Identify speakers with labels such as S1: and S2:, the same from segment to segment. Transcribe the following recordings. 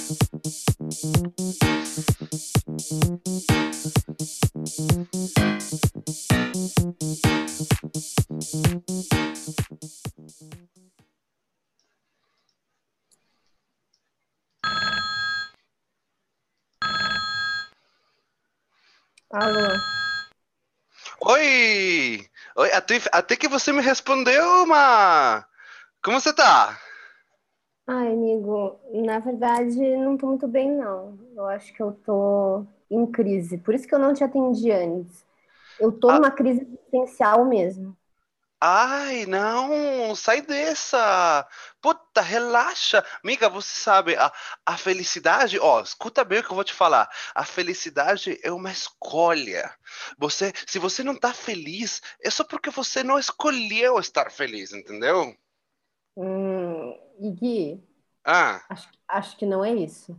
S1: Alô?
S2: Oi! Oi, até que você me respondeu, Ma! Como você tá?
S1: Ai, amigo, na verdade não tô muito bem, não. Eu acho que eu tô em crise. Por isso que eu não te atendi antes. Eu tô
S2: Ah,
S1: numa crise existencial mesmo.
S2: ai, não, sai dessa! Puta, relaxa! Amiga, você sabe, a felicidade, ó, escuta bem o que eu vou te falar. A felicidade é uma escolha. Se você não tá feliz, é só porque você não escolheu estar feliz, entendeu?
S1: Gui,
S2: Ah.
S1: acho que não é isso.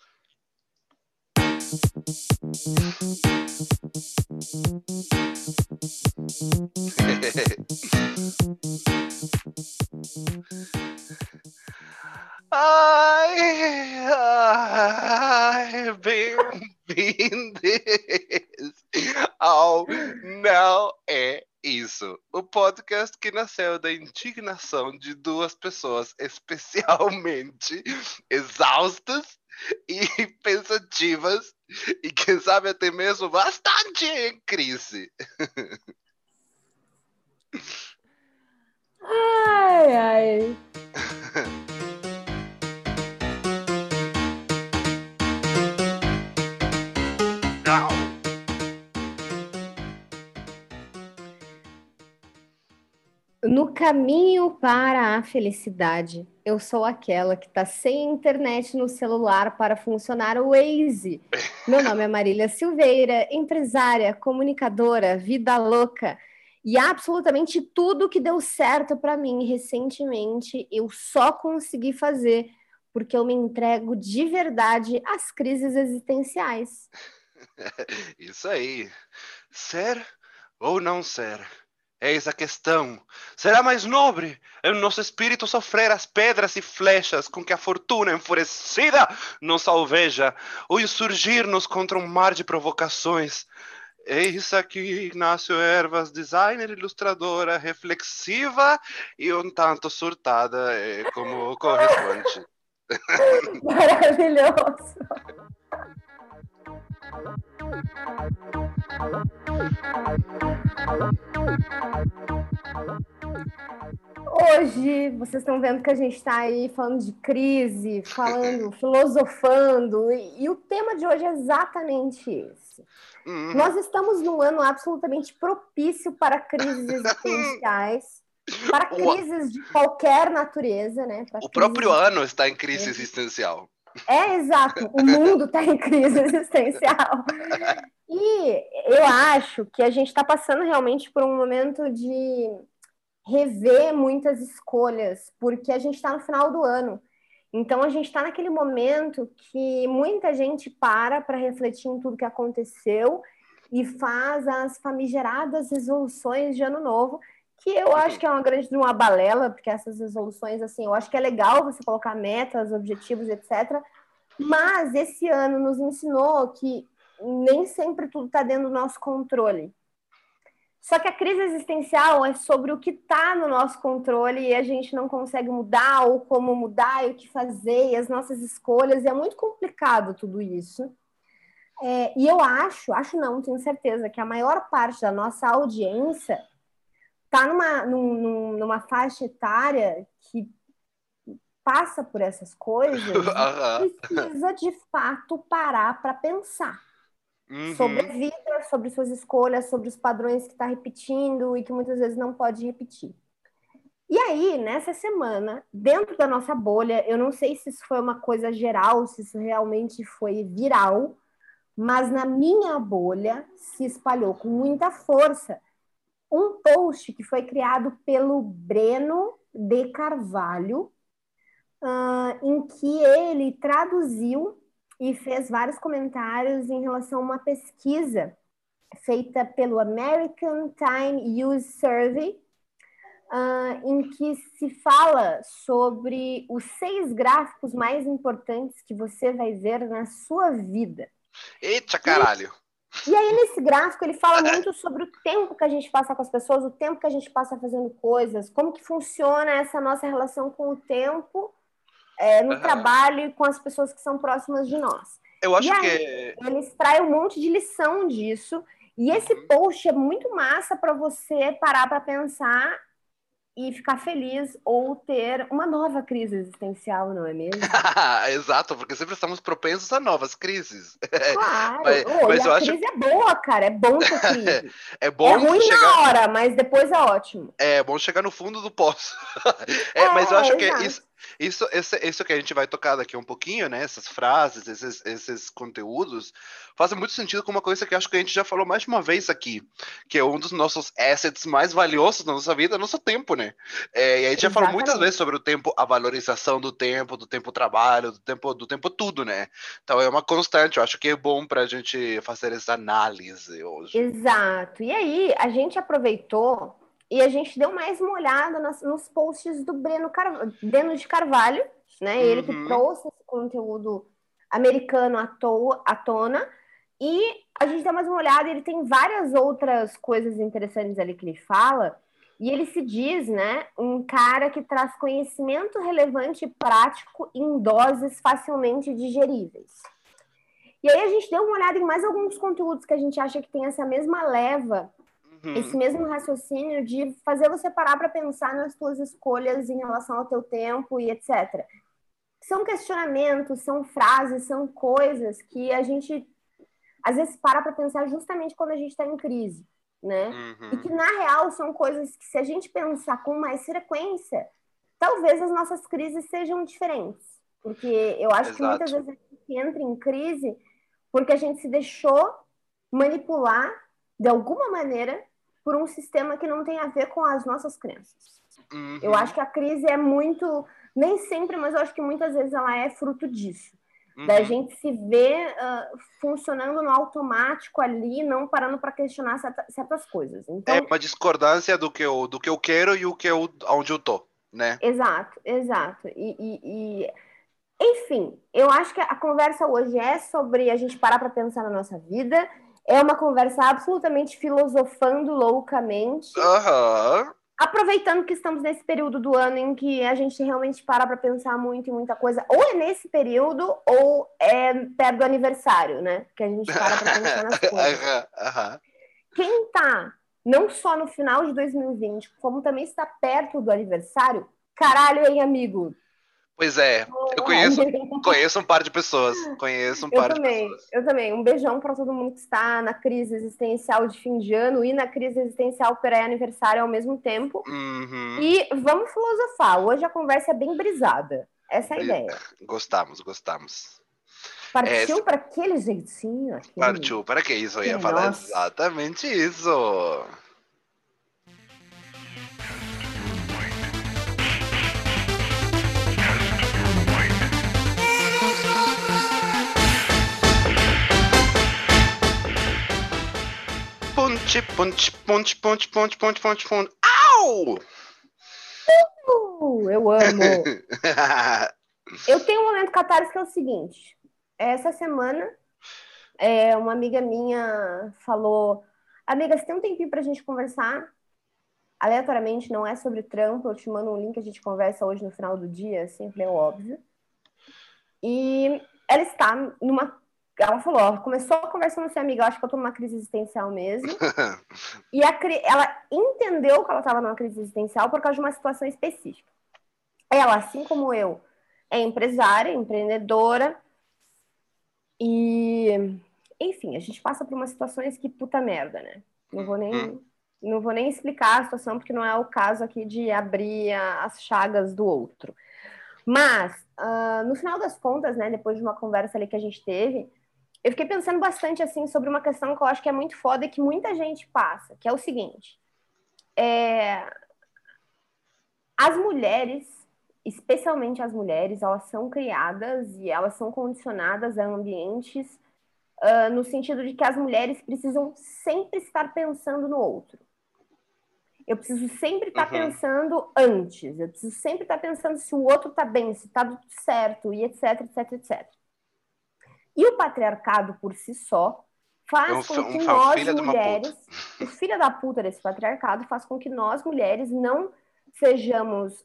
S2: Ai, ai, bem-vindos ao Não É Isso, o podcast que nasceu da indignação de duas pessoas especialmente exaustas e pensativas e quem sabe até mesmo bastante em crise.
S1: Ai, ai. No caminho para a felicidade, eu sou aquela que está sem internet no celular para funcionar o Waze. Meu nome é Marília Silveira, empresária, comunicadora, vida louca e absolutamente tudo que deu certo para mim recentemente eu só consegui fazer porque eu me entrego de verdade às crises existenciais.
S2: Isso aí. Ser ou não ser? Eis a questão. Será mais nobre o nosso espírito sofrer as pedras e flechas com que a fortuna enfurecida nos alveja, ou insurgir-nos contra um mar de provocações? Eis aqui Ignácio Ervas, designer, ilustradora, reflexiva e um tanto surtada, como corresponde.
S1: Maravilhoso! Hoje, vocês estão vendo que a gente está aí falando de crise, falando, filosofando, e o tema de hoje é exatamente esse.
S2: Uhum.
S1: Nós estamos num ano absolutamente propício para crises existenciais, para
S2: O,
S1: crises de qualquer natureza, né? Para
S2: o
S1: crises
S2: próprio
S1: de
S2: ano está em crise
S1: qualquer...
S2: existencial.
S1: É exato, o mundo está em crise existencial. E eu acho que a gente está passando realmente por um momento de rever muitas escolhas, porque a gente está no final do ano. Então a gente está naquele momento que muita gente para refletir em tudo que aconteceu e faz as famigeradas resoluções de ano novo, que eu acho que é uma grande uma balela, porque essas resoluções, assim, eu acho que é legal você colocar metas, objetivos, etc. Mas esse ano nos ensinou que nem sempre tudo está dentro do nosso controle. Só que a crise existencial é sobre o que está no nosso controle e a gente não consegue mudar, ou como mudar, e o que fazer, e as nossas escolhas, e é muito complicado tudo isso. E eu acho não, tenho certeza, que a maior parte da nossa audiência está numa faixa etária que passa por essas coisas e precisa, de fato, parar para pensar sobre a
S2: Uhum.
S1: vida, sobre suas escolhas, sobre os padrões que está repetindo e que muitas vezes não pode repetir. E aí, nessa semana, dentro da nossa bolha, eu não sei se isso foi uma coisa geral, se isso realmente foi viral, mas na minha bolha se espalhou com muita força um post que foi criado pelo Breno de Carvalho, em que ele traduziu e fez vários comentários em relação a uma pesquisa feita pelo American Time Use Survey, em que se fala sobre os 6 gráficos mais importantes que você vai ver na sua vida.
S2: Eita caralho!
S1: E aí, nesse gráfico, ele fala muito sobre o tempo que a gente passa com as pessoas, o tempo que a gente passa fazendo coisas, como que funciona essa nossa relação com o tempo, no
S2: Aham.
S1: trabalho e com as pessoas que são próximas de nós.
S2: Eu
S1: E
S2: acho
S1: aí,
S2: que.
S1: ele extrai um monte de lição disso, e esse
S2: Uhum.
S1: post é muito massa para você parar para pensar e ficar feliz ou ter uma nova crise existencial, não é mesmo?
S2: Exato, porque sempre estamos propensos a novas crises.
S1: Claro.
S2: Mas,
S1: Oh, e
S2: mas
S1: a
S2: eu acho
S1: crise é boa, cara. É bom ter crise.
S2: é
S1: É
S2: bom
S1: ruim
S2: chegar.
S1: na hora, mas depois é ótimo.
S2: É bom chegar no fundo do poço. Mas eu acho que
S1: Exato.
S2: isso que a gente vai tocar daqui um pouquinho, né? Essas frases, esses conteúdos, fazem muito sentido com uma coisa que eu acho que a gente já falou mais de uma vez aqui, que é um dos nossos assets mais valiosos na nossa vida, é o nosso tempo, né? E a gente já falou muitas vezes
S1: Exatamente.
S2: sobre o tempo, a valorização do tempo trabalho, do tempo tudo, né? Então é uma constante, eu acho que é bom para a gente fazer essa análise hoje.
S1: Exato. E aí, a gente aproveitou e a gente deu mais uma olhada nos posts do Breno de Carvalho, né? Ele que
S2: Uhum.
S1: trouxe esse conteúdo americano à tona. E a gente deu mais uma olhada e ele tem várias outras coisas interessantes ali que ele fala. E ele se diz, né, um cara que traz conhecimento relevante e prático em doses facilmente digeríveis. E aí a gente deu uma olhada em mais alguns conteúdos que a gente acha que tem essa mesma leva, esse
S2: Uhum.
S1: mesmo raciocínio de fazer você parar para pensar nas suas escolhas em relação ao teu tempo e etc. São questionamentos, são frases, são coisas que a gente às vezes para pensar justamente quando a gente está em crise, né? E
S2: Uhum.
S1: que na real são coisas que se a gente pensar com mais frequência, talvez as nossas crises sejam diferentes. Porque eu acho que muitas
S2: Exato.
S1: vezes a gente entra em crise porque a gente se deixou manipular de alguma maneira por um sistema que não tem a ver com as nossas crenças. Eu acho
S2: Uhum.
S1: que a crise é muito, nem sempre, mas eu acho que muitas vezes ela é fruto disso. Da
S2: Uhum.
S1: gente se ver funcionando no automático ali, não parando para questionar certas coisas.
S2: É
S1: Então,
S2: uma discordância do que eu quero e o que eu, onde eu tô, né?
S1: exato, exato. Enfim, eu acho que a conversa hoje é sobre a gente parar para pensar na nossa vida. É uma conversa absolutamente filosofando loucamente,
S2: Aham.
S1: aproveitando que estamos nesse período do ano em que a gente realmente para pensar muito em muita coisa. Ou é nesse período, ou é perto do aniversário, né? Que a gente para pensar nas coisas.
S2: Aham. Aham.
S1: Quem tá não só no final de 2020, como também está perto do aniversário, caralho, hein, amigo?
S2: Pois é, eu conheço um par de pessoas. Conheço um
S1: Eu
S2: par de
S1: também,
S2: pessoas.
S1: eu também. Um beijão para todo mundo que está na crise existencial de fim de ano e na crise existencial pré-aniversário ao mesmo tempo.
S2: Uhum.
S1: E vamos filosofar. Hoje a conversa é bem brisada. Essa é a
S2: Bri-
S1: ideia.
S2: Gostamos, gostamos.
S1: Partiu para aquele jeitinho,
S2: Partiu, para que isso? Eu ia
S1: aquele
S2: falar
S1: nosso.
S2: exatamente isso. Ponte, ponte, ponte, ponte, ponte, ponte, ponte, ponte. Au!
S1: Eu amo. Eu tenho um momento catarse que é o seguinte. Essa semana, uma amiga minha falou: Amiga, você tem um tempinho pra gente conversar? Aleatoriamente, não é sobre trampo. Eu te mando um link, a gente conversa hoje no final do dia, sempre é óbvio. E ela está numa. Ela falou: ó, começou a conversar com sua amiga, eu acho que eu tô numa crise existencial mesmo. E ela entendeu que ela estava numa crise existencial por causa de uma situação específica. Ela, assim como eu, é empresária, empreendedora, e, enfim, a gente passa por umas situações que puta merda, né? Não vou
S2: Uhum.
S1: nem, não vou nem explicar a situação, porque não é o caso aqui de abrir as chagas do outro. Mas, no final das contas, né, depois de uma conversa ali que a gente teve, eu fiquei pensando bastante, assim, sobre uma questão que eu acho que é muito foda e que muita gente passa, que é o seguinte. As mulheres, especialmente as mulheres, elas são criadas e elas são condicionadas a ambientes no sentido de que as mulheres precisam sempre estar pensando no outro. Eu preciso sempre estar
S2: Uhum.
S1: pensando antes. Eu preciso sempre estar pensando se o outro está bem, se está tudo certo, e etc, etc, etc. E o patriarcado por si só
S2: É
S1: faz com que
S2: uma
S1: nós
S2: filha de uma puta.
S1: mulheres, o filho da puta desse patriarcado faz com que nós mulheres não sejamos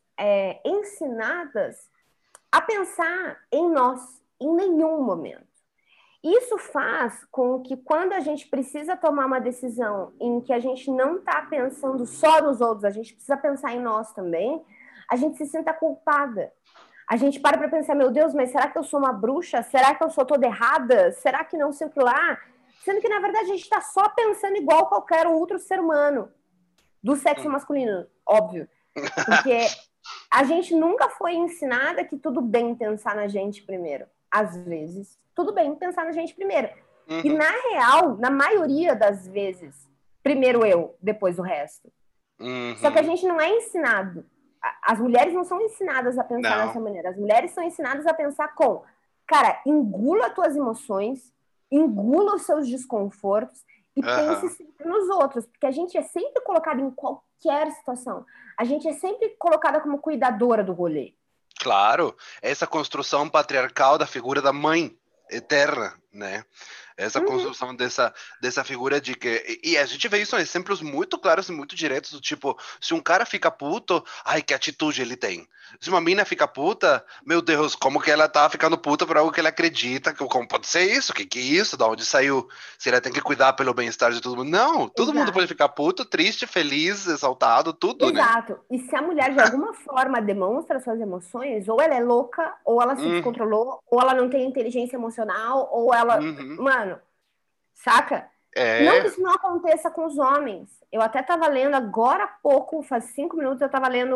S1: ensinadas a pensar em nós em nenhum momento. Isso faz com que quando a gente precisa tomar uma decisão em que a gente não está pensando só nos outros, a gente precisa pensar em nós também, a gente se sinta culpada. A gente para pensar, meu Deus, mas será que eu sou uma bruxa? Será que eu sou toda errada? Será que não sei o que lá? Sendo que, na verdade, a gente está só pensando igual qualquer outro ser humano do sexo masculino, óbvio. Porque a gente nunca foi ensinada que tudo bem pensar na gente primeiro. Às vezes, tudo bem pensar na gente primeiro. E,
S2: Uhum.
S1: na real, na maioria das vezes, primeiro eu, depois o resto. Só que a
S2: Uhum.
S1: gente não é ensinado. As mulheres não são ensinadas a pensar
S2: Não.
S1: dessa maneira. As mulheres são ensinadas a pensar com, cara, engula as tuas emoções, engula os seus desconfortos e pense
S2: Aham.
S1: sempre nos outros, porque a gente é sempre colocada em qualquer situação. A gente é sempre colocada como cuidadora do rolê.
S2: Claro, essa construção patriarcal da figura da mãe eterna, né? Essa
S1: Uhum.
S2: construção dessa figura de que. E a gente vê isso em exemplos muito claros e muito diretos, do tipo, se um cara fica puto, ai, que atitude ele tem. Se uma mina fica puta, meu Deus, como que ela tá ficando puta por algo que ela acredita? Como pode ser isso? Que é isso? Da onde saiu? Se ela tem que cuidar pelo bem-estar de todo mundo? Não, todo mundo pode
S1: Exato.
S2: ficar puto, triste, feliz, exaltado, tudo, né?
S1: Exato. E se a mulher de alguma forma demonstra suas emoções, ou ela é louca, ou ela se
S2: Uhum,
S1: descontrolou, ou ela não tem inteligência emocional, ou ela.
S2: uhum.
S1: Mano, saca? Não que
S2: É,
S1: isso não aconteça com os homens. Eu até estava lendo agora há pouco, faz 5 minutos, eu estava lendo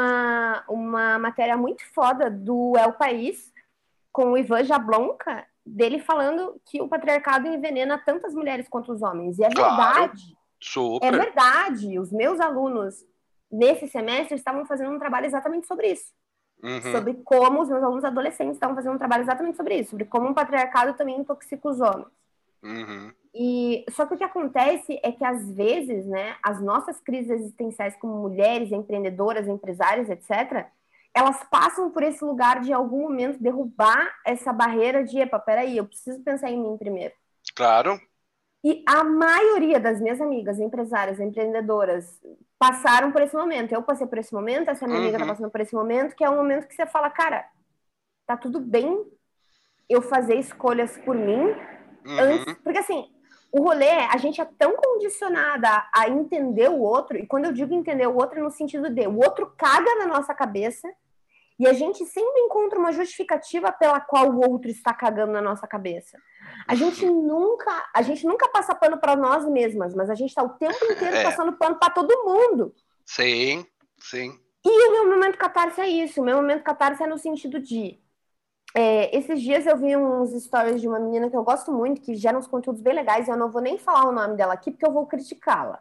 S1: uma matéria muito foda do El País, com o Ivan Jablonka, dele falando que o patriarcado envenena tantas mulheres quanto os homens. E é
S2: claro,
S1: verdade. É
S2: super.
S1: verdade. Os meus alunos, nesse semestre, estavam fazendo um trabalho exatamente sobre isso.
S2: Uhum,
S1: Sobre como os meus alunos adolescentes estavam fazendo um trabalho exatamente sobre isso. Sobre como o patriarcado também intoxica os homens.
S2: uhum.
S1: E só que o que acontece é que às vezes, né, as nossas crises existenciais como mulheres, empreendedoras, empresárias, etc., elas passam por esse lugar de em algum momento derrubar essa barreira de, epa, peraí, eu preciso pensar em mim primeiro.
S2: Claro.
S1: E a maioria das minhas amigas, empresárias, empreendedoras, passaram por esse momento. Eu passei por esse momento, essa minha amiga tá
S2: Uhum,
S1: passando por esse momento, que é um momento que você fala, cara, tá tudo bem eu fazer escolhas por mim antes.
S2: uhum.
S1: Porque assim, o rolê, a gente é tão condicionada a entender o outro, e quando eu digo entender o outro, é no sentido de o outro caga na nossa cabeça, e a gente sempre encontra uma justificativa pela qual o outro está cagando na nossa cabeça. A gente nunca passa pano para nós mesmas, mas a gente está o tempo inteiro
S2: É,
S1: passando pano para todo mundo.
S2: sim, sim.
S1: E o meu momento catarse é isso. O meu momento catarse é no sentido de esses dias eu vi uns stories de uma menina que eu gosto muito, que gera uns conteúdos bem legais, e eu não vou nem falar o nome dela aqui, porque eu vou criticá-la.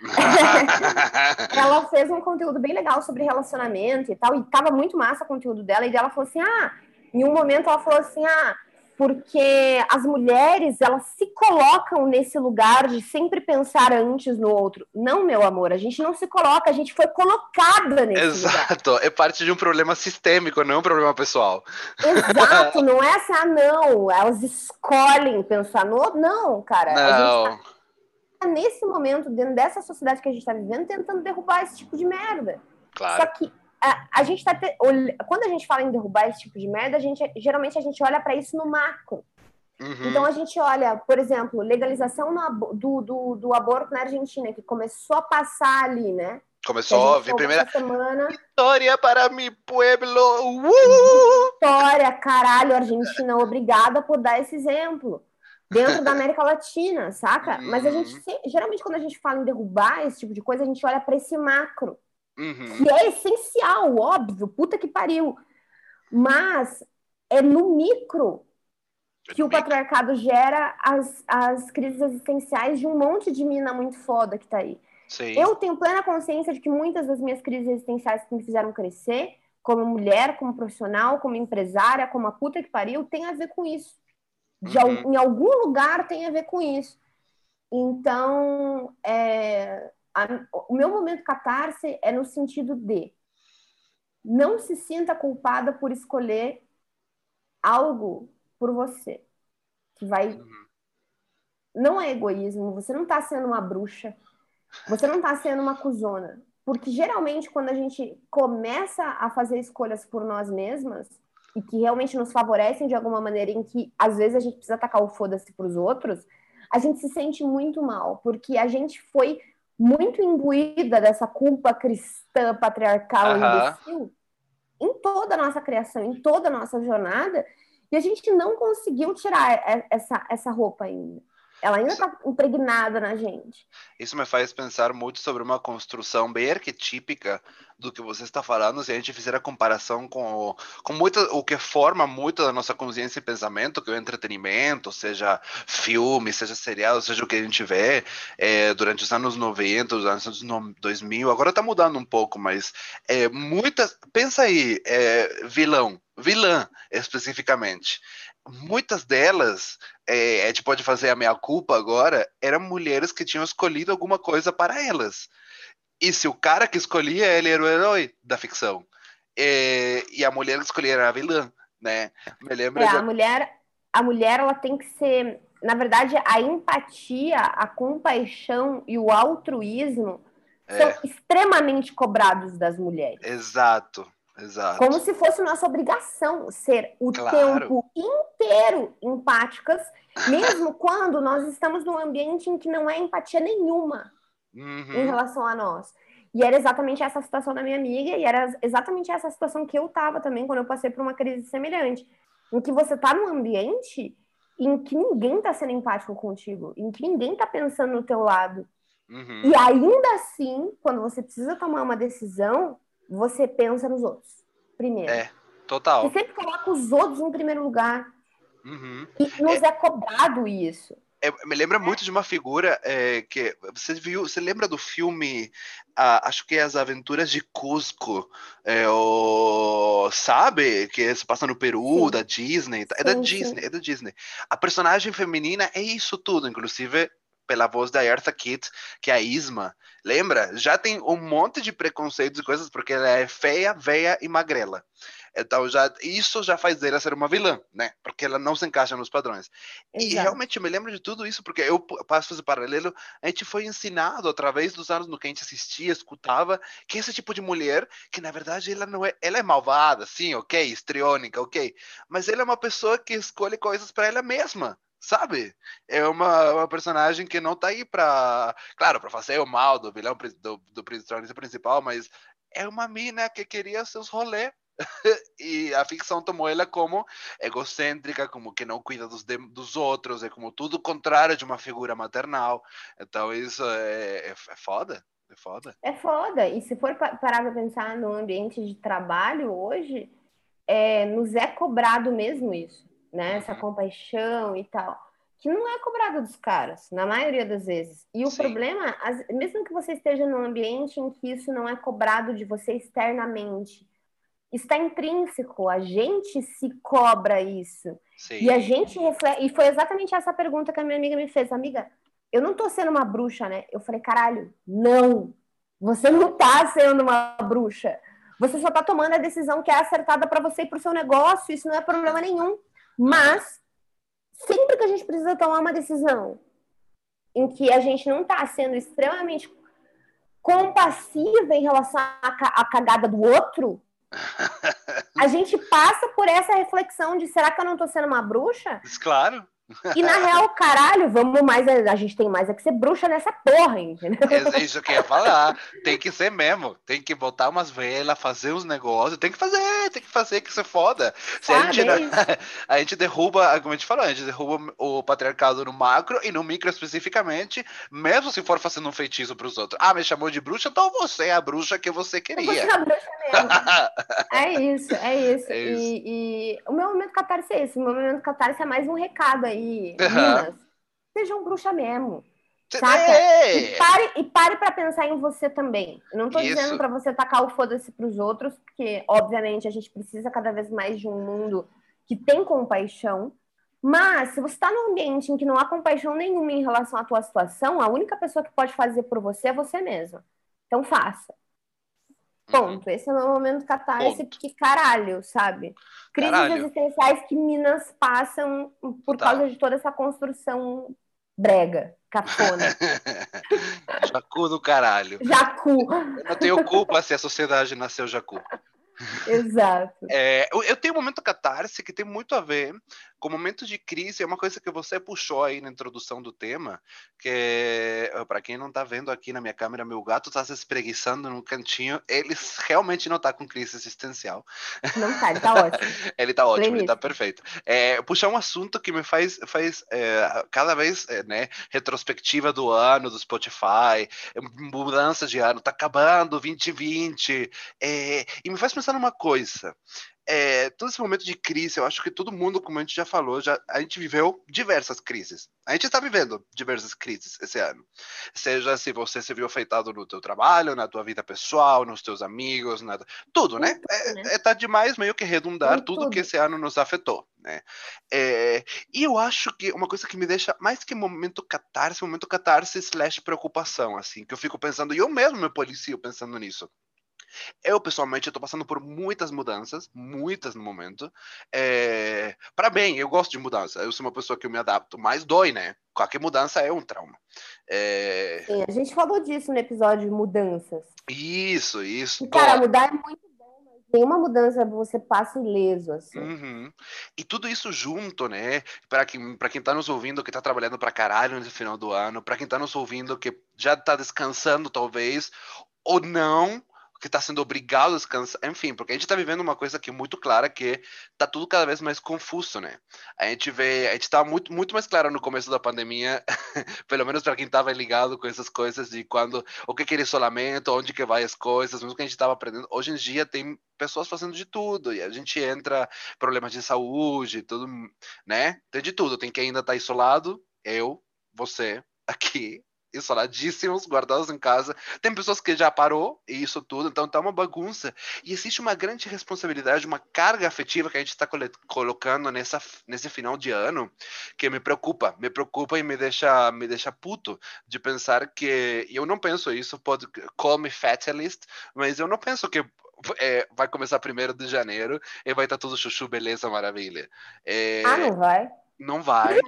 S1: Ela fez um conteúdo bem legal sobre relacionamento e tal, e tava muito massa o conteúdo dela, e ela falou assim, em um momento ela falou assim, porque as mulheres, elas se colocam nesse lugar de sempre pensar antes no outro. Não, meu amor, a gente não se coloca, a gente foi colocada nesse lugar.
S2: Exato, é parte de um problema sistêmico, não um problema pessoal.
S1: Exato, não é assim, não, elas escolhem pensar no outro. Não, cara, a gente tá
S2: Não,
S1: nesse momento, dentro dessa sociedade que a gente tá vivendo, tentando derrubar esse tipo de merda. Só
S2: claro.
S1: que a gente tá. Quando a gente fala em derrubar esse tipo de merda, geralmente a gente olha para isso no macro. Então
S2: Uhum.
S1: a gente olha, por exemplo, legalização do aborto na Argentina, que começou a passar ali, né? Que a
S2: Começou a
S1: gente
S2: vir
S1: soube
S2: primeira
S1: essa semana.
S2: vitória para mi pueblo.
S1: Vitória, caralho, Argentina, obrigada por dar esse exemplo. Dentro da América Latina, saca? Mas a gente,
S2: Uhum.
S1: geralmente, quando a gente fala em derrubar esse tipo de coisa, a gente olha para esse macro, que
S2: Uhum.
S1: é essencial, óbvio, puta que pariu. Mas é no micro
S2: É
S1: que
S2: no
S1: o
S2: micro.
S1: patriarcado gera as crises existenciais de um monte de mina muito foda que tá aí.
S2: Sim.
S1: Eu tenho plena consciência de que muitas das minhas crises existenciais que me fizeram crescer, como mulher, como profissional, como empresária, como a puta que pariu, tem a ver com isso.
S2: Uhum.
S1: Em algum lugar tem a ver com isso. Então, O meu momento catarse é no sentido de não se sinta culpada por escolher algo por você, que vai... Não é egoísmo, você não tá sendo uma bruxa, você não tá sendo uma cuzona. Porque geralmente quando a gente começa a fazer escolhas por nós mesmas e que realmente nos favorecem de alguma maneira em que às vezes a gente precisa tacar o foda-se pros outros, a gente se sente muito mal, porque a gente foi muito imbuída dessa culpa cristã, patriarcal,
S2: Aham.
S1: imbecil, em toda a nossa criação, em toda a nossa jornada, e a gente não conseguiu tirar essa roupa ainda. Ela ainda
S2: Isso,
S1: está impregnada na gente.
S2: isso me faz pensar muito sobre uma construção bem arquetípica do que você está falando, se a gente fizer a comparação com muito, o que forma muito da nossa consciência e pensamento, que é o entretenimento, seja filme, seja serial, seja o que a gente vê durante os anos 90, os anos 2000, agora está mudando um pouco, mas muitas... Pensa aí, vilã especificamente. Muitas delas, a gente pode fazer a meia-culpa agora, eram mulheres que tinham escolhido alguma coisa para elas. E se o cara que escolhia, ele era o herói da ficção. E a mulher que escolhia era a vilã, né? Me lembra de...
S1: A mulher ela tem que ser, na verdade, a empatia, a compaixão e o altruísmo são
S2: É,
S1: extremamente cobrados das mulheres.
S2: exato,
S1: Como
S2: exato.
S1: se fosse nossa obrigação ser o
S2: Claro.
S1: tempo inteiro empáticas, mesmo quando nós estamos num ambiente em que não é empatia nenhuma em
S2: Uhum.
S1: relação a nós. E era exatamente essa situação da minha amiga, e era exatamente essa situação que eu estava também quando eu passei por uma crise semelhante. Em que você está num ambiente em que ninguém está sendo empático contigo, em que ninguém está pensando no teu lado. E
S2: Uhum.
S1: ainda assim, quando você precisa tomar uma decisão, você pensa nos outros primeiro.
S2: É,
S1: Você
S2: total.
S1: sempre coloca os outros em primeiro lugar.
S2: Uhum.
S1: E nos
S2: É,
S1: é cobrado isso.
S2: me lembra muito de uma figura que você viu. Você lembra do filme? Acho que é As Aventuras de Cusco. Sabe? Que se passa no Peru, da
S1: Sim,
S2: Disney. É da
S1: sim,
S2: Disney,
S1: sim.
S2: é da Disney. A personagem feminina é isso tudo, inclusive pela voz da Eartha Kitt, que é a Isma. Lembra? Já tem um monte de preconceitos e coisas porque ela é feia, veia e magrela. Então isso já faz dela ser uma vilã, né? Porque ela não se encaixa nos padrões. E
S1: Exato.
S2: realmente eu me lembro de tudo isso, porque eu passo a fazer paralelo, a gente foi ensinado através dos anos no que a gente assistia, escutava, que esse tipo de mulher, que na verdade ela é malvada, sim, ok, histriônica, ok, mas ela é uma pessoa que escolhe coisas para ela mesma, sabe? É uma personagem que não tá aí pra, claro, pra fazer o mal do vilão, do protagonista principal, mas é uma mina que queria seus rolês e a ficção tomou ela como egocêntrica, como que não cuida dos outros, é como tudo contrário de uma figura maternal. Então isso é foda, é foda.
S1: É foda. E se for parar para pensar no ambiente de trabalho hoje, nos é cobrado mesmo isso, né? Essa
S2: Uhum,
S1: compaixão e tal. Que não é cobrado dos caras, na maioria das vezes. E o
S2: sim,
S1: problema, mesmo que você esteja num ambiente em que isso não é cobrado de você externamente, está intrínseco, a gente se cobra isso. E a
S2: sim.
S1: gente reflete. E foi exatamente essa pergunta que a minha amiga me fez. Amiga, eu não tô sendo uma bruxa, né? Eu falei, caralho, não. Você não tá sendo uma bruxa. Você só tá tomando a decisão que é acertada para você e pro seu negócio. Isso não é problema nenhum.
S2: Aham.
S1: Mas, sempre que a gente precisa tomar uma decisão em que a gente não tá sendo extremamente compassiva em relação à cagada do outro, a gente passa por essa reflexão de será que eu não tô sendo uma bruxa?
S2: Claro.
S1: E na real, caralho, vamos mais. A gente tem mais é que ser bruxa nessa porra, entendeu?
S2: É isso que eu ia falar. Tem que ser mesmo. Tem que botar umas velas, fazer uns negócios. Tem que fazer que isso é foda. Se a gente,
S1: Sabe? É isso.
S2: a gente derruba, como a gente falou, a gente derruba o patriarcado no macro e no micro especificamente, mesmo se for fazendo um feitiço para os outros. Ah, me chamou de bruxa, então você é a bruxa que você
S1: Você
S2: queria.
S1: é a bruxa mesmo. É isso, é isso.
S2: É isso.
S1: E o meu momento catarse é esse. O meu momento catarse é mais um recado aí.
S2: Aham.
S1: Minas, sejam bruxa mesmo. Saca?
S2: É,
S1: E pare para pensar em você também. Eu não tô dizendo
S2: isso.
S1: para você tacar o foda-se pros outros, porque, obviamente, a gente precisa cada vez mais de um mundo que tem compaixão, Mas, se você está num ambiente em que não há compaixão nenhuma em relação à tua situação, a única pessoa que pode fazer por você é você mesma. Então, faça.
S2: Uhum.
S1: Ponto. Esse é o meu momento catarse,
S2: Ponto.
S1: porque caralho, sabe? Crises
S2: Caralho,
S1: existenciais que Minas passam por
S2: total.
S1: causa de toda essa construção brega, cafona.
S2: Jacu do caralho.
S1: Jacu.
S2: Eu não tenho culpa se a sociedade nasceu jacu.
S1: Exato.
S2: Eu tenho um momento catarse que tem muito a ver com momentos de crise, é uma coisa que você puxou aí na introdução do tema, que para quem não está vendo aqui na minha câmera, meu gato está se espreguiçando no cantinho, ele realmente não está com crise existencial.
S1: Não tá, ele tá ótimo.
S2: Ele tá ótimo, ele tá
S1: Pleníssimo.
S2: perfeito. Puxar um assunto que me faz cada vez, né, retrospectiva do ano, do Spotify, mudança de ano, tá acabando 2020, e me faz pensar numa coisa. Todo esse momento de crise, eu acho que todo mundo, como a gente já falou, a gente viveu diversas crises. A gente está vivendo diversas crises esse ano. Seja se você se viu afetado no teu trabalho, na tua vida pessoal, nos teus amigos, nada, tudo,
S1: Em
S2: né?
S1: tudo, né?
S2: Tá demais meio que redundar
S1: Em
S2: tudo que
S1: tudo.
S2: esse ano nos afetou, né? E eu acho que uma coisa que me deixa mais que momento catarse / preocupação, assim, que eu fico pensando, e eu mesmo me policio pensando nisso. Eu, pessoalmente, estou passando por muitas no momento. Para bem, eu gosto de mudança. Eu sou uma pessoa que eu me adapto, mas dói, né? Qualquer mudança é um trauma.
S1: Sim, a gente falou disso no episódio de mudanças.
S2: Isso,
S1: E, cara,
S2: dói.
S1: mudar é muito bom, mas nenhuma mudança você passa ileso, assim.
S2: Uhum. E tudo isso junto, né? Para quem tá nos ouvindo, que tá trabalhando pra caralho nesse final do ano, para quem tá nos ouvindo, que já tá descansando, talvez, ou não, que está sendo obrigado a descansar, enfim, porque a gente está vivendo uma coisa aqui muito clara, que tá tudo cada vez mais confuso, né? A gente estava muito mais claro no começo da pandemia, pelo menos para quem estava ligado com essas coisas de quando, o que é isolamento, onde que vai as coisas, mesmo que a gente estava aprendendo. Hoje em dia tem pessoas fazendo de tudo, e a gente entra problemas de saúde, tudo, né? Tem de tudo, tem quem ainda está isolado, eu, você, aqui, isoladíssimos, guardados em casa. Tem pessoas que já parou e isso tudo, então tá uma bagunça. E existe uma grande responsabilidade, uma carga afetiva que a gente está colocando nesse final de ano, que me preocupa e me deixa puto de pensar que, e eu não penso isso, pode call me fatalist, mas eu não penso que vai começar 1º de janeiro e vai estar tudo chuchu, beleza, maravilha.
S1: Ah,
S2: É,
S1: não vai?
S2: não vai.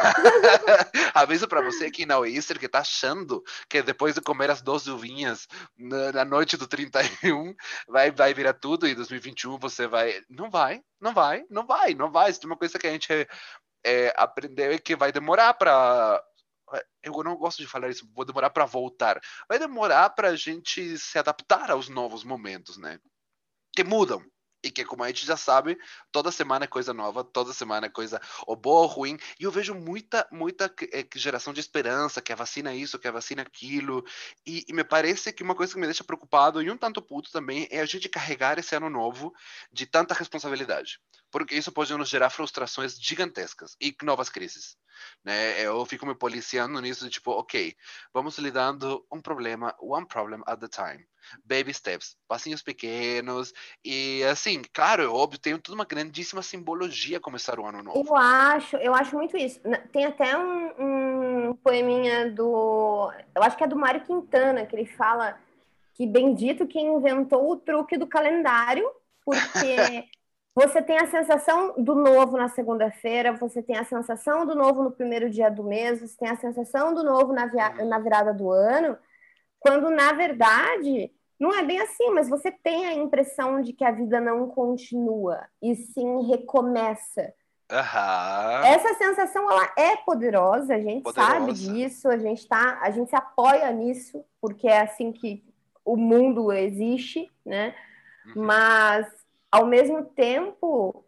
S2: Aviso pra você aqui na Easter que tá achando que depois de comer as 12 uvinhas na noite do 31 vai virar tudo e 2021 você vai. Não vai, não vai, não vai, não vai. Isso é uma coisa que a gente aprendeu e que vai demorar pra. Eu não gosto de falar isso, vou demorar pra voltar. Vai demorar pra gente se adaptar aos novos momentos, né? Que mudam. E que, como a gente já sabe, toda semana é coisa nova, toda semana é coisa ou boa ou ruim. E eu vejo muita geração de esperança, que a vacina é isso, que a vacina é aquilo. E me parece que uma coisa que me deixa preocupado e um tanto puto também é a gente carregar esse ano novo de tanta responsabilidade. Porque isso pode nos gerar frustrações gigantescas e novas crises. Né? Eu fico me policiando nisso, de tipo, ok, vamos lidando um problema, one problem at a time. Baby steps, passinhos pequenos, e assim, claro, é óbvio, tem toda uma grandíssima simbologia começar o ano novo.
S1: Eu acho muito isso. Tem até um poeminha eu acho que é do Mário Quintana, que ele fala que bendito quem inventou o truque do calendário, porque você tem a sensação do novo na segunda-feira, você tem a sensação do novo no primeiro dia do mês, você tem a sensação do novo na
S2: Uhum.
S1: virada do ano, quando na verdade não é bem assim, mas você tem a impressão de que a vida não continua e sim recomeça.
S2: Aham,
S1: Essa sensação ela é poderosa, a gente sabe
S2: poderosa.
S1: disso, a gente se apoia nisso, porque é assim que o mundo existe, né?
S2: Uhum.
S1: Mas ao mesmo tempo,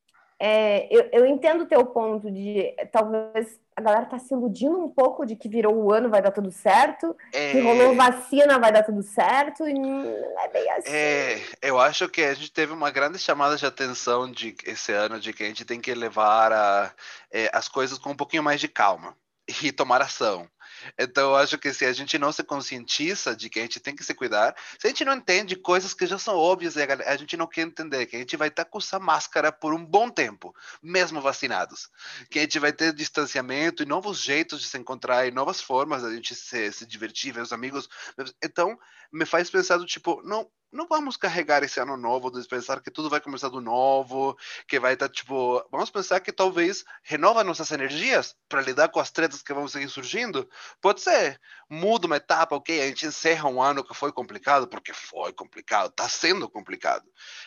S1: eu entendo o teu ponto de talvez a galera tá se iludindo um pouco de que virou o ano, vai dar tudo certo, que rolou
S2: É,
S1: vacina, vai dar tudo certo, e não é bem assim.
S2: eu acho que a gente teve uma grande chamada de atenção esse ano de que a gente tem que levar as coisas com um pouquinho mais de calma e tomar ação. Então, eu acho que se a gente não se conscientiza de que a gente tem que se cuidar, se a gente não entende coisas que já são óbvias e a gente não quer entender, que a gente vai estar com essa máscara por um bom tempo, mesmo vacinados, que a gente vai ter distanciamento e novos jeitos de se encontrar e novas formas da gente se divertir, ver os amigos. Então, me faz pensar do tipo, não vamos carregar esse ano novo, de pensar que tudo vai começar do novo, que vai estar, tipo, vamos pensar que talvez renova nossas energias para lidar com as tretas que vão seguir surgindo. Pode ser, muda uma etapa, ok, a gente encerra um ano que foi complicado, porque foi complicado, está sendo complicado.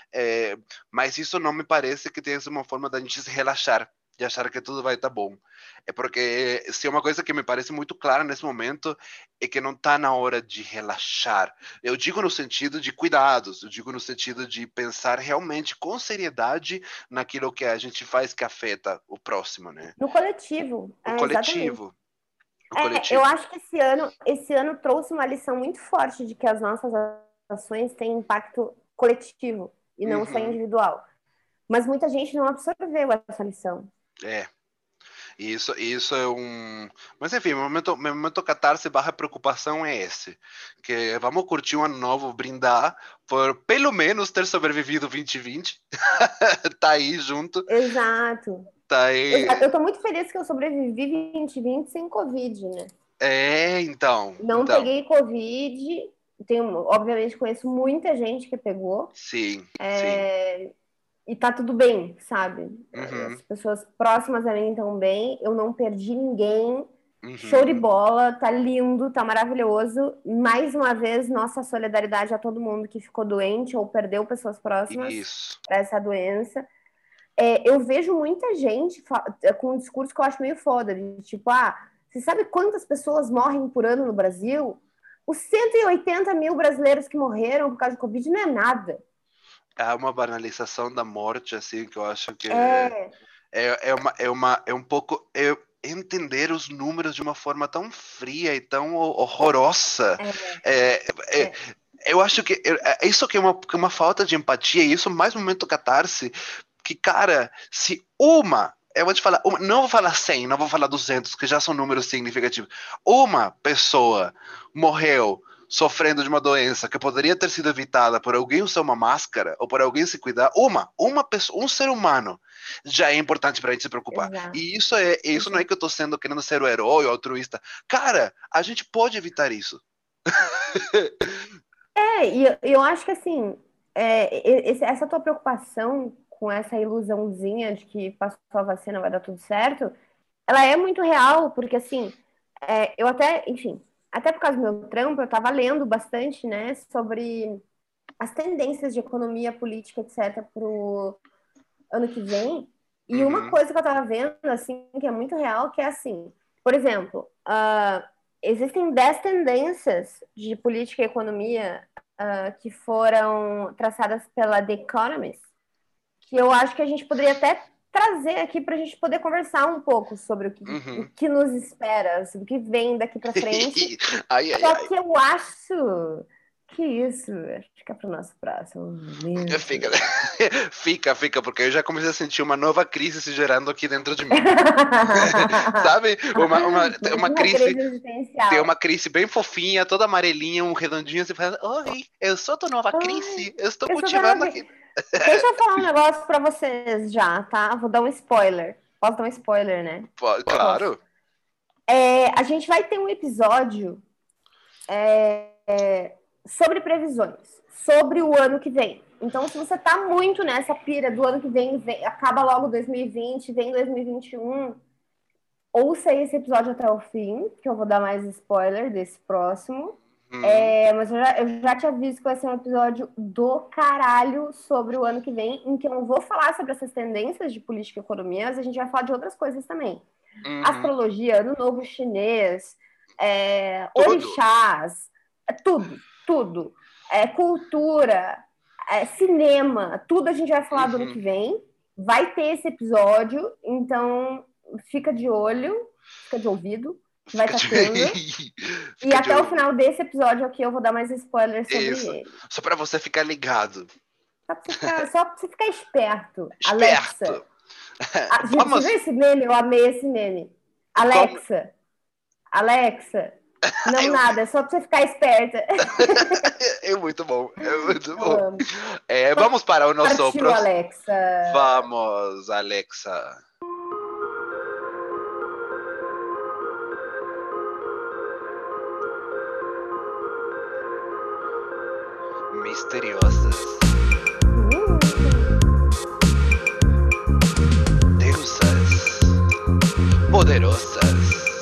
S2: Mas isso não me parece que tenha uma forma da gente se relaxar, de achar que tudo vai estar bom. É porque se é uma coisa que me parece muito clara nesse momento é que não está na hora de relaxar. Eu digo no sentido de cuidados, eu digo no sentido de pensar realmente com seriedade naquilo que a gente faz que afeta o próximo, né?
S1: No coletivo,
S2: O
S1: exatamente.
S2: coletivo. O
S1: Eu
S2: coletivo.
S1: acho que esse ano trouxe uma lição muito forte de que as nossas ações têm impacto coletivo e não só
S2: Uhum.
S1: individual. Mas muita gente não absorveu essa lição.
S2: É. Isso é um. Mas enfim, meu momento catarse barra preocupação é esse. Que vamos curtir um ano novo, brindar por pelo menos ter sobrevivido 2020. Tá aí junto.
S1: Exato.
S2: Tá
S1: Exato.
S2: aí.
S1: Eu tô muito feliz que eu sobrevivi 2020 sem Covid, né?
S2: Então.
S1: Não
S2: Então.
S1: peguei Covid. Obviamente, conheço muita gente que pegou.
S2: Sim, sim.
S1: E tá tudo bem, sabe? As
S2: Uhum,
S1: pessoas próximas a mim estão bem. Eu não perdi ninguém. Show de
S2: uhum.
S1: bola, tá lindo, tá maravilhoso. Mais uma vez, nossa solidariedade a todo mundo que ficou doente ou perdeu pessoas próximas
S2: Isso.
S1: para essa doença. Eu vejo muita gente com um discurso que eu acho meio foda, de tipo, você sabe quantas pessoas morrem por ano no Brasil? Os 180 mil brasileiros que morreram por causa de Covid não é nada.
S2: É uma banalização da morte, assim, que eu acho que
S1: É,
S2: é um pouco entender os números de uma forma tão fria e tão horrorosa.
S1: é,
S2: É, é,
S1: é.
S2: eu acho que isso que é uma falta de empatia, e isso mais um momento catarse, que, cara, se eu vou te falar, não vou falar 100, não vou falar 200, que já são números significativos. Uma pessoa morreu sofrendo de uma doença que poderia ter sido evitada por alguém usar uma máscara ou por alguém se cuidar, uma pessoa, um ser humano, já é importante para a gente se preocupar.
S1: Exato,
S2: E isso não é
S1: exato.
S2: que eu estou sendo querendo ser o herói ou altruísta. Cara, a gente pode evitar isso.
S1: E eu acho que assim, essa tua preocupação com essa ilusãozinha de que passou a vacina vai dar tudo certo, ela é muito real, porque assim, eu até, enfim, até por causa do meu trampo, eu estava lendo bastante, né, sobre as tendências de economia, política, etc., para o ano que vem. E uma
S2: Uhum,
S1: coisa que eu estava vendo, assim, que é muito real, que é assim, por exemplo, existem 10 tendências de política e economia que foram traçadas pela The Economist, que eu acho que a gente poderia até trazer aqui para a gente poder conversar um pouco sobre o
S2: uhum.
S1: que nos espera, sobre o que vem daqui para frente.
S2: Ai, ai,
S1: Só
S2: ai.
S1: que eu acho que isso fica para o nosso próximo momento.
S2: Fica, fica, porque eu já comecei a sentir uma nova crise se gerando aqui dentro de mim. Sabe? Uma
S1: Mais uma
S2: crise,
S1: crise
S2: tem
S1: existencial.
S2: uma crise bem fofinha, toda amarelinha, um redondinho, você fala, oi, eu sou tua nova
S1: Ai,
S2: crise, eu estou
S1: eu sou
S2: cultivando
S1: dona.
S2: aqui.
S1: Deixa eu falar um negócio para vocês já, tá? Vou dar um spoiler. Posso dar um spoiler, né?
S2: Pô,
S1: Posso.
S2: claro.
S1: A gente vai ter um episódio sobre previsões, sobre o ano que vem. Então, se você tá muito nessa pira do ano que vem acaba logo 2020, vem 2021, ouça esse episódio até o fim, que eu vou dar mais spoiler desse próximo.
S2: Hum,
S1: Mas eu já te aviso que vai ser um episódio do caralho sobre o ano que vem, em que eu não vou falar sobre essas tendências de política e economia, mas a gente vai falar de outras coisas também.
S2: uhum,
S1: Astrologia, ano novo chinês,
S2: tudo.
S1: orixás, tudo, tudo. Cultura, cinema, tudo a gente vai falar do ano
S2: Uhum.
S1: que vem. Vai ter esse episódio, então fica de olho, fica de ouvido, que vai
S2: Fica
S1: estar
S2: de...
S1: tendo. E
S2: Fica de
S1: até o
S2: ouvido.
S1: final desse episódio aqui eu vou dar mais spoilers sobre
S2: Isso.
S1: ele.
S2: Só pra você ficar ligado.
S1: Só pra você ficar esperto. Alexa.
S2: Esperto.
S1: Você viu
S2: Vamos.
S1: esse meme? Eu amei esse meme.
S2: Como?
S1: Alexa, Alexa, não nada, é só pra você ficar esperta.
S2: É muito bom, é muito
S1: Eu
S2: bom.
S1: amo.
S2: Vamos para o nosso
S1: Partiu,
S2: próximo.
S1: Alexa.
S2: Vamos, Alexa. Misteriosas, deusas, poderosas,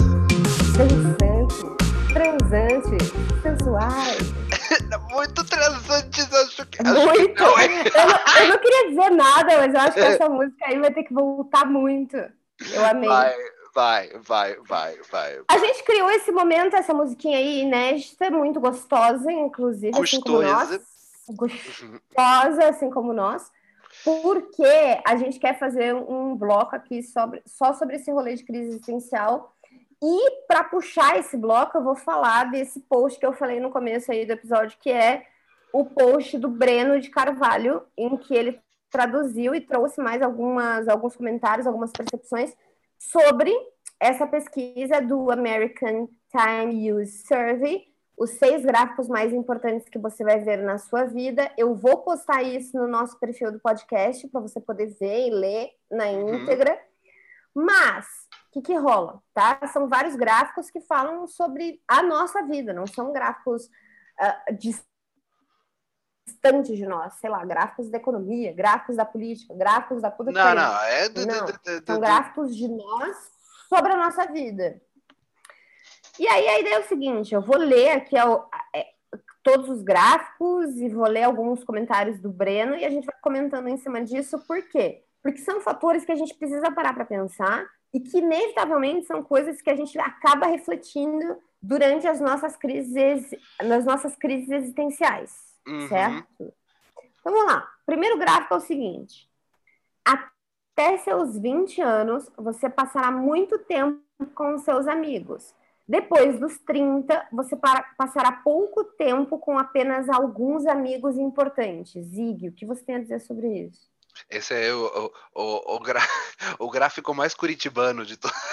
S1: Transantes, sensuais.
S2: muito transantes, acho que
S1: Muito.
S2: não é.
S1: Eu não queria dizer nada, mas eu acho que essa música aí vai ter que voltar muito. Eu amei.
S2: Vai.
S1: A gente criou esse momento, essa musiquinha aí inédita, muito gostosa, inclusive, assim como nós. Gostosa, assim como nós. Porque a gente quer fazer um bloco aqui só sobre esse rolê de crise existencial. E para puxar esse bloco, eu vou falar desse post que eu falei no começo aí do episódio, que é o post do Breno de Carvalho, em que ele traduziu e trouxe mais alguns comentários, algumas percepções sobre essa pesquisa do American Time Use Survey, os 6 gráficos mais importantes que você vai ver na sua vida. Eu vou postar isso no nosso perfil do podcast para você poder ver e ler na íntegra. Mas o que rola, tá? São vários gráficos que falam sobre a nossa vida, não são gráficos distantes de nós, sei lá, gráficos da economia, gráficos da política, gráficos da puta que pariu. Não, são gráficos de nós sobre a nossa vida. E aí a ideia é o seguinte, eu vou ler aqui todos os gráficos e vou ler alguns comentários do Breno e a gente vai comentando em cima disso. Por quê? Porque são fatores que a gente precisa parar para pensar e que, inevitavelmente, são coisas que a gente acaba refletindo durante as nossas crises existenciais, certo? Então, vamos lá. O primeiro gráfico é o seguinte. Até seus 20 anos, você passará muito tempo com os seus amigos. Depois dos 30, você passará pouco tempo com apenas alguns amigos importantes. Zig, o que você tem a dizer sobre isso?
S2: Esse é o gráfico mais curitibano de todos.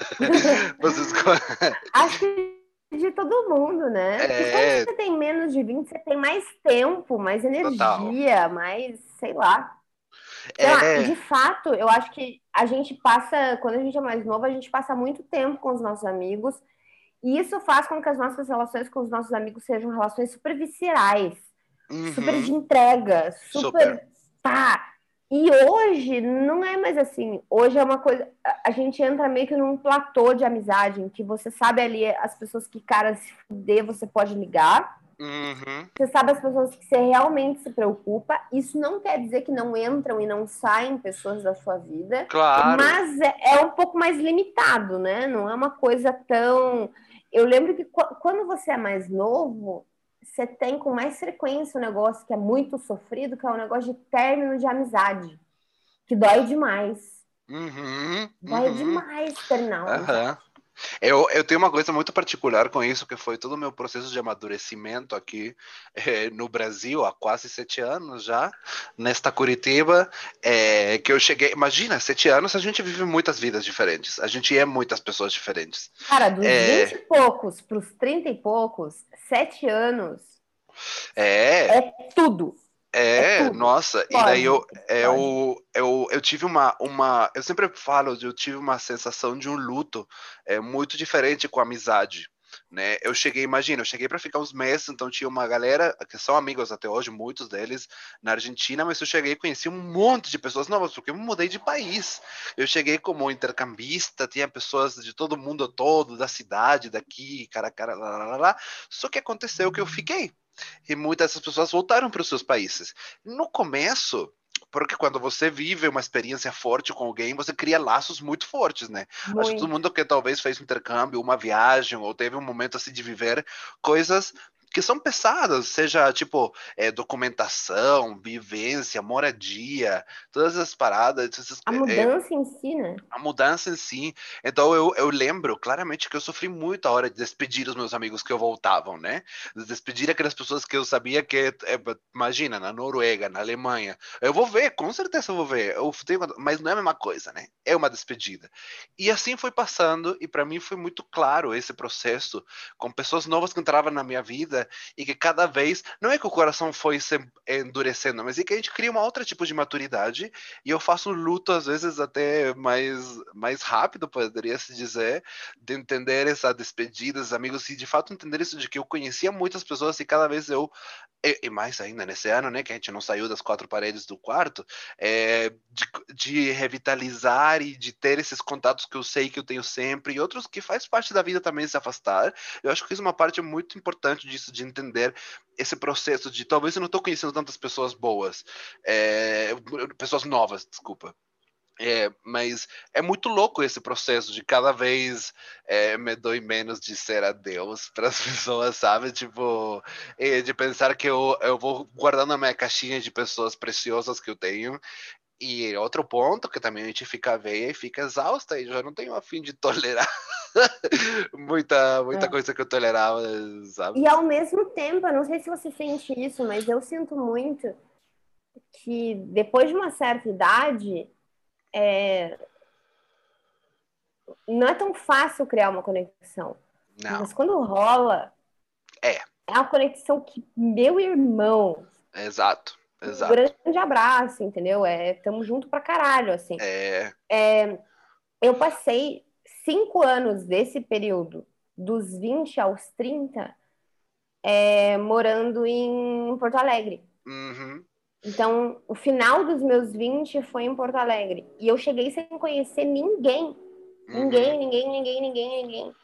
S1: Acho que de todo mundo, né? Porque quando você tem menos de 20, você tem mais tempo, mais energia, total. Mais, sei lá. E de fato, eu acho que a gente passa, quando a gente é mais novo, a gente passa muito tempo com os nossos amigos. E isso faz com que as nossas relações com os nossos amigos sejam relações super viscerais, super de entrega, super. Tá. E hoje não é mais assim. Hoje é uma coisa. A gente entra meio que num platô de amizade, em que você sabe ali as pessoas que, cara, se fuder, você pode ligar. Você sabe as pessoas que você realmente se preocupa. Isso não quer dizer que não entram e não saem pessoas da sua vida.
S2: Claro.
S1: Mas é um pouco mais limitado, né? Não é uma coisa tão. Eu lembro que quando você é mais novo, você tem com mais frequência um negócio que é muito sofrido, que é um negócio de término de amizade, que dói demais. Dói demais terminar uma amizade.
S2: Eu tenho uma coisa muito particular com isso, que foi todo o meu processo de amadurecimento aqui no Brasil, há quase 7 anos já, nesta Curitiba, que eu cheguei... Imagina, 7 anos a gente vive muitas vidas diferentes, a gente é muitas pessoas diferentes.
S1: Cara, dos 20 e poucos para os 30 e poucos, 7 anos é tudo.
S2: Nossa, e daí eu tive eu sempre falo, eu tive uma sensação de um luto muito diferente com a amizade, né? Eu cheguei para ficar uns meses, então tinha uma galera que são amigos até hoje, muitos deles na Argentina, mas eu cheguei e conheci um monte de pessoas novas, porque eu mudei de país. Eu cheguei como intercambista, tinha pessoas de todo mundo todo, da cidade, daqui, cara, lá. Só que aconteceu que eu fiquei. E muitas dessas pessoas voltaram para os seus países. No começo, porque quando você vive uma experiência forte com alguém, você cria laços muito fortes, né? Acho que todo mundo que talvez fez um intercâmbio, uma viagem, ou teve um momento assim de viver coisas que são pesadas, seja tipo documentação, vivência, moradia, todas as paradas,
S1: A mudança em si, né?
S2: a mudança em si. Então eu lembro claramente que eu sofri muito a hora de despedir os meus amigos que eu voltavam, né? De despedir aquelas pessoas que eu sabia que, imagina, na Noruega, na Alemanha, eu vou ver, com certeza eu vou ver, mas não é a mesma coisa, né? É uma despedida. E assim foi passando, e para mim foi muito claro esse processo, com pessoas novas que entravam na minha vida, e que cada vez, não é que o coração foi se endurecendo, mas é que a gente cria um outro tipo de maturidade, e eu faço luto às vezes até mais rápido, poderia se dizer, de entender essa despedida dos amigos e de fato entender isso de que eu conhecia muitas pessoas e cada vez e mais ainda nesse ano, né, que a gente não saiu das quatro paredes do quarto, de revitalizar e de ter esses contatos que eu sei que eu tenho sempre e outros que faz parte da vida também se afastar. Eu acho que isso é uma parte muito importante disso, de entender esse processo de talvez eu não estou conhecendo tantas pessoas boas, pessoas novas, desculpa. Mas é muito louco esse processo de cada vez me dói menos de ser adeus para as pessoas, sabe? Tipo, de pensar que eu vou guardando a minha caixinha de pessoas preciosas que eu tenho. E outro ponto que também a gente fica velha e fica exausta e já não tenho a fim de tolerar muita
S1: É.
S2: coisa que eu tolerava, sabe?
S1: E ao mesmo tempo, eu não sei se você sente isso, mas eu sinto muito que depois de uma certa idade, não é tão fácil criar uma conexão.
S2: Não.
S1: Mas quando rola,
S2: É,
S1: é uma conexão que, meu irmão,
S2: exato,
S1: um
S2: exato.
S1: grande abraço, entendeu? Tamo junto pra caralho, assim.
S2: É,
S1: Eu passei 5 anos desse período, dos 20 aos 30, morando em Porto Alegre.
S2: uhum,
S1: Então, o final dos meus 20 foi em Porto Alegre. E eu cheguei sem conhecer ninguém.
S2: uhum.
S1: Ninguém.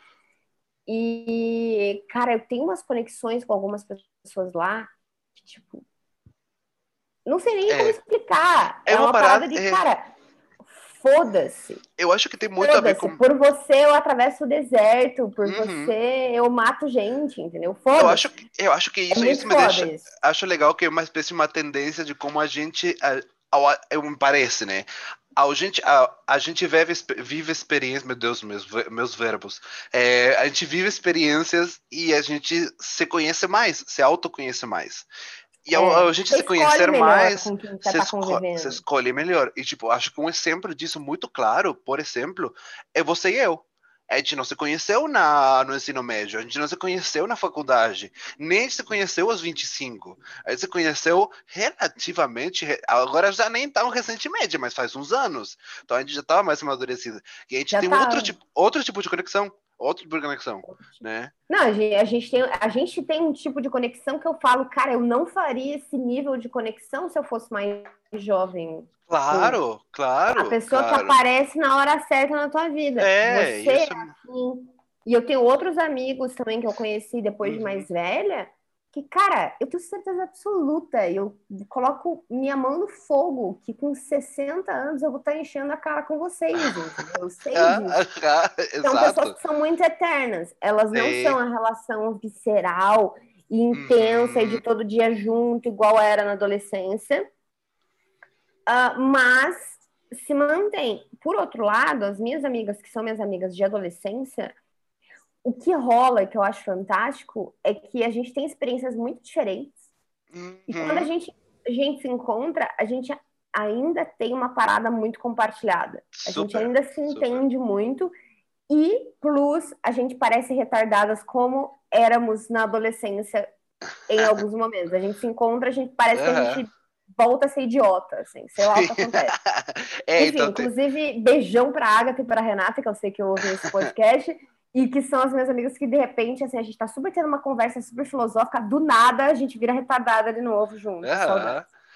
S1: E, cara, eu tenho umas conexões com algumas pessoas lá que, tipo, não sei nem como
S2: É,
S1: explicar.
S2: é
S1: É
S2: uma
S1: uma parada
S2: parada.
S1: de, cara, foda-se.
S2: Eu acho que tem muito a ver
S1: Foda-se.
S2: com.
S1: Por você eu atravesso o deserto. Por
S2: Uhum.
S1: você eu mato gente, entendeu?
S2: Eu acho,
S1: Foda-se.
S2: eu acho que
S1: É
S2: isso
S1: muito
S2: me
S1: foda
S2: deixa.
S1: isso.
S2: Acho legal que é uma espécie de uma tendência de como a gente. Me parece, né? A gente vive experiências, meu Deus, meus verbos. A gente vive experiências e a gente se conhece mais, se autoconhece mais. E a gente
S1: Você
S2: se
S1: escolhe
S2: conhecer
S1: melhor
S2: mais,
S1: com quem você
S2: você
S1: tá
S2: você
S1: convivendo.
S2: escolhe melhor. E, tipo, acho que um exemplo disso muito claro, por exemplo, é você e eu. A gente não se conheceu no ensino médio, a gente não se conheceu na faculdade, nem a gente se conheceu aos 25. A gente se conheceu relativamente, agora já nem tão recentemente, mas faz uns anos. Então a gente já estava mais amadurecido. E a gente
S1: Já
S2: tem
S1: tá.
S2: outro tipo de conexão, outro tipo de conexão, né?
S1: Não, a gente tem um tipo de conexão que eu falo, cara, eu não faria esse nível de conexão se eu fosse mais jovem. Tipo,
S2: Claro,
S1: a
S2: claro,
S1: pessoa que
S2: claro.
S1: aparece na hora certa na tua vida. Você é
S2: Isso.
S1: assim. E eu tenho outros amigos também que eu conheci depois de mais
S2: Uhum.
S1: velha, que, cara, eu tenho certeza absoluta, eu coloco minha mão no fogo, que com 60 anos eu vou estar enchendo a cara com vocês, entendeu? Eu sei disso. São pessoas
S2: Exato.
S1: que são muito eternas. Elas não são
S2: É.
S1: a relação visceral e intensa e de
S2: Uhum.
S1: todo dia junto, igual era na adolescência, mas se mantém. Por outro lado, as minhas amigas, que são minhas amigas de adolescência, o que rola, e que eu acho fantástico, é que a gente tem experiências muito diferentes. E quando a
S2: Uhum.
S1: gente, a gente se encontra, a gente ainda tem uma parada muito compartilhada. A gente
S2: Super,
S1: ainda se
S2: super.
S1: entende muito. E, plus, a gente parece retardadas como éramos na adolescência em alguns momentos. A gente se encontra, a gente parece que a
S2: Aham.
S1: gente volta a ser idiota, assim, sei lá o que acontece. Enfim,
S2: Então,
S1: inclusive, beijão pra Agatha e pra Renata, que eu sei que ouvem esse podcast, e que são as minhas amigas que, de repente, assim, a gente tá super tendo uma conversa super filosófica, do nada a gente vira retardada de novo junto.
S2: aham.
S1: Saudades.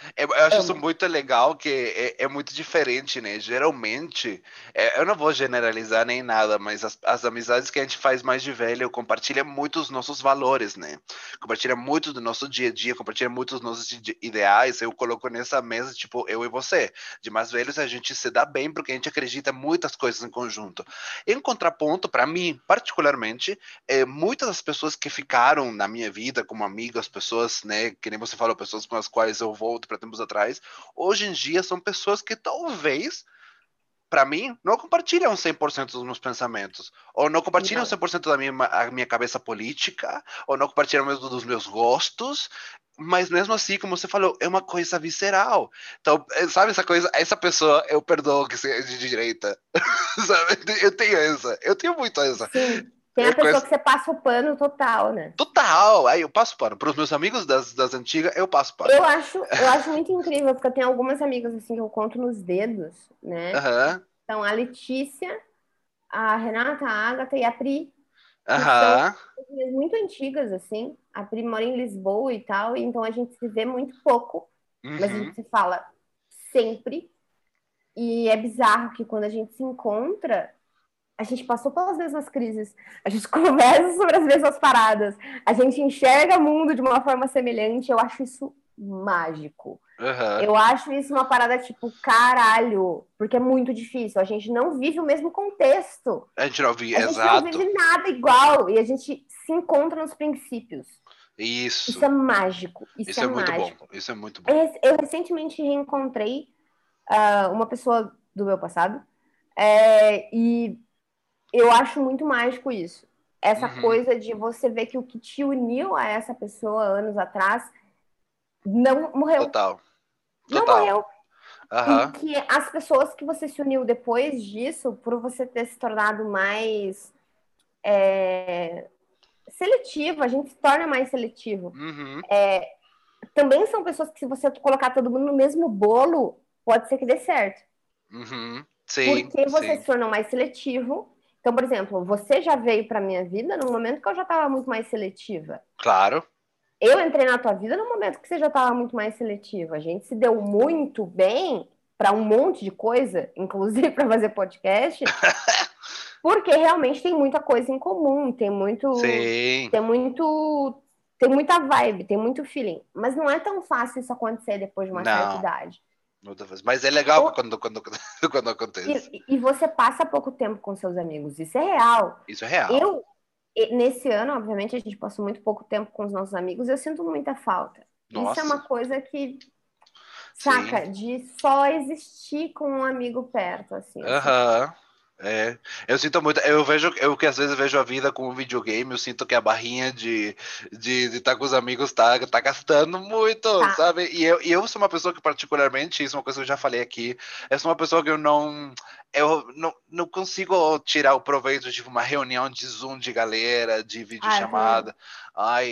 S2: Eu acho isso
S1: Amo.
S2: muito legal, que é muito diferente, né? Geralmente, eu não vou generalizar nem nada, mas as amizades que a gente faz mais de velho compartilham muito os nossos valores, né? Compartilha muito do nosso dia a dia, compartilha muito os nossos ideais. Eu coloco nessa mesa, tipo, eu e você. De mais velhos, a gente se dá bem porque a gente acredita em muitas coisas em conjunto. Em contraponto, para mim, particularmente, muitas das pessoas que ficaram na minha vida como amigos, pessoas, né, que nem você falou, pessoas com as quais eu volto para tempos atrás, hoje em dia são pessoas que talvez, para mim, não compartilham 100% dos meus pensamentos, ou não compartilham
S1: Não.
S2: 100% a minha cabeça política, ou não compartilham mesmo dos meus gostos, mas mesmo assim, como você falou, é uma coisa visceral. Então, sabe essa coisa, essa pessoa eu perdoo que seja de direita, sabe? Eu tenho muito essa.
S1: Sim. Tem
S2: É
S1: a pessoa
S2: coisa
S1: que você passa o pano total, né?
S2: total. Aí eu passo pano. Para os meus amigos das antigas, eu passo pano.
S1: Eu acho muito incrível, porque eu tenho algumas amigas assim que eu conto nos dedos, né?
S2: Aham,
S1: Então, a Letícia, a Renata, a Agatha e a Pri, que são
S2: aham,
S1: amigas muito antigas, assim. A Pri mora em Lisboa e tal, e então a gente se vê muito pouco, mas a gente
S2: uhum.
S1: se fala sempre. E é bizarro que quando a gente se encontra, a gente passou pelas mesmas crises, a gente conversa sobre as mesmas paradas, a gente enxerga o mundo de uma forma semelhante. Eu acho isso mágico.
S2: Aham.
S1: Eu acho isso uma parada tipo, caralho, porque é muito difícil. A gente não vive o mesmo contexto.
S2: A gente não vi,
S1: A gente não
S2: exato.
S1: vive nada igual e a gente se encontra nos princípios. Isso
S2: Isso.
S1: é mágico. Isso é
S2: Isso é muito bom.
S1: mágico.
S2: Isso é muito bom.
S1: Eu recentemente reencontrei uma pessoa do meu passado e eu acho muito mágico isso. Essa
S2: Uhum.
S1: coisa de você ver que o que te uniu a essa pessoa anos atrás não morreu.
S2: Total.
S1: Não
S2: Total.
S1: morreu. E
S2: Aham.
S1: que as pessoas que você se uniu depois disso, por você ter se tornado mais seletivo, a gente se torna mais seletivo.
S2: Uhum.
S1: Também são pessoas que, se você colocar todo mundo no mesmo bolo, pode ser que dê certo.
S2: Uhum. Sim,
S1: Porque você
S2: sim.
S1: se tornou mais seletivo. Então, por exemplo, você já veio para minha vida no momento que eu já estava muito mais seletiva.
S2: Claro.
S1: Eu entrei na tua vida no momento que você já estava muito mais seletiva. A gente se deu muito bem para um monte de coisa, inclusive para fazer podcast, porque realmente tem muita coisa em comum,
S2: Sim.
S1: tem muito, tem muita vibe, tem muito feeling. Mas não é tão fácil isso acontecer depois de uma certa
S2: Não.
S1: idade.
S2: Outra vez. Mas é legal
S1: Ou,
S2: quando acontece.
S1: e você passa pouco tempo com seus amigos, isso é real.
S2: Isso é real.
S1: Eu, nesse ano, obviamente, a gente passou muito pouco tempo com os nossos amigos, eu sinto muita falta. Isso é uma
S2: Nossa.
S1: coisa que,
S2: Sim.
S1: saca, de só existir com um amigo perto, assim, eu sinto falta.
S2: Aham. É, eu sinto muito, eu que às vezes vejo a vida como um videogame, eu sinto que a barrinha de estar com os amigos tá gastando muito,
S1: Tá,
S2: sabe? E eu sou uma pessoa que particularmente, isso é uma coisa que eu já falei aqui, eu sou uma pessoa que eu não consigo tirar o proveito de uma reunião de Zoom de galera, de
S1: eu também não.
S2: videochamada. Ai,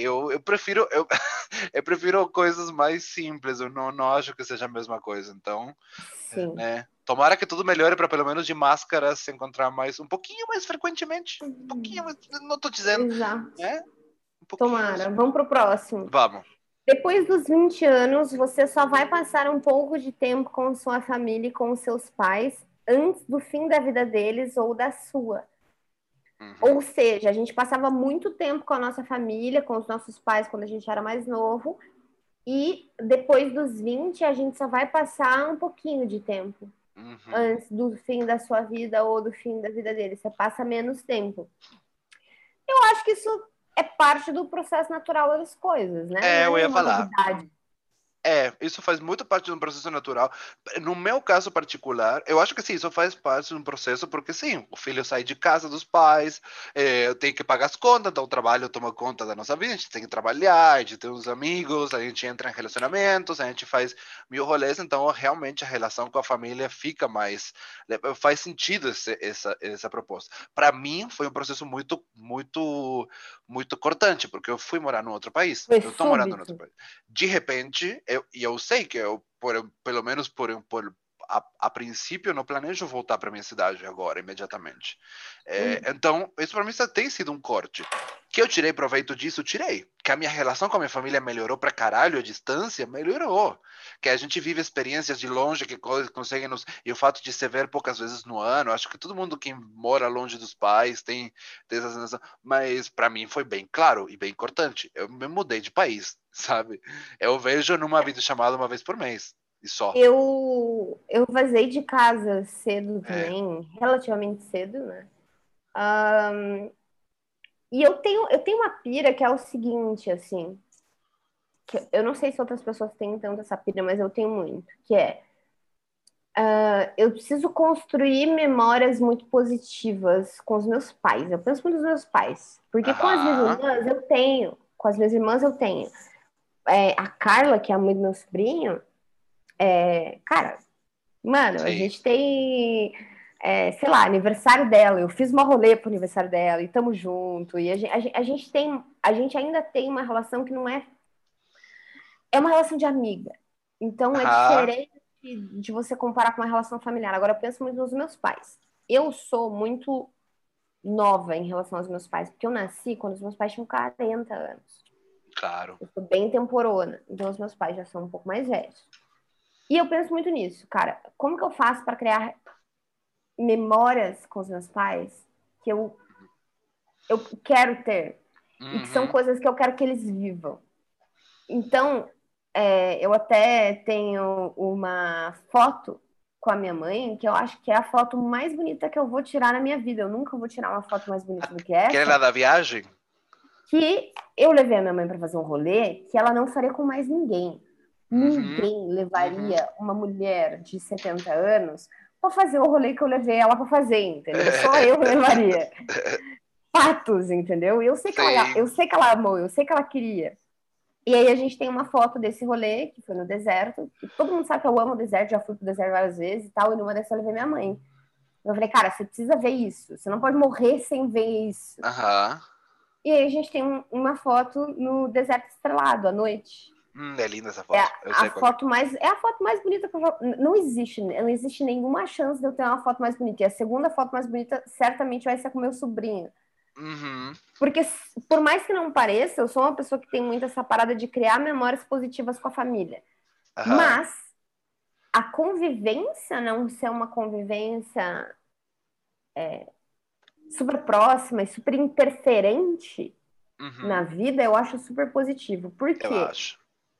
S2: eu prefiro coisas mais simples, eu não acho que seja a mesma coisa, então
S1: Sim,
S2: né? Tomara que tudo melhore para pelo menos de máscara se encontrar mais um pouquinho mais frequentemente. Um pouquinho mais, não tô dizendo,
S1: exato.
S2: né? Um pouquinho mais.
S1: Tomara. Vamos pro próximo.
S2: Vamos.
S1: Depois dos 20 anos, você só vai passar um pouco de tempo com sua família e com seus pais antes do fim da vida deles ou da sua. Ou
S2: Uhum.
S1: seja, a gente passava muito tempo com a nossa família, com os nossos pais quando a gente era mais novo, e depois dos 20 a gente só vai passar um pouquinho de tempo
S2: Uhum.
S1: antes do fim da sua vida ou do fim da vida deles. Você passa menos tempo. Eu acho que isso é parte do processo natural das coisas, né? Não
S2: É,
S1: é
S2: eu ia
S1: nenhuma
S2: falar.
S1: novidade.
S2: Isso faz muito parte de um processo natural. No meu caso particular, eu acho que sim, isso faz parte de um processo, porque sim, o filho sai de casa dos pais, eu tenho que pagar as contas, então o trabalho toma conta da nossa vida, a gente tem que trabalhar, a gente tem uns amigos, a gente entra em relacionamentos, a gente faz mil rolês, então realmente a relação com a família fica mais. Faz sentido essa proposta. Para mim, foi um processo muito, muito, muito cortante, porque eu fui morar num outro país,
S1: Foi
S2: eu estou morando em outro
S1: súbito.
S2: país de repente, eu sei que pelo menos a princípio, eu não planejo voltar para minha cidade agora, imediatamente. Então, isso para mim tem sido um corte. Que eu tirei proveito disso, tirei. Que a minha relação com a minha família melhorou pra caralho, a distância melhorou. Que a gente vive experiências de longe que conseguem nos... E o fato de se ver poucas vezes no ano, acho que todo mundo que mora longe dos pais tem essa sensação. Mas pra mim foi bem claro e bem importante. Eu me mudei de país, sabe? Eu vejo numa videochamada uma vez por mês. E só.
S1: Eu vazei de casa cedo
S2: É.
S1: também, relativamente cedo, né? E eu tenho uma pira que é o seguinte, assim, que eu não sei se outras pessoas têm tanto essa pira, mas eu tenho muito, que é eu preciso construir memórias muito positivas com os meus pais. Eu penso muito nos meus pais, porque com as minhas
S2: Aham.
S1: irmãs eu tenho, com as minhas irmãs eu tenho. A Carla, que é a mãe do meu sobrinho, cara, mano, a
S2: Sim.
S1: gente tem, sei lá, aniversário dela. Eu fiz uma rolê pro aniversário dela e tamo junto. E a gente ainda tem uma relação que não é uma relação de amiga. Então é
S2: Aham.
S1: diferente de você comparar com uma relação familiar. Agora eu penso muito nos meus pais. Eu sou muito nova em relação aos meus pais, porque eu nasci quando os meus pais tinham 40 anos.
S2: Claro.
S1: Eu sou bem temporona, então os meus pais já são um pouco mais velhos. E eu penso muito nisso, cara. Como que eu faço para criar memórias com os meus pais que eu quero ter e que são
S2: Uhum.
S1: coisas que eu quero que eles vivam? Então, eu até tenho uma foto com a minha mãe que eu acho que é a foto mais bonita que eu vou tirar na minha vida. Eu nunca vou tirar uma foto mais bonita do que
S2: Aquela
S1: essa.
S2: da viagem?
S1: Que eu levei a minha mãe para fazer um rolê que ela não faria com mais ninguém.
S2: Uhum.
S1: Ninguém
S2: Uhum.
S1: levaria uma mulher de 70 anos para fazer o rolê que eu levei ela para fazer, entendeu? Só eu levaria. Fatos, entendeu? E eu
S2: Sim.
S1: sei que ela amou, eu sei que ela queria. E aí a gente tem uma foto desse rolê, que foi no deserto, e todo mundo sabe que eu amo o deserto, já fui pro deserto várias vezes e tal, e numa dessas eu levei minha mãe. Eu falei, cara, você precisa ver isso, você não pode morrer sem ver isso.
S2: Aham.
S1: E aí a gente tem uma foto no deserto estrelado, à noite.
S2: É linda essa
S1: É
S2: foto. Eu sei qual que é.
S1: a foto mais bonita que eu já... Não existe nenhuma chance de eu ter uma foto mais bonita. E a segunda foto mais bonita certamente vai ser com meu sobrinho.
S2: Uhum.
S1: Porque, por mais que não pareça, eu sou uma pessoa que tem muito essa parada de criar memórias positivas com a família.
S2: Aham.
S1: Mas a convivência não ser uma convivência super próxima e super interferente na
S2: Uhum.
S1: vida, eu acho super positivo. Por
S2: Eu
S1: quê?
S2: acho.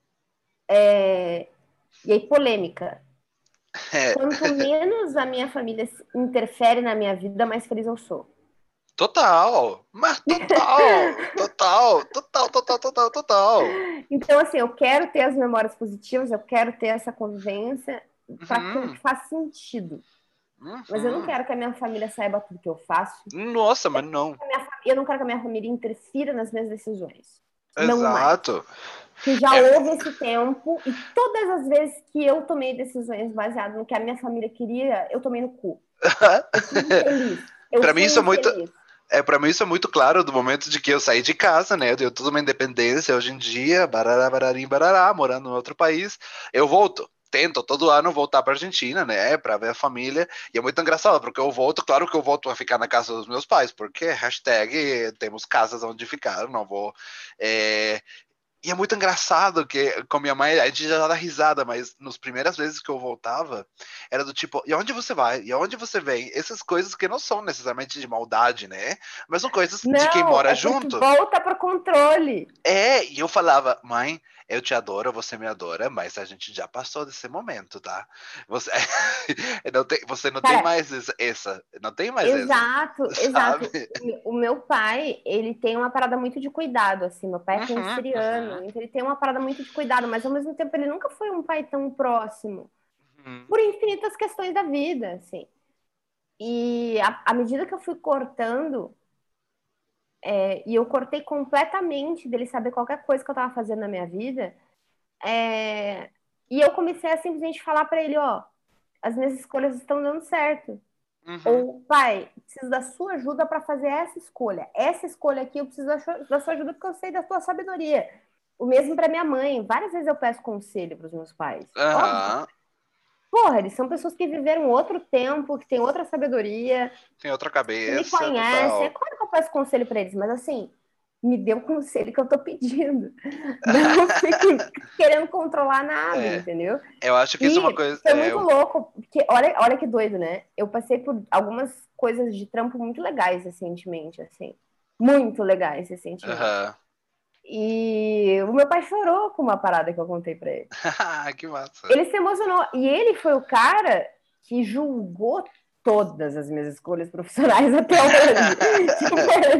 S1: E aí, polêmica.
S2: É.
S1: Quanto menos a minha família interfere na minha vida, mais feliz eu sou.
S2: Total. Mas total. Total. Total, total, total, total.
S1: Então, assim, eu quero ter as memórias positivas, eu quero ter essa convivência para aquilo
S2: Uhum.
S1: que faz sentido. Mas eu não
S2: Uhum.
S1: quero que a minha família saiba tudo que eu faço.
S2: Nossa, mas não.
S1: Eu não quero que a minha família interfira nas minhas decisões. Não mais.
S2: Exato.
S1: Que já
S2: É.
S1: houve esse tempo e todas as vezes que eu tomei decisões baseadas no que a minha família queria, eu tomei no cu. Eu fui infeliz. Eu
S2: Para mim
S1: fui
S2: isso é muito
S1: infeliz.
S2: para mim isso é muito claro do momento de que eu saí de casa, né? Eu tenho toda uma independência hoje em dia, barará, bararim, barará, morando em outro país. Eu volto, tento todo ano voltar para Argentina, né? Para ver a família. E é muito engraçado, porque eu volto, claro que eu volto a ficar na casa dos meus pais, porque hashtag temos casas onde ficar, não vou. é, E é muito engraçado que com minha mãe, a gente já dá risada, mas nas primeiras vezes que eu voltava, era do tipo, e onde você vai? E aonde você vem? Essas coisas que não são necessariamente de maldade, né? Mas são coisas de quem
S1: Não,
S2: mora
S1: é porque
S2: junto.
S1: volta para controle.
S2: E eu falava, mãe, eu te adoro, você me adora, mas a gente já passou desse momento, tá? Você você não tem
S1: Cara,
S2: mais não tem mais essa,
S1: exato,
S2: sabe?
S1: exato. O meu pai, ele tem uma parada muito de cuidado, assim. Meu pai é
S2: Uhum,
S1: canceriano,
S2: uhum,
S1: então ele tem uma parada muito de cuidado, mas ao mesmo tempo ele nunca foi um pai tão próximo,
S2: uhum,
S1: por infinitas questões da vida, assim. E à medida que eu fui cortando, e eu cortei completamente dele saber qualquer coisa que eu tava fazendo na minha vida, e eu comecei a simplesmente falar para ele, ó, as minhas escolhas estão dando certo.
S2: uhum.
S1: Ou, pai, preciso da sua ajuda para fazer essa escolha. Essa escolha aqui eu preciso da sua ajuda porque eu sei da sua sabedoria. O mesmo para minha mãe. Várias vezes eu peço conselho para os meus pais. Óbvio.
S2: Aham.
S1: porra, eles são pessoas que viveram outro tempo, que têm outra sabedoria,
S2: Tem outra
S1: que me
S2: cabeça,
S1: conhecem. É
S2: total.
S1: claro que eu peço conselho para eles, mas assim, me dê o conselho que eu tô pedindo. Não fique querendo controlar nada,
S2: É,
S1: entendeu?
S2: eu acho que isso é uma
S1: E
S2: coisa.
S1: foi muito louco, porque olha que doido, né? Eu passei por algumas coisas de trampo muito legais recentemente, assim. Muito legais recentemente.
S2: Aham.
S1: E o meu pai chorou com uma parada que eu contei pra ele.
S2: Que massa.
S1: Ele se emocionou. E ele foi o cara que julgou todas as minhas escolhas profissionais até hoje. Tipo,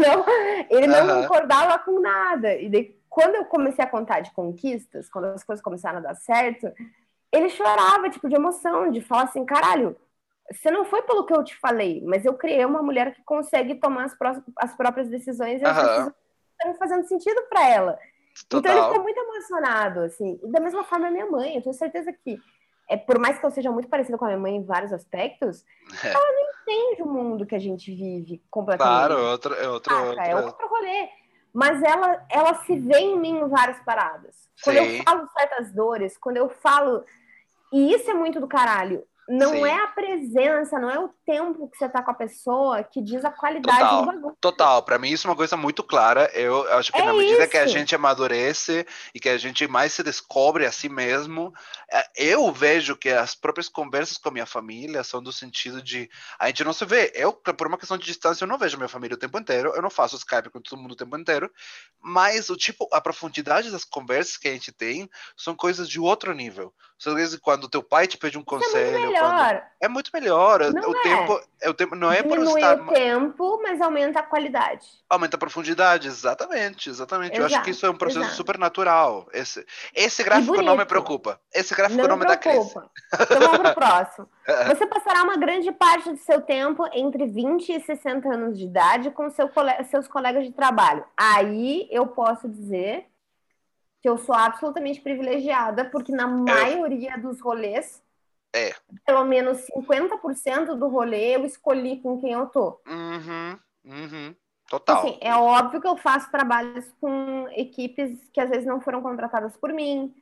S1: ele não
S2: Aham.
S1: concordava com nada. E daí, quando eu comecei a contar de conquistas, quando as coisas começaram a dar certo, ele chorava, tipo, de emoção, de falar assim, caralho, você não foi pelo que eu te falei, mas eu criei uma mulher que consegue tomar as próprias decisões e as
S2: Aham.
S1: decisões estão fazendo sentido para ela. Então ele ficou
S2: Total.
S1: muito emocionado, assim. E da mesma forma a minha mãe, eu tenho certeza que, por mais que eu seja muito parecida com a minha mãe em vários aspectos,
S2: É.
S1: entende o mundo que a gente vive
S2: Claro,
S1: completamente. Saca? É
S2: outra.
S1: outro rolê. Mas ela se vê em mim em várias paradas. Quando eu
S2: Sim,
S1: falo certas dores, quando eu falo. E isso é muito do caralho. Não é
S2: sim.
S1: a presença, não é o tempo que você tá com a pessoa que diz a qualidade do
S2: Total,
S1: bagulho.
S2: total. Para mim isso é uma coisa muito clara. Eu acho que
S1: É
S2: na medida que a
S1: isso.
S2: gente amadurece e que a gente mais se descobre a si mesmo, eu vejo que as próprias conversas com a minha família são do sentido de a gente não se vê. Eu, por uma questão de distância, eu não vejo minha família o tempo inteiro. Eu não faço Skype com todo mundo o tempo inteiro. Mas o tipo, a profundidade das conversas que a gente tem são coisas de outro nível. Às vezes, quando teu pai te pede um
S1: Isso é muito
S2: conselho, quando
S1: melhor.
S2: é muito melhor.
S1: Não é.
S2: O tempo não é por
S1: Diminui
S2: estar
S1: o tempo, mas aumenta a qualidade.
S2: aumenta a profundidade, exatamente, exatamente. Eu acho que isso
S1: Exato,
S2: é um processo
S1: exato.
S2: super natural. Esse
S1: E
S2: gráfico não me
S1: bonito.
S2: preocupa. Esse gráfico
S1: Não me
S2: não me dá crise.
S1: preocupa. Então vamos pro próximo. Você passará uma grande parte do seu tempo entre 20 e 60 anos de idade com seus colegas de trabalho. Aí eu posso dizer que eu sou absolutamente privilegiada, porque na
S2: Eu,
S1: maioria dos rolês,
S2: é.
S1: pelo menos 50% do rolê, eu escolhi com quem eu tô.
S2: Uhum, uhum,
S1: Tipo assim,
S2: total.
S1: é óbvio que eu faço trabalhos com equipes que às vezes não foram contratadas por mim,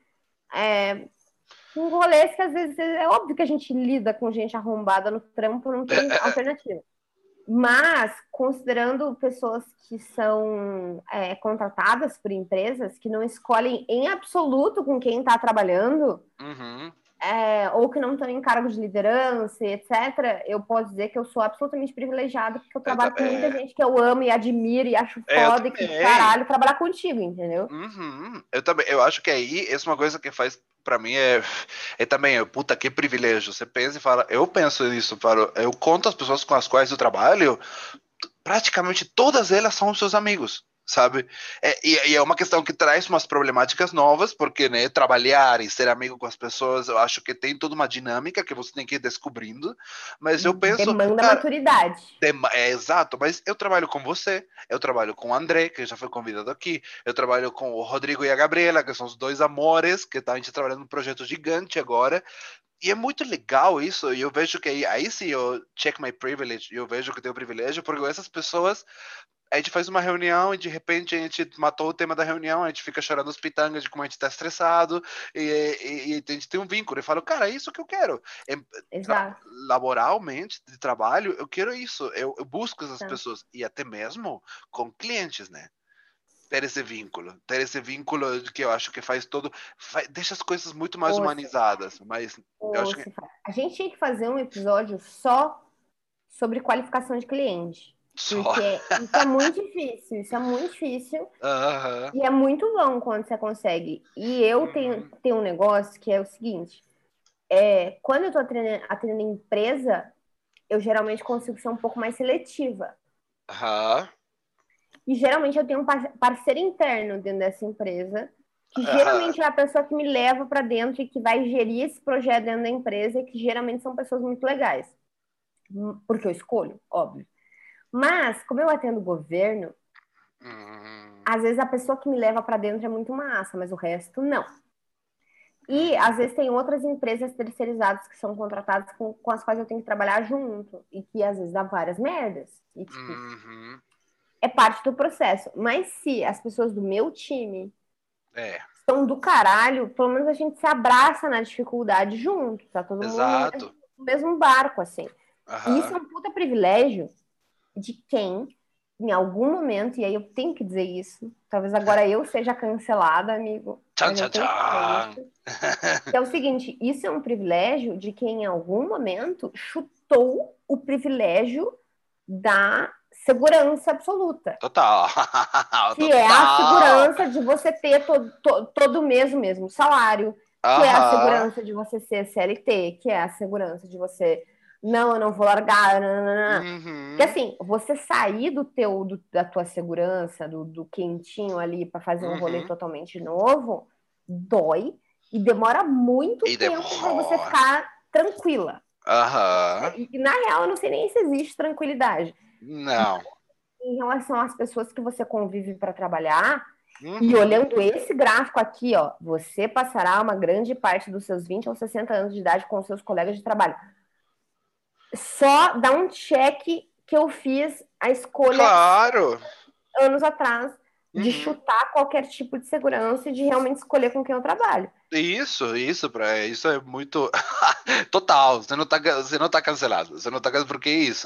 S1: com rolês que às vezes é óbvio que a gente lida com gente arrombada no trampo, não tem alternativa. Mas, considerando pessoas que são contratadas por empresas, que não escolhem em absoluto com quem está trabalhando,
S2: Uhum.
S1: ou que não estão em cargos de liderança, etc., eu posso dizer que eu sou absolutamente privilegiada, porque eu trabalho com muita gente que eu amo e admiro e acho
S2: Eu
S1: foda e que do
S2: também.
S1: caralho trabalhar contigo, entendeu?
S2: Uhum. Eu também. Eu acho que aí, essa é uma coisa que faz para mim é também, puta, que privilégio. Você pensa e fala, eu penso nisso, eu conto as pessoas com as quais eu trabalho, praticamente todas elas são seus amigos, sabe? E é uma questão que traz umas problemáticas novas, porque, né, trabalhar e ser amigo com as pessoas, eu acho que tem toda uma dinâmica que você tem que ir descobrindo, mas eu penso,
S1: Demanda
S2: cara,
S1: maturidade.
S2: exato, mas eu trabalho com você, eu trabalho com o André, que já foi convidado aqui, eu trabalho com o Rodrigo e a Gabriela, que são os dois amores, que tá, a gente trabalhando num projeto gigante agora, e é muito legal isso, e eu vejo que aí sim eu check my privilege, e eu vejo que eu tenho privilégio, porque essas pessoas, a gente faz uma reunião e de repente a gente matou o tema da reunião, a gente fica chorando os pitangas de como a gente tá estressado, e a gente tem um vínculo, e falo, cara, é isso que eu quero. É,
S1: Exato.
S2: laboralmente, de trabalho, eu quero isso, eu busco essas
S1: Tá.
S2: pessoas, e até mesmo com clientes, né? Ter esse vínculo que eu acho que faz todo, deixa as coisas muito mais
S1: Ou,
S2: humanizadas, mas eu acho que
S1: a gente tinha que fazer um episódio só sobre qualificação de cliente.
S2: só.
S1: Porque isso é muito difícil, isso é muito difícil
S2: Aham.
S1: e é muito bom quando você consegue. E eu
S2: Uhum.
S1: tenho um negócio que é o seguinte: quando eu estou atendendo empresa, eu geralmente consigo ser um pouco mais seletiva.
S2: Aham.
S1: E geralmente eu tenho um parceiro interno dentro dessa empresa, que
S2: Aham.
S1: geralmente é a pessoa que me leva para dentro e que vai gerir esse projeto dentro da empresa, que geralmente são pessoas muito legais. Porque eu escolho, óbvio. Mas, como eu atendo o governo,
S2: Uhum.
S1: às vezes a pessoa que me leva para dentro é muito massa, mas o resto não. E às
S2: Uhum.
S1: vezes tem outras empresas terceirizadas que são contratadas com as quais eu tenho que trabalhar junto e que às vezes dá várias merdas. E tipo,
S2: Uhum.
S1: é parte do processo. Mas se as pessoas do meu time são do caralho, pelo menos a gente se abraça na dificuldade junto, tá todo mundo no mesmo barco, assim. E isso é um puta privilégio de quem, em algum momento, e aí eu tenho que dizer isso, talvez agora eu seja cancelada, amigo,
S2: Tchan,
S1: mas eu
S2: tchan,
S1: tenho que dizer
S2: tchan.
S1: isso. Que é o seguinte, isso é um privilégio de quem, em algum momento, chutou o privilégio da segurança absoluta.
S2: Total.
S1: Que é a segurança de você ter todo mês o mesmo salário, que é a
S2: Aham.
S1: segurança de você ser CLT, que é a segurança de você, não, eu não vou largar, não. Porque
S2: Uhum.
S1: assim, você sair da tua segurança, do quentinho ali para fazer um rolê
S2: Uhum.
S1: totalmente novo, dói e demora muito
S2: E
S1: tempo para você
S2: demora.
S1: ficar tranquila.
S2: Aham.
S1: E na real, eu não sei nem se existe tranquilidade
S2: Não.
S1: em relação às pessoas que você convive para trabalhar. E
S2: Uhum.
S1: olhando esse gráfico aqui, ó, você passará uma grande parte dos seus 20 ou 60 anos de idade com seus colegas de trabalho. Só dá um check que eu fiz a escolha
S2: Claro.
S1: anos atrás de
S2: Uhum.
S1: chutar qualquer tipo de segurança e de realmente escolher com quem eu trabalho.
S2: Isso é muito total. Você não tá cancelado. Você não tá cancelado porque isso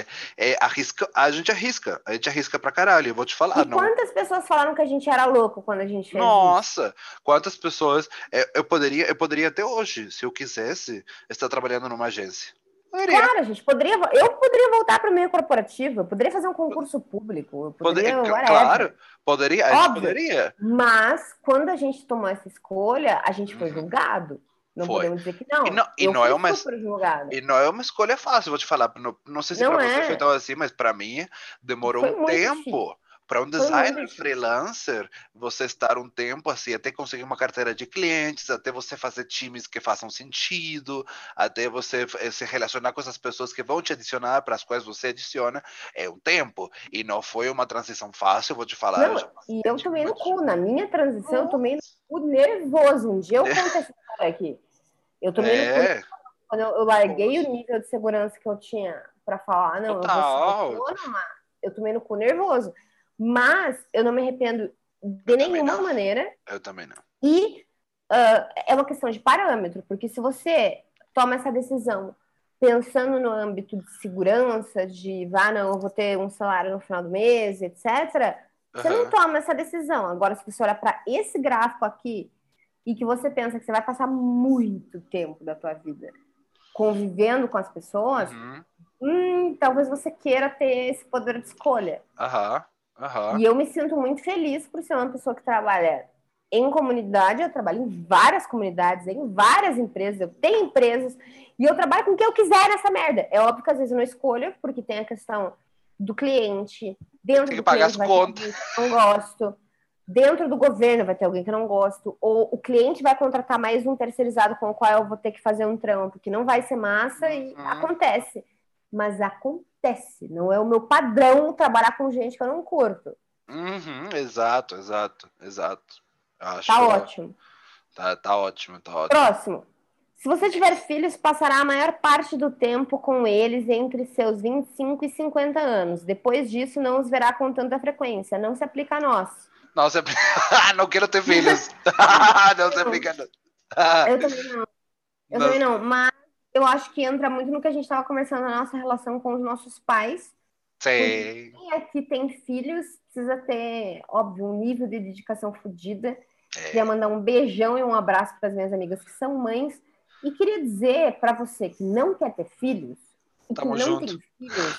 S2: a gente arrisca pra caralho. Eu vou te falar,
S1: E
S2: não.
S1: quantas pessoas falaram que a gente era louco quando a gente fez isso?
S2: Nossa, quantas pessoas eu poderia até hoje, se eu quisesse, estar trabalhando numa agência. Poderia,
S1: Claro, a gente poderia, eu poderia voltar para o meio corporativo, eu poderia fazer um concurso público, eu poderia,
S2: claro,
S1: whatever.
S2: poderia, a gente
S1: Óbvio.
S2: poderia.
S1: Mas quando a gente tomou essa escolha, a gente foi
S2: Uhum,
S1: julgado. Não
S2: foi.
S1: podemos dizer que
S2: E
S1: não.
S2: não, e
S1: Eu
S2: não é
S1: fui
S2: uma
S1: super julgada.
S2: E não é uma escolha fácil, vou te falar. Não, não sei se para
S1: Não
S2: você foi
S1: é.
S2: tão assim, mas para mim demorou
S1: Foi
S2: um
S1: muito difícil.
S2: tempo. Para um
S1: Foi muito
S2: designer
S1: difícil.
S2: freelancer, você estar um tempo assim, até conseguir uma carteira de clientes, até você fazer times que façam sentido, até você se relacionar com essas pessoas que vão te adicionar, para as quais você adiciona, é um tempo. E não foi uma transição fácil, vou te falar. Eu
S1: Não,
S2: já
S1: e
S2: passei
S1: eu
S2: de
S1: tomei no
S2: muitos.
S1: cu. Na minha transição, eu tomei no
S2: Muitos.
S1: cu nervoso. Um dia eu conto essa história aqui. Eu tomei no cu
S2: É,
S1: quando eu larguei o
S2: poxa,
S1: nível de segurança que eu tinha para falar, não, eu vou ser
S2: total.
S1: autônoma. Eu tomei no cu nervoso. Mas eu não me arrependo
S2: Eu
S1: de
S2: também
S1: nenhuma
S2: não.
S1: maneira.
S2: Eu também não.
S1: E é uma questão de parâmetro, porque se você toma essa decisão pensando no âmbito de segurança, de, não, eu vou ter um salário no final do mês, etc., você não
S2: Aham.
S1: toma essa decisão. Agora, se você olhar para esse gráfico aqui e que você pensa que você vai passar muito tempo da tua vida convivendo com as pessoas,
S2: Uhum.
S1: talvez você queira ter esse poder de escolha.
S2: Aham. Aham.
S1: E eu me sinto muito feliz por ser uma pessoa que trabalha em comunidade, eu trabalho em várias comunidades, em várias empresas, eu tenho empresas, e eu trabalho com quem eu quiser nessa merda. É óbvio que às vezes eu não escolho, porque tem a questão do cliente,
S2: Tem
S1: dentro
S2: que
S1: do
S2: pagar
S1: cliente
S2: as
S1: vai ter
S2: contas.
S1: alguém que eu não gosto, dentro do governo vai ter alguém que eu não gosto, ou o cliente vai contratar mais um terceirizado com o qual eu vou ter que fazer um trampo, que não vai ser massa, e
S2: Uhum.
S1: acontece. Mas acontece, não é o meu padrão trabalhar com gente que eu não curto.
S2: Uhum. Exato, exato, exato.
S1: Tá
S2: Acho.
S1: ótimo.
S2: Tá ótimo, tá ótimo.
S1: Próximo. Se você tiver filhos, passará a maior parte do tempo com eles entre seus 25 e 50 anos. Depois disso, não os verá com tanta frequência. Não se aplica a nós.
S2: Não, você... não quero ter filhos. Não se
S1: Não,
S2: aplica. Não.
S1: eu também não. Eu também
S2: Não.
S1: não. Mas eu acho que entra muito no que a gente estava conversando na nossa relação com os nossos pais. Porque
S2: Sei.
S1: quem aqui tem filhos precisa ter, óbvio, um nível de dedicação fodida. Queria
S2: É.
S1: mandar um beijão e um abraço para as minhas amigas que são mães. E queria dizer para você que não quer ter filhos e que
S2: Tamo
S1: não
S2: junto.
S1: tem filhos,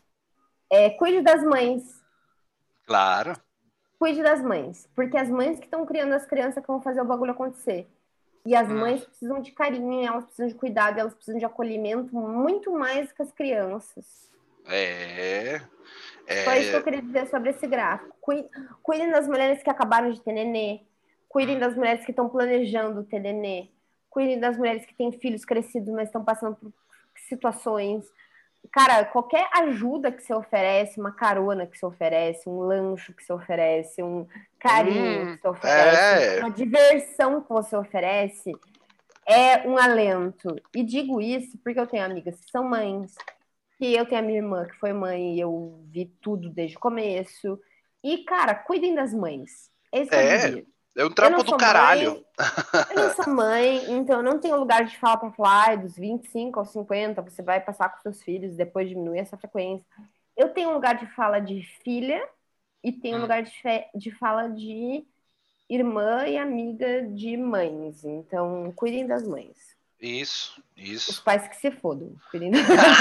S1: cuide das mães.
S2: Claro.
S1: Cuide das mães. Porque as mães que estão criando as crianças que vão fazer o bagulho acontecer. E as
S2: Hum.
S1: mães precisam de carinho, elas precisam de cuidado, elas precisam de acolhimento muito mais que as crianças.
S2: É.
S1: Só isso que eu
S2: É.
S1: queria dizer sobre esse gráfico. Cuidem das mulheres que acabaram de ter nenê. Cuidem das mulheres que estão planejando ter nenê. Cuidem das mulheres que têm filhos crescidos, mas estão passando por situações. Cara, qualquer ajuda que você oferece, uma carona que você oferece, um lancho que você oferece, um carinho que você oferece,
S2: É.
S1: uma diversão que você oferece, é um alento. E digo isso porque eu tenho amigas que são mães, que eu tenho a minha irmã que foi mãe e eu vi tudo desde o começo. E, cara, cuidem das mães. É isso que eu
S2: É.
S1: diria.
S2: É um
S1: Eu não
S2: trampo do
S1: sou
S2: caralho.
S1: mãe, eu não sou mãe, então eu não tenho lugar de fala para falar, dos 25 aos 50 você vai passar com seus filhos, depois diminuir essa frequência. Eu tenho um lugar de fala de filha e tenho um
S2: Hum,
S1: lugar de fala de irmã e amiga de mães. Então, cuidem das mães.
S2: isso,
S1: Os
S2: isso.
S1: pais que se fodam. Cuidem.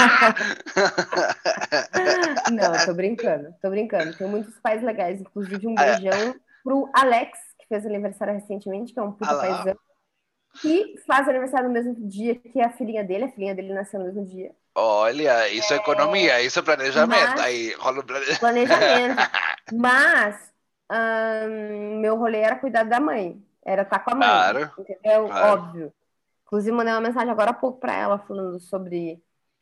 S1: Não, tô brincando, tô brincando. Tem muitos pais legais, inclusive um
S2: Ah,
S1: beijão pro Alex, que fez aniversário recentemente, que é um
S2: ah
S1: puta
S2: lá.
S1: paizão, que faz aniversário no mesmo dia que a filhinha dele nasceu no mesmo dia.
S2: Olha, isso é economia, isso é planejamento.
S1: Mas,
S2: Aí rola um planejamento.
S1: planejamento. Mas, meu rolê era cuidar da mãe, era estar com a mãe,
S2: Claro,
S1: entendeu?
S2: claro,
S1: Óbvio. Inclusive, mandei uma mensagem agora há pouco para ela falando sobre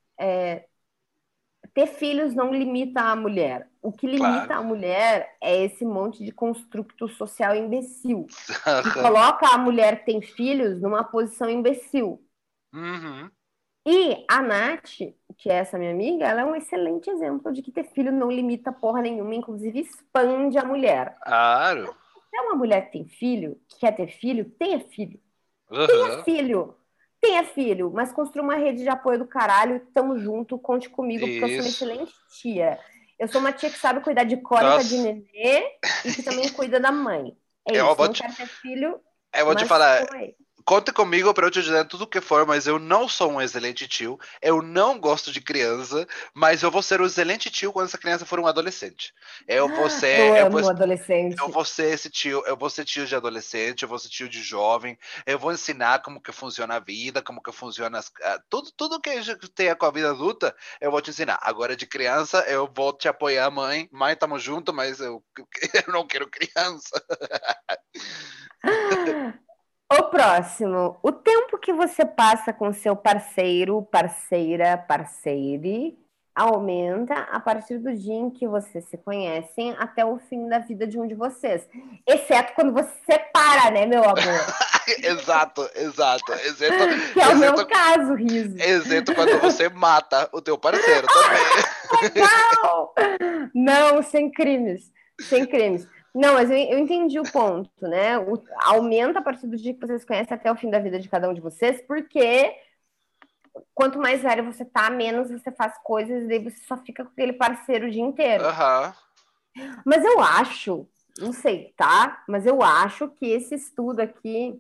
S1: ter filhos não limita a mulher. O que limita
S2: claro.
S1: a mulher é esse monte de construto social imbecil, que coloca a mulher que tem filhos numa posição imbecil.
S2: Uhum,
S1: E a Nath, que é essa minha amiga, ela é um excelente exemplo de que ter filho não limita porra nenhuma, inclusive expande a mulher.
S2: claro.
S1: Se é uma mulher que tem filho, que quer ter filho, tenha filho. Tenha
S2: Uhum,
S1: filho. Tenha filho, mas construa uma rede de apoio do caralho. Tamo junto, conte comigo, porque eu sou uma
S2: isso.
S1: excelente tia. Eu sou uma tia que sabe cuidar de cólica de
S2: Nossa,
S1: nenê e que também cuida da mãe. É
S2: eu
S1: isso,
S2: vou
S1: não
S2: te,
S1: quero ter filho,
S2: eu vou te
S1: mas
S2: falar.
S1: tamo aí.
S2: Conte comigo para eu te ajudar em tudo que for, mas eu não sou um excelente tio. Eu não gosto de criança, mas eu vou ser um excelente tio quando essa criança for um adolescente. Eu vou
S1: Eu
S2: ser, eu vou,
S1: amo
S2: eu
S1: adolescente.
S2: vou ser esse tio, eu vou ser tio de adolescente, eu vou ser tio de jovem, eu vou ensinar como que funciona a vida, como que funciona tudo que a gente tem com a vida adulta, eu vou te ensinar. Agora de criança, eu vou te apoiar, mãe. Mãe, tamo junto, mas eu não quero criança.
S1: O próximo. O tempo que você passa com seu parceiro, parceira, parceire aumenta a partir do dia em que vocês se conhecem até o fim da vida de um de vocês. Exceto quando você separa, né, meu amor?
S2: Exato, exato. Exceto,
S1: Que é o meu
S2: exceto,
S1: caso, riso.
S2: exceto quando você mata o teu parceiro também.
S1: Legal! Não, sem crimes. Sem crimes. Não, mas eu entendi o ponto, né? Aumenta a partir do dia que vocês conhecem até o fim da vida de cada um de vocês, porque quanto mais velho você tá, menos você faz coisas e daí você só fica com aquele parceiro o dia inteiro.
S2: Aham.
S1: Mas eu acho, não sei, tá? Mas eu acho que esse estudo aqui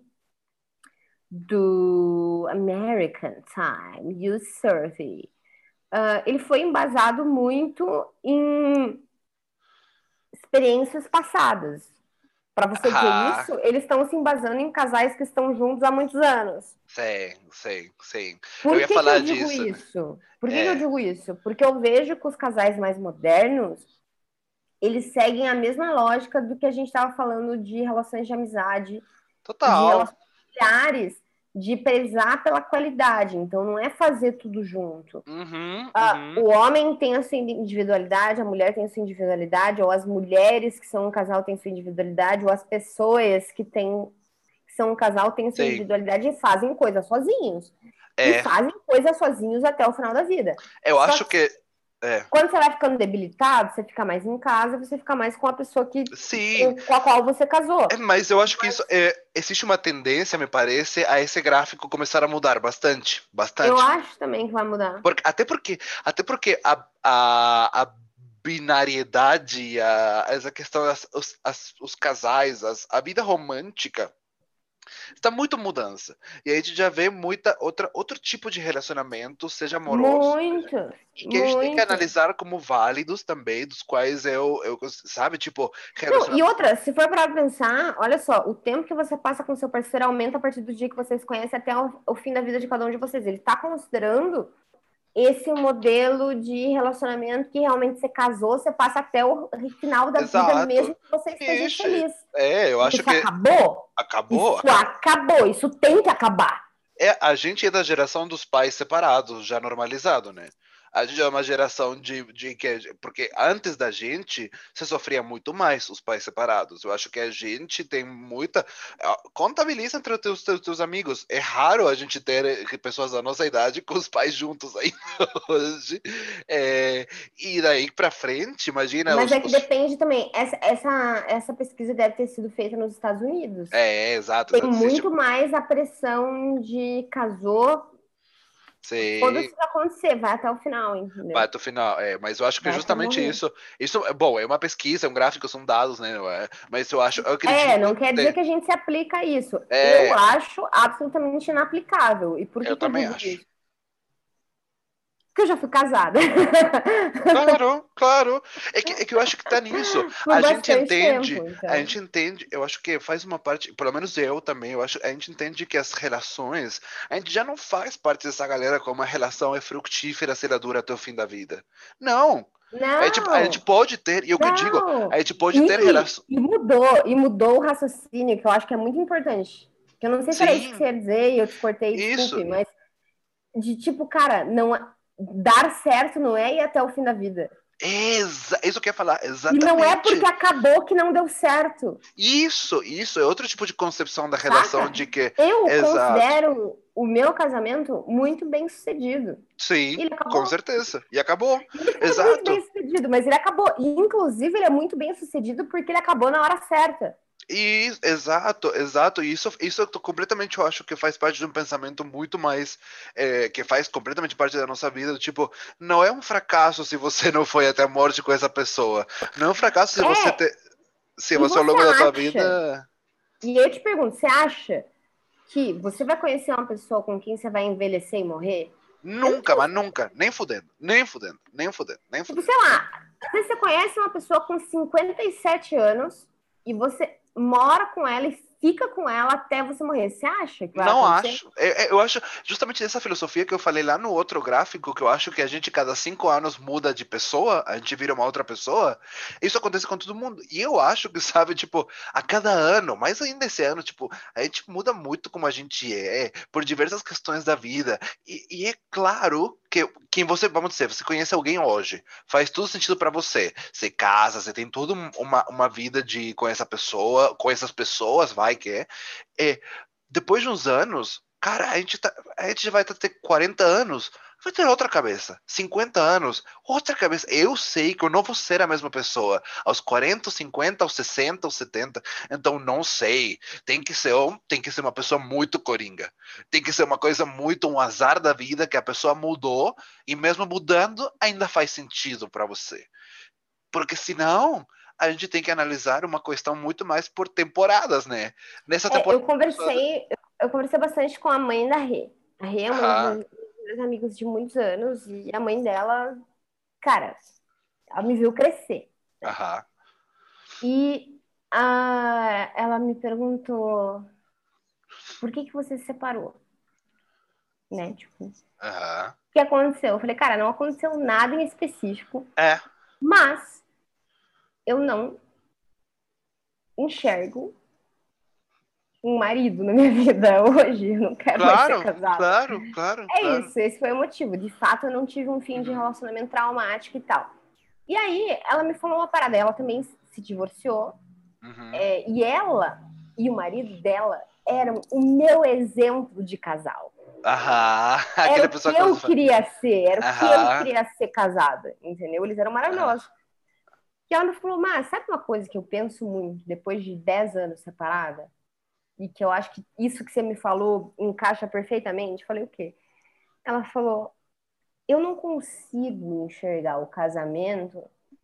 S1: do American Time Youth Survey, ele foi embasado muito em experiências passadas. Para você dizer
S2: Ah,
S1: isso, eles estão se embasando em casais que estão juntos há muitos anos.
S2: sim, sim, sim. Eu
S1: Por
S2: ia
S1: que eu
S2: falar
S1: digo
S2: disso, né?
S1: isso? Por que eu
S2: É,
S1: digo isso? Porque eu vejo que os casais mais modernos, eles seguem a mesma lógica do que a gente estava falando de relações de amizade e de
S2: total.
S1: relações familiares, de prezar pela qualidade. Então, não é fazer tudo junto.
S2: Uhum, uhum.
S1: O homem tem a sua individualidade, a mulher tem a sua individualidade, ou as mulheres que são um casal têm a sua individualidade, ou as pessoas que são um casal têm a sua
S2: Sim,
S1: individualidade e fazem coisas sozinhos. E
S2: é.
S1: fazem coisas sozinhos até o final da vida.
S2: Eu
S1: Só
S2: acho
S1: que
S2: que. É.
S1: quando você vai ficando debilitado, você fica mais em casa, você fica mais com a pessoa
S2: Sim,
S1: com a qual você casou.
S2: mas eu acho que isso existe uma tendência, me parece, a esse gráfico começar a mudar bastante,
S1: Eu
S2: bastante.
S1: acho também que vai mudar.
S2: Até porque a binariedade, essa questão, os casais, a vida romântica está muito mudança. E aí a gente já vê outro tipo de relacionamento, seja amoroso,
S1: Muito,
S2: e que a gente tem que
S1: muito.
S2: analisar como válidos também, dos quais sabe, tipo,
S1: Não, e
S2: relacionamento.
S1: outra, se for para pensar, olha só, o tempo que você passa com seu parceiro aumenta a partir do dia que vocês conhecem até o fim da vida de cada um de vocês. Ele está considerando esse modelo de relacionamento que realmente você casou, você passa até o final da vida, mesmo
S2: Exato.
S1: que você esteja
S2: Ixi,
S1: infeliz.
S2: eu acho
S1: Isso
S2: que
S1: acabou?
S2: acabou,
S1: Isso
S2: acabou.
S1: acabou, isso tem que acabar.
S2: A gente é da geração dos pais separados, já normalizado, né? A gente é uma geração de que... Porque antes da gente, você sofria muito mais os pais separados. Eu acho que a gente tem muita... Contabiliza entre os teus amigos. É raro a gente ter pessoas da nossa idade com os pais juntos ainda hoje. E daí pra frente, imagina
S1: Mas é que depende também. Essa pesquisa deve ter sido feita nos Estados Unidos.
S2: Exato,
S1: Tem
S2: exato.
S1: muito mais a pressão de casou, foda-se o que acontecer, vai até o final, entendeu?
S2: Vai até o final, mas eu acho que
S1: Vai até
S2: justamente
S1: morrer.
S2: isso é bom, é uma pesquisa, é um gráfico, são dados, né? Mas eu acredito
S1: Não quer dizer
S2: ter,
S1: que a gente se aplica a isso. Eu
S2: é,
S1: acho absolutamente inaplicável. E por
S2: eu
S1: que eu
S2: também
S1: digo
S2: acho.
S1: isso? Porque eu já fui casada.
S2: Claro, claro. É que eu acho que tá nisso.
S1: Por bastante tempo,
S2: A
S1: então.
S2: gente entende, eu acho que faz uma parte, pelo menos eu também, a gente entende que as relações, a gente já não faz parte dessa galera como a relação é fructífera se ela dura até o fim da vida. Não. A gente
S1: Não,
S2: pode ter, e é o que eu digo, a
S1: não.
S2: gente pode ter
S1: E,
S2: relação.
S1: e mudou o raciocínio, que eu acho que é muito importante. Que eu não sei se era isso que você
S2: Sim,
S1: ia dizer e eu te cortei,
S2: isso.
S1: desculpe, mas de tipo, cara, não dar certo não é ir até o fim da vida.
S2: Isso que eu ia falar,
S1: E não é porque
S2: exatamente.
S1: acabou que não deu certo,
S2: Isso é outro tipo de concepção da relação
S1: saca?
S2: de que,
S1: Eu
S2: exato.
S1: considero o meu casamento muito bem sucedido.
S2: Sim,
S1: Ele
S2: com
S1: acabou.
S2: certeza. E acabou.
S1: Ele foi muito bem
S2: Exato.
S1: sucedido, mas ele acabou. E, inclusive, ele é muito bem sucedido porque ele acabou na hora certa.
S2: Exato. E isso eu completamente eu acho que faz parte de um pensamento muito mais que faz completamente parte da nossa vida. Tipo, não é um fracasso se você não foi até a morte com essa pessoa. Não é um fracasso
S1: É,
S2: se
S1: e
S2: você ao
S1: você
S2: longo da tua
S1: acha,
S2: vida
S1: e eu te pergunto, você acha que você vai conhecer uma pessoa com quem você vai envelhecer e morrer? Eu não
S2: nunca,
S1: tenho.
S2: mas nunca, nem fudendo, nem fudendo, nem fudendo, nem
S1: Tipo,
S2: fudendo.
S1: sei lá, às vezes você conhece uma pessoa com 57 anos e você mora com ela e fica com ela até você morrer. Você acha que vai
S2: Não
S1: acontecer?
S2: acho. Eu acho justamente essa filosofia que eu falei lá no outro gráfico, que eu acho que a gente, cada 5 anos, muda de pessoa, a gente vira uma outra pessoa. Isso acontece com todo mundo. E eu acho que, sabe, tipo, a cada ano, mais ainda esse ano, tipo, a gente muda muito como a gente é, por diversas questões da vida. E é claro que quem você, vamos dizer, você conhece alguém hoje, faz todo sentido para você. Você casa, você tem toda uma vida com essa pessoa, com essas pessoas, vai que é depois de uns anos, cara, a gente vai ter 40 anos, vai ter outra cabeça. 50 anos, outra cabeça. Eu sei que eu não vou ser a mesma pessoa aos 40, aos 50, aos 60, aos 70. Então não sei. Tem que ser uma pessoa muito coringa. Tem que ser uma coisa muito um azar da vida que a pessoa mudou e mesmo mudando ainda faz sentido para você. Porque senão a gente tem que analisar uma questão muito mais por temporadas, né? Nessa
S1: É,
S2: temporada.
S1: eu conversei bastante com a mãe da Rê. A Rê é uma das
S2: Aham,
S1: minhas melhores amigas de muitos anos e a mãe dela, cara, ela me viu crescer.
S2: aham,
S1: E ela me perguntou por que que você se separou, né? Tipo, o
S2: aham.
S1: que aconteceu? Eu falei, cara, não aconteceu nada em específico,
S2: É,
S1: mas eu não enxergo um marido na minha vida hoje. Eu não quero mais ser
S2: claro,
S1: casada.
S2: claro, claro,
S1: É
S2: claro.
S1: isso, esse foi o motivo. De fato, eu não tive um fim de
S2: Uhum,
S1: relacionamento traumático e tal. E aí, ela me falou uma parada. Ela também se divorciou.
S2: uhum.
S1: E ela e o marido dela eram o meu exemplo de casal.
S2: Aham,
S1: Era
S2: aquela
S1: o que
S2: pessoa que você
S1: eu
S2: fala.
S1: queria ser, era o que eu
S2: Aham,
S1: queria ser casada, entendeu? Eles eram
S2: aham.
S1: maravilhosos. E ela me falou, mas sabe uma coisa que eu penso muito depois de 10 anos separada? E que eu acho que isso que você me falou encaixa perfeitamente? Eu falei, o quê? Ela falou, eu não consigo enxergar o casamento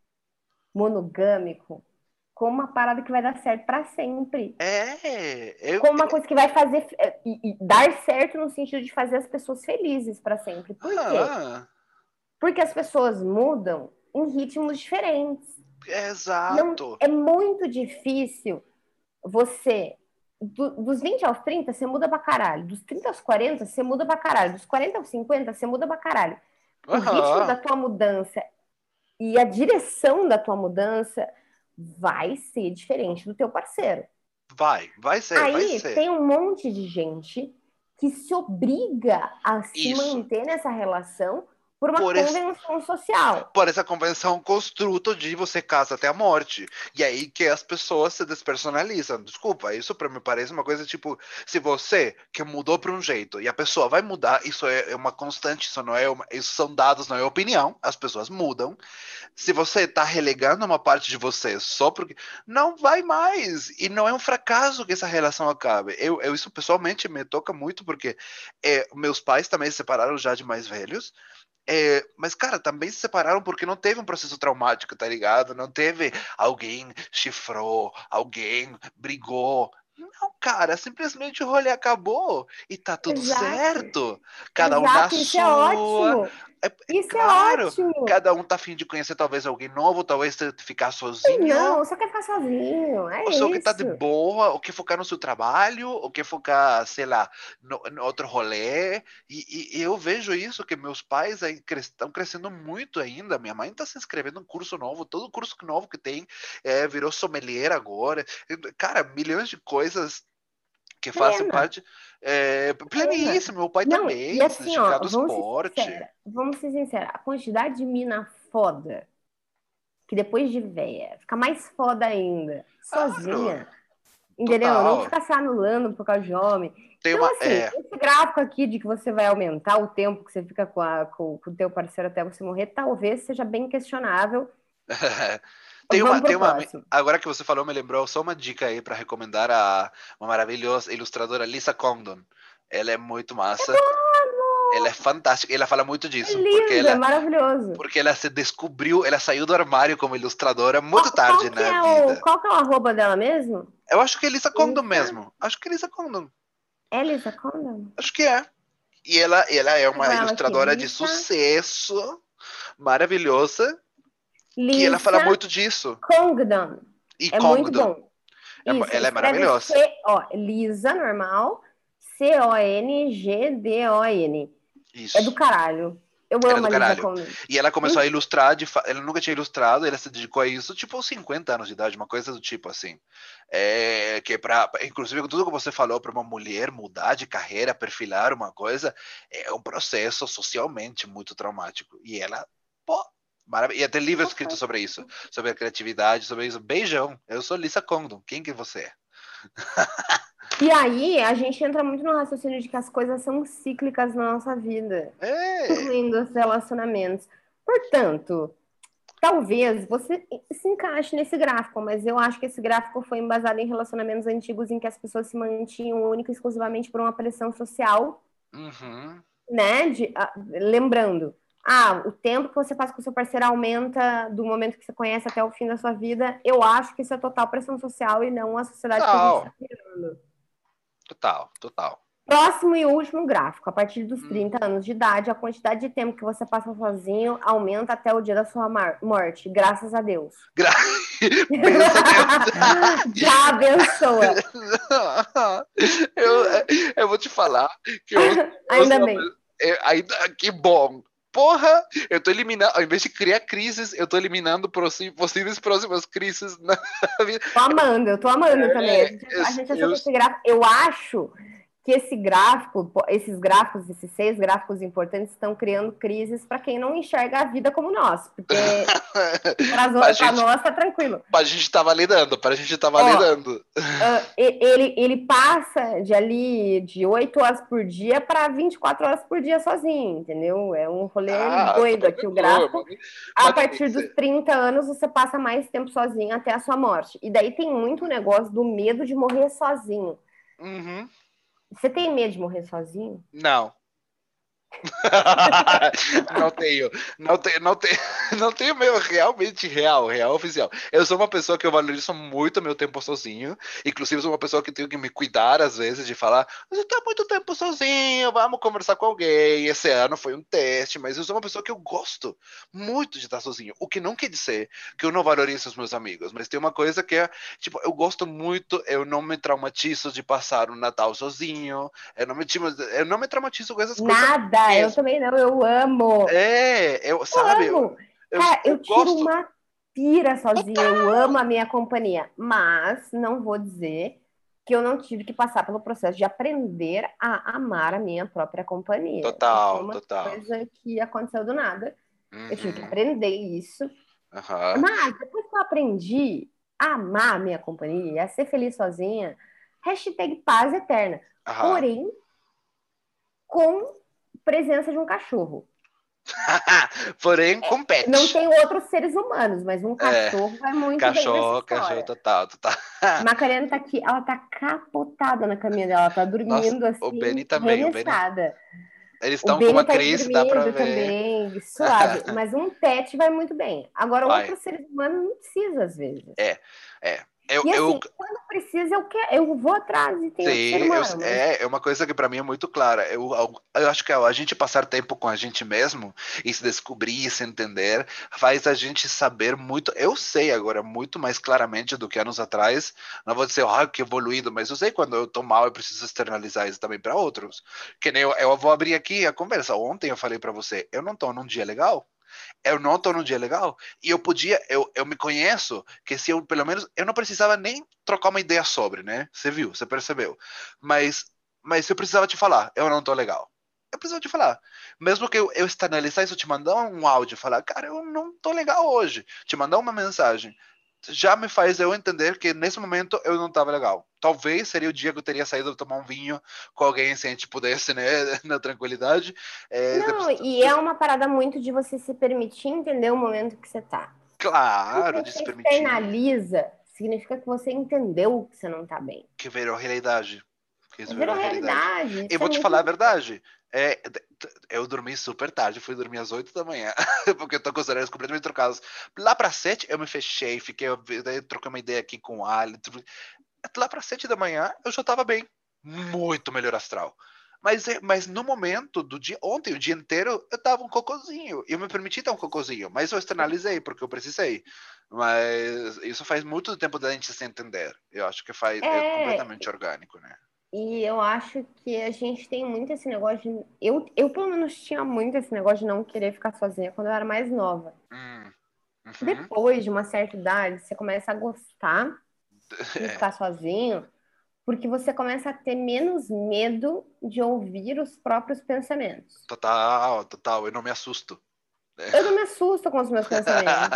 S1: monogâmico como uma parada que vai dar certo para sempre. Como uma coisa que vai fazer e dar certo no sentido de fazer as pessoas felizes para sempre. Por quê?
S2: Aham,
S1: Porque as pessoas mudam em ritmos diferentes. Não
S2: exato.
S1: é muito difícil você dos 20 aos 30 você muda pra caralho, dos 30 aos 40 você muda pra caralho, dos 40 aos 50 você muda pra caralho. O ritmo da
S2: Aham,
S1: tua mudança e a direção da tua mudança vai ser diferente do teu parceiro.
S2: vai ser, vai
S1: Aí
S2: ser.
S1: tem um monte de gente que se obriga a se
S2: Isso,
S1: manter nessa relação por uma convenção social.
S2: Por essa convenção construto de você casa até a morte. E aí que as pessoas se despersonalizam. Desculpa, isso para mim parece uma coisa tipo, se você que mudou para um jeito e a pessoa vai mudar, isso é uma constante, isso não é isso são dados, não é opinião, as pessoas mudam. Se você está relegando uma parte de você só porque não vai mais, e não é um fracasso que essa relação acabe. Isso pessoalmente me toca muito porque meus pais também se separaram já de mais velhos. Mas, cara, também se separaram porque não teve um processo traumático, tá ligado? Não teve alguém chifrou, alguém brigou. Não, cara, simplesmente o rolê acabou e tá tudo
S1: Exato.
S2: certo. Cada um na
S1: Exato, isso é
S2: sua.
S1: ótimo. Isso é
S2: Claro,
S1: ótimo.
S2: cada um tá afim de conhecer talvez alguém novo, talvez ficar
S1: Não,
S2: sozinho.
S1: eu só quer ficar sozinho. É
S2: O seu que tá de
S1: isso.
S2: boa, o que focar no seu trabalho, o que focar, sei lá, no outro rolê. E eu vejo isso, que meus pais estão crescendo muito ainda. Minha mãe está se inscrevendo em um curso novo, todo curso novo que tem, virou sommelier agora. Cara, milhões de coisas que fazem
S1: Plena,
S2: parte.
S1: plena.
S2: Pleníssimo, meu pai
S1: Não, e
S2: também, se
S1: assim, ó,
S2: dedicado ao esporte.
S1: vamos ser sinceros, a quantidade de mina foda, que depois de véia, fica mais foda ainda,
S2: Claro,
S1: sozinha, entendeu? Não
S2: total.
S1: fica se anulando por causa de homem.
S2: Tem uma.
S1: Então, assim, esse gráfico aqui de que você vai aumentar o tempo que você fica com o teu parceiro até você morrer, talvez seja bem questionável. Vamos
S2: Tem
S1: pro
S2: uma.
S1: próximo.
S2: Agora que você falou, me lembrou só uma dica aí para recomendar uma maravilhosa ilustradora, Lisa Condon. Ela é muito massa, ela é fantástica, ela fala muito
S1: É
S2: disso,
S1: lindo, é maravilhoso.
S2: porque ela se descobriu, ela saiu do armário como ilustradora muito tarde
S1: Qual que
S2: na
S1: é
S2: vida.
S1: qual que é o arroba dela mesmo?
S2: Eu acho que é Lisa Condon
S1: Lisa?
S2: mesmo. Acho que é Lisa Condon.
S1: Elisa Condon?
S2: Acho que é. E ela é
S1: Pegou
S2: uma
S1: ela aqui,
S2: ilustradora de
S1: Lisa.
S2: sucesso, maravilhosa, que ela fala
S1: Lisa
S2: muito disso.
S1: Congdon.
S2: E
S1: É muito
S2: Congdon.
S1: bom. Isso,
S2: Ela é
S1: escreve
S2: maravilhosa.
S1: Lisa normal, Congdon. É do
S2: Isso.
S1: caralho. Eu
S2: Era
S1: amo
S2: do
S1: a Lisa
S2: caralho.
S1: Condon.
S2: E ela começou a
S1: Hum,
S2: ilustrar, ela nunca tinha ilustrado, ela se dedicou a isso, tipo, aos 50 anos de idade, uma coisa do tipo assim. Que inclusive, tudo que você falou, para uma mulher mudar de carreira, perfilar uma coisa, é um processo socialmente muito traumático. E ela, pô, e até livro escrito sobre isso, sobre a criatividade, sobre isso. Beijão, eu sou Lisa Condon, quem que você é?
S1: E aí, a gente entra muito no raciocínio de que as coisas são cíclicas na nossa vida,
S2: É.
S1: incluindo os relacionamentos. Portanto, talvez você se encaixe nesse gráfico, mas eu acho que esse gráfico foi embasado em relacionamentos antigos em que as pessoas se mantinham única e exclusivamente por uma pressão social,
S2: Uhum.
S1: né? Lembrando, o tempo que você passa com o seu parceiro aumenta do momento que você conhece até o fim da sua vida. Eu acho que isso é total pressão social e não a sociedade que a gente está
S2: Total,
S1: criando.
S2: total, total.
S1: Próximo e último gráfico. A partir dos 30
S2: Uhum.
S1: anos de idade, a quantidade de tempo que você passa sozinho aumenta até o dia da sua morte, graças a Deus.
S2: Gra... Benção Deus.
S1: Já abençoa.
S2: eu, eu vou te falar que eu
S1: Ainda
S2: sou uma
S1: bem.
S2: pessoa. Ainda, que bom. Porra, eu tô eliminando, ao invés de criar crises, eu tô eliminando possíveis próximas crises na vida.
S1: Eu tô amando também. A gente achou
S2: Eu,
S1: que esse gráfico. Eu acho que esse gráfico, esses gráficos, esses 6 gráficos importantes, estão criando crises para quem não enxerga a vida como nós. Porque para nós tá tranquilo.
S2: pra gente tá validando, pra gente tá
S1: Ó,
S2: validando.
S1: ele passa de 8 horas por dia para 24 horas por dia sozinho, entendeu? É um rolê
S2: Tá
S1: doido aqui o
S2: tranquilo,
S1: gráfico. A
S2: mas tem
S1: partir
S2: que
S1: dos
S2: ser.
S1: 30 anos, você passa mais tempo sozinho até a sua morte. E daí tem muito negócio do medo de morrer sozinho.
S2: Uhum.
S1: Você tem medo de morrer sozinho?
S2: Não. Não tenho, não tenho meu realmente real oficial. Eu sou uma pessoa que eu valorizo muito meu tempo sozinho. Inclusive, sou uma pessoa que tenho que me cuidar às vezes de falar: você tá muito tempo sozinho, vamos conversar com alguém. Esse ano foi um teste, mas eu sou uma pessoa que eu gosto muito de estar sozinho. O que não quer dizer que eu não valorizo os meus amigos, mas tem uma coisa que é, tipo, eu gosto muito, eu não me traumatizo de passar um Natal sozinho, eu não me traumatizo com essas coisas
S1: Nada, eu
S2: mesmo.
S1: também não, eu amo.
S2: Sabe,
S1: Amo. Cara,
S2: eu
S1: eu tiro
S2: gosto.
S1: uma pira sozinha, eu
S2: Total.
S1: amo a minha companhia, mas não vou dizer que eu não tive que passar pelo processo de aprender a amar a minha própria companhia. Não foi
S2: Total,
S1: uma
S2: total.
S1: coisa que aconteceu do nada. Eu tive que
S2: Uhum.
S1: aprender isso.
S2: Aham.
S1: Mas depois que eu aprendi a amar a minha companhia, a ser feliz sozinha, hashtag paz eterna.
S2: Aham.
S1: Porém, com presença de um cachorro.
S2: Porém, com
S1: Não
S2: pet.
S1: tem outros seres humanos, mas um
S2: É,
S1: cachorro vai muito bem nessa
S2: cachorro
S1: história.
S2: total, total.
S1: A Macarena tá aqui, ela tá capotada na caminha dela, ela tá
S2: Nossa,
S1: dormindo
S2: o Benny
S1: assim,
S2: também, o Benny,
S1: remessada.
S2: eles
S1: O
S2: estão com uma
S1: Benny tá aí
S2: crise, dá pra
S1: dormindo
S2: ver.
S1: também, suave. Mas um pet vai muito bem. Agora,
S2: Vai,
S1: outros seres humanos não precisa, às vezes.
S2: é, é. Eu,
S1: E
S2: eu,
S1: assim, quando precisa, eu vou atrás e tem outro ser
S2: sim,
S1: humano, mas
S2: é uma coisa que para mim é muito clara. Eu acho que a gente passar tempo com a gente mesmo e se descobrir e se entender faz a gente saber muito. Eu sei agora muito mais claramente do que anos atrás. Não vou dizer, que evoluído, mas eu sei quando eu tô mal, eu preciso externalizar isso também para outros. Que nem eu vou abrir aqui a conversa. Ontem eu falei para você, eu não tô num dia legal. Eu não tô num dia legal e eu me conheço que se eu, pelo menos, eu não precisava nem trocar uma ideia sobre, né? Você viu, você percebeu. Mas, mas eu precisava te falar, eu não tô legal. Eu precisava te falar. Mesmo que eu externalizar isso, te mandar um áudio, falar, cara, eu não tô legal hoje. Te mandar uma mensagem já me faz eu entender que nesse momento eu não estava legal. Talvez seria o dia que eu teria saído tomar um vinho com alguém se a gente pudesse, né, na tranquilidade.
S1: não, e é uma parada muito de você se permitir entender o momento que você tá. Quando
S2: Claro, de se
S1: você
S2: permitir.
S1: externaliza, significa que você entendeu que você não tá bem.
S2: Que virou realidade. Que isso virou
S1: Virou
S2: realidade.
S1: realidade,
S2: E
S1: isso é
S2: vou te
S1: muito
S2: falar a
S1: importante.
S2: verdade. Eu dormi super tarde, fui dormir às 8 da manhã, porque eu tô com os horários completamente trocados. Lá para 7 eu me fechei, daí troquei uma ideia aqui com o Ali. Lá para 7 da manhã eu já tava bem, muito melhor astral. Mas no momento do dia, ontem, o dia inteiro, eu tava um cocôzinho. E eu me permiti dar um cocôzinho, mas eu externalizei porque eu precisei. Mas isso faz muito tempo da gente se entender. Eu acho que é
S1: É,
S2: completamente orgânico, né?
S1: e eu acho que a gente tem muito esse negócio de. Eu, pelo menos, tinha muito esse negócio de não querer ficar sozinha quando eu era mais nova.
S2: Uhum.
S1: Depois de uma certa idade, você começa a gostar de
S2: É,
S1: ficar sozinho, porque você começa a ter menos medo de ouvir os próprios pensamentos.
S2: total, total. Eu não me assusto.
S1: Eu não me assusto com os meus pensamentos.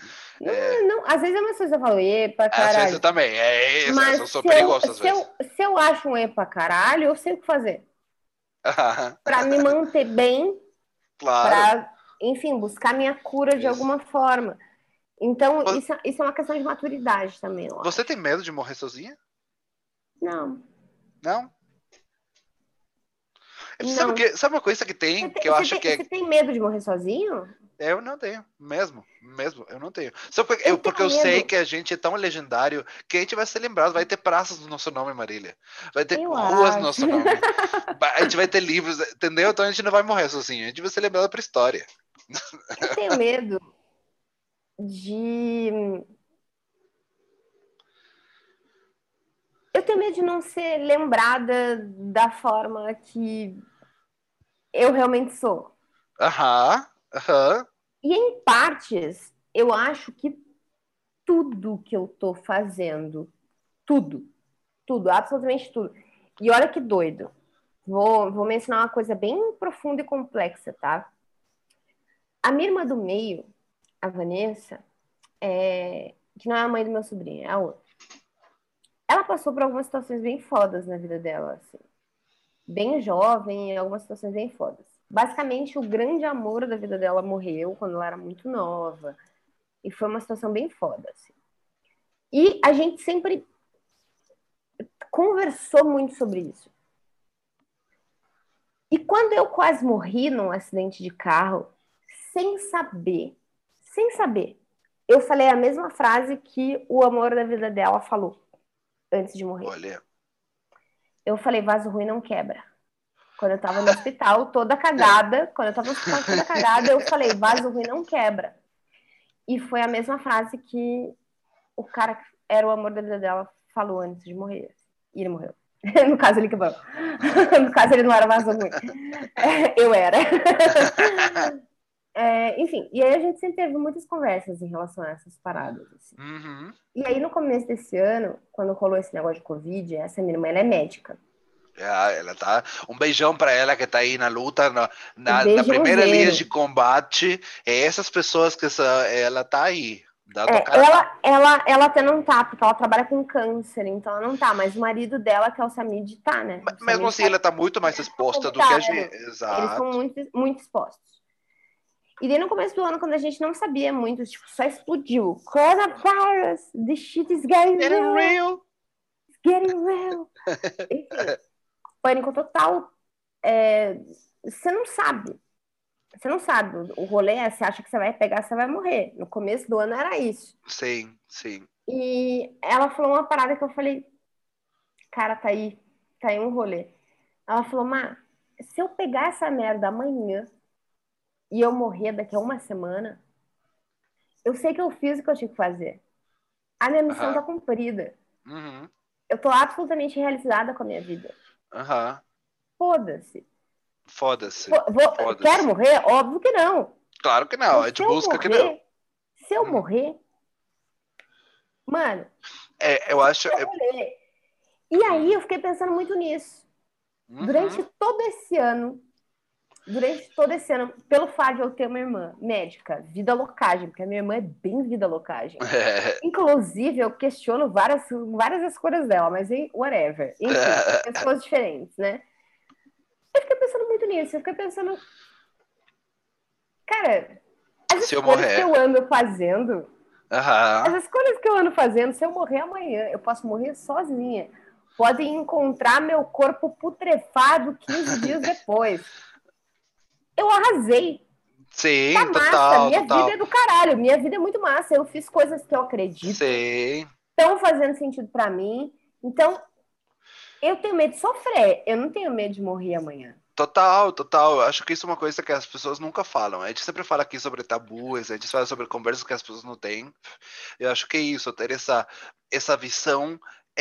S2: É,
S1: Não, às vezes eu me assusto, eu falo, epa,
S2: às vezes eu
S1: caralho.
S2: também. É isso, eu
S1: Mas
S2: sou perigoso às
S1: se
S2: vezes.
S1: eu, se eu acho um epa, caralho, eu sei o que fazer. Para me manter bem,
S2: Claro.
S1: para, enfim, buscar minha cura de
S2: Isso.
S1: alguma forma. Então, isso é uma questão de maturidade também, eu
S2: Você tem
S1: acho.
S2: medo de morrer sozinha?
S1: Não,
S2: Não?
S1: não.
S2: Sabe uma coisa que
S1: Você
S2: tem, que
S1: tem,
S2: eu
S1: você
S2: acho
S1: tem,
S2: que
S1: você tem medo de morrer sozinho?
S2: eu não tenho, mesmo, eu não tenho. Só
S1: Eu
S2: porque
S1: tenho
S2: eu sei
S1: medo.
S2: que a gente é tão legendário que a gente vai ser lembrado, vai ter praças no nosso nome, Marília. Vai ter
S1: Eu
S2: ruas no
S1: acho.
S2: nosso nome. A gente vai ter livros, entendeu? Então a gente não vai morrer sozinho, a gente vai ser lembrado pra história.
S1: Eu tenho medo de. Eu tenho medo de não ser lembrada da forma que eu realmente sou.
S2: Aham, aham.
S1: E em partes, eu acho que tudo que eu tô fazendo, tudo, tudo, absolutamente tudo. E olha que doido. Vou mencionar uma coisa bem profunda e complexa, tá? A minha irmã do meio, a Vanessa, que não é a mãe do meu sobrinho, é a outra. Ela passou por algumas situações bem fodas na vida dela, assim. Bem jovem, em algumas situações bem fodas. Basicamente, o grande amor da vida dela morreu quando ela era muito nova. E foi uma situação bem foda, assim. E a gente sempre conversou muito sobre isso. E quando eu quase morri num acidente de carro, sem saber, sem saber, eu falei a mesma frase que o amor da vida dela falou antes de morrer.
S2: Olha.
S1: Eu falei, vaso ruim não quebra. Quando eu tava no hospital, toda cagada, quando eu tava no hospital toda cagada, eu falei, vaso ruim não quebra. E foi a mesma frase que o cara que era o amor da vida dela falou antes de morrer. E ele morreu. No caso, ele quebrou. No caso, ele não era vaso ruim. Eu era. Enfim, e aí a gente sempre teve muitas conversas em relação a essas paradas, assim.
S2: Uhum.
S1: E aí no começo desse ano, quando rolou esse negócio de Covid, essa minha irmã, ela é médica.
S2: Ela tá. Um beijão para ela que tá aí na luta, na primeira linha de
S1: Beijãozeiro.
S2: combate. É essas pessoas que ela tá aí, dando a
S1: É,
S2: cara a tapa.
S1: ela até não tá, porque ela trabalha com câncer, então ela não tá, mas o marido dela, que é o Samid, tá, né? O
S2: Mesmo
S1: Samid
S2: assim,
S1: tá
S2: ela tá muito mais exposta do que a gente.
S1: comunitariano. Eles estão
S2: Exato.
S1: muito, muito expostos. E daí no começo do ano, quando a gente não sabia muito, tipo, só explodiu. Coronavirus, the shit is getting
S2: Get it
S1: real,
S2: real.
S1: it's getting real. Enfim, pânico total. Você não sabe. Você não sabe. O rolê é, você acha que você vai pegar, você vai morrer. No começo do ano era isso.
S2: Sim, sim.
S1: E ela falou uma parada que eu falei, cara, tá aí um rolê. Ela falou, Má, se eu pegar essa merda amanhã e eu morrer daqui a uma semana, eu sei que eu fiz o que eu tinha que fazer. A minha missão tá
S2: Aham.
S1: cumprida.
S2: Uhum.
S1: Eu tô absolutamente realizada com a minha vida.
S2: Aham.
S1: Foda-se.
S2: Foda-se.
S1: Quero
S2: Foda-se.
S1: morrer? Óbvio que não.
S2: Claro que não. A
S1: Mas
S2: gente busca que não.
S1: se eu
S2: Uhum.
S1: morrer, mano,
S2: Eu acho.
S1: eu rolê. E aí
S2: Uhum.
S1: eu fiquei pensando muito nisso. Durante
S2: Uhum.
S1: todo esse ano, pelo fato de eu ter uma irmã médica, vida loucagem, porque a minha irmã é bem vida loucagem. Inclusive, eu questiono várias escolhas dela, mas whatever. Enfim, pessoas diferentes, né? Eu fiquei pensando muito nisso. Eu fiquei pensando, cara, as
S2: Se eu
S1: escolhas que
S2: morrer.
S1: eu ando fazendo,
S2: Aham.
S1: se eu morrer amanhã, eu posso morrer sozinha. Podem encontrar meu corpo putrefado 15 dias depois. Eu arrasei.
S2: Sim,
S1: Tá massa.
S2: total,
S1: Minha vida
S2: total.
S1: é do caralho. Minha vida é muito massa. Eu fiz coisas que eu acredito,
S2: Sim.
S1: estão fazendo sentido pra mim. Então, eu tenho medo de sofrer. Eu não tenho medo de morrer amanhã.
S2: Total, total. Eu acho que isso é uma coisa que as pessoas nunca falam. A gente sempre fala aqui sobre tabus, a gente fala sobre conversas que as pessoas não têm. Eu acho que é isso, ter essa visão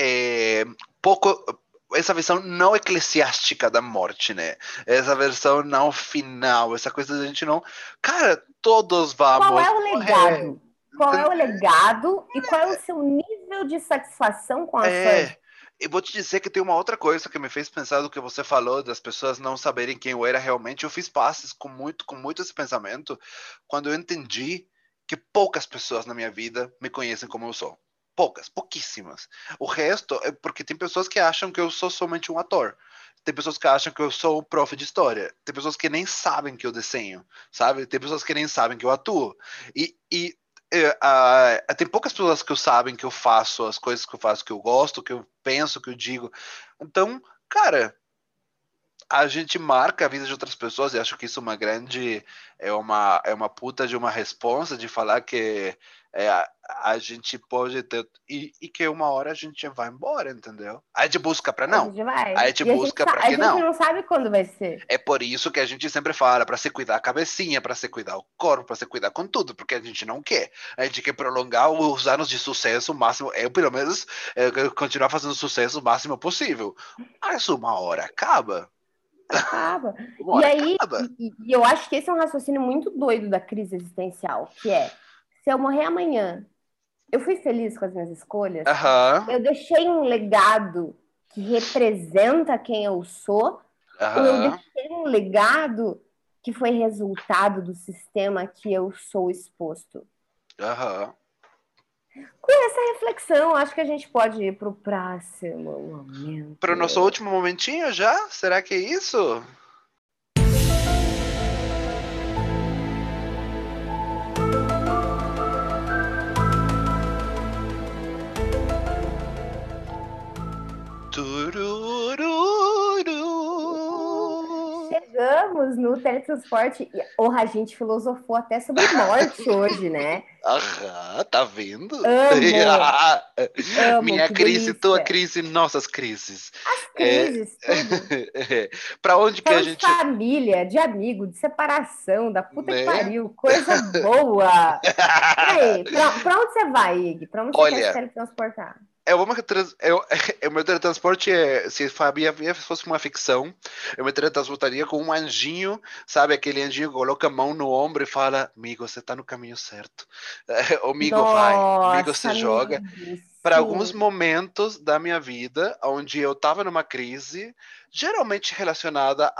S2: pouco. Essa visão não eclesiástica da morte, né? Essa versão não final, essa coisa da gente não. Cara, todos
S1: Qual é
S2: vamos
S1: o
S2: morrer.
S1: legado? Qual é o legado e qual é o seu nível de satisfação com a sua vida?
S2: E vou te dizer que tem uma outra coisa que me fez pensar do que você falou, das pessoas não saberem quem eu era realmente. Eu fiz passes com muito esse pensamento quando eu entendi que poucas pessoas na minha vida me conhecem como eu sou. Poucas, pouquíssimas. O resto é porque tem pessoas que acham que eu sou somente um ator. Tem pessoas que acham que eu sou o prof de história. Tem pessoas que nem sabem que eu desenho, sabe? Tem pessoas que nem sabem que eu atuo. E tem poucas pessoas que sabem que eu faço as coisas que eu faço, que eu gosto, que eu penso, que eu digo. Então, cara, a gente marca a vida de outras pessoas e acho que isso é uma grande, é uma puta de uma responsa de falar que a gente pode ter, e que uma hora a gente vai embora, entendeu? A gente busca para
S1: A
S2: não.
S1: gente
S2: A
S1: vai.
S2: gente
S1: E
S2: busca para
S1: a
S2: que
S1: gente
S2: não.
S1: não sabe quando vai ser.
S2: É por isso que a gente sempre fala para se cuidar a cabecinha, para se cuidar o corpo, para se cuidar com tudo, porque a gente não quer. A gente quer prolongar os anos de sucesso o máximo. Eu, pelo menos, quero continuar fazendo sucesso o máximo possível. Mas uma hora acaba.
S1: Acaba.
S2: Uma
S1: E
S2: hora
S1: aí,
S2: acaba.
S1: e eu acho que esse é um raciocínio muito doido da crise existencial, que é, se eu morrer amanhã, eu fui feliz com as minhas escolhas,
S2: Aham,
S1: eu deixei um legado que representa quem eu sou, ou eu
S2: aham,
S1: deixei um legado que foi resultado do sistema que eu sou exposto.
S2: aham.
S1: Com essa reflexão, acho que a gente pode ir para o próximo
S2: Para o nosso
S1: momento.
S2: último momentinho já? Será que é isso? Turururu.
S1: Chegamos no teletransporte. Porra, a gente filosofou até sobre morte hoje, né?
S2: Aham, tá vendo?
S1: Amo, amo,
S2: Minha
S1: que
S2: crise, tua
S1: delícia.
S2: crise, nossas crises.
S1: As
S2: É...
S1: crises, tudo.
S2: Para onde que a
S1: Falando de
S2: gente,
S1: família, de amigo, de separação, da puta que
S2: né?
S1: pariu, coisa boa. E aí, pra onde você vai, Ig? Pra onde você quer se
S2: Olha,
S1: teletransportar?
S2: O meu teletransporte se Fabia fosse uma ficção, eu me teletransportaria com um anjinho, sabe? Aquele anjinho que coloca a mão no ombro e fala, amigo, você tá no caminho certo. O amigo vai, amigo
S1: Nossa,
S2: se joga.
S1: amigo,
S2: Para alguns
S1: sim.
S2: momentos da minha vida, onde eu estava numa crise, geralmente relacionada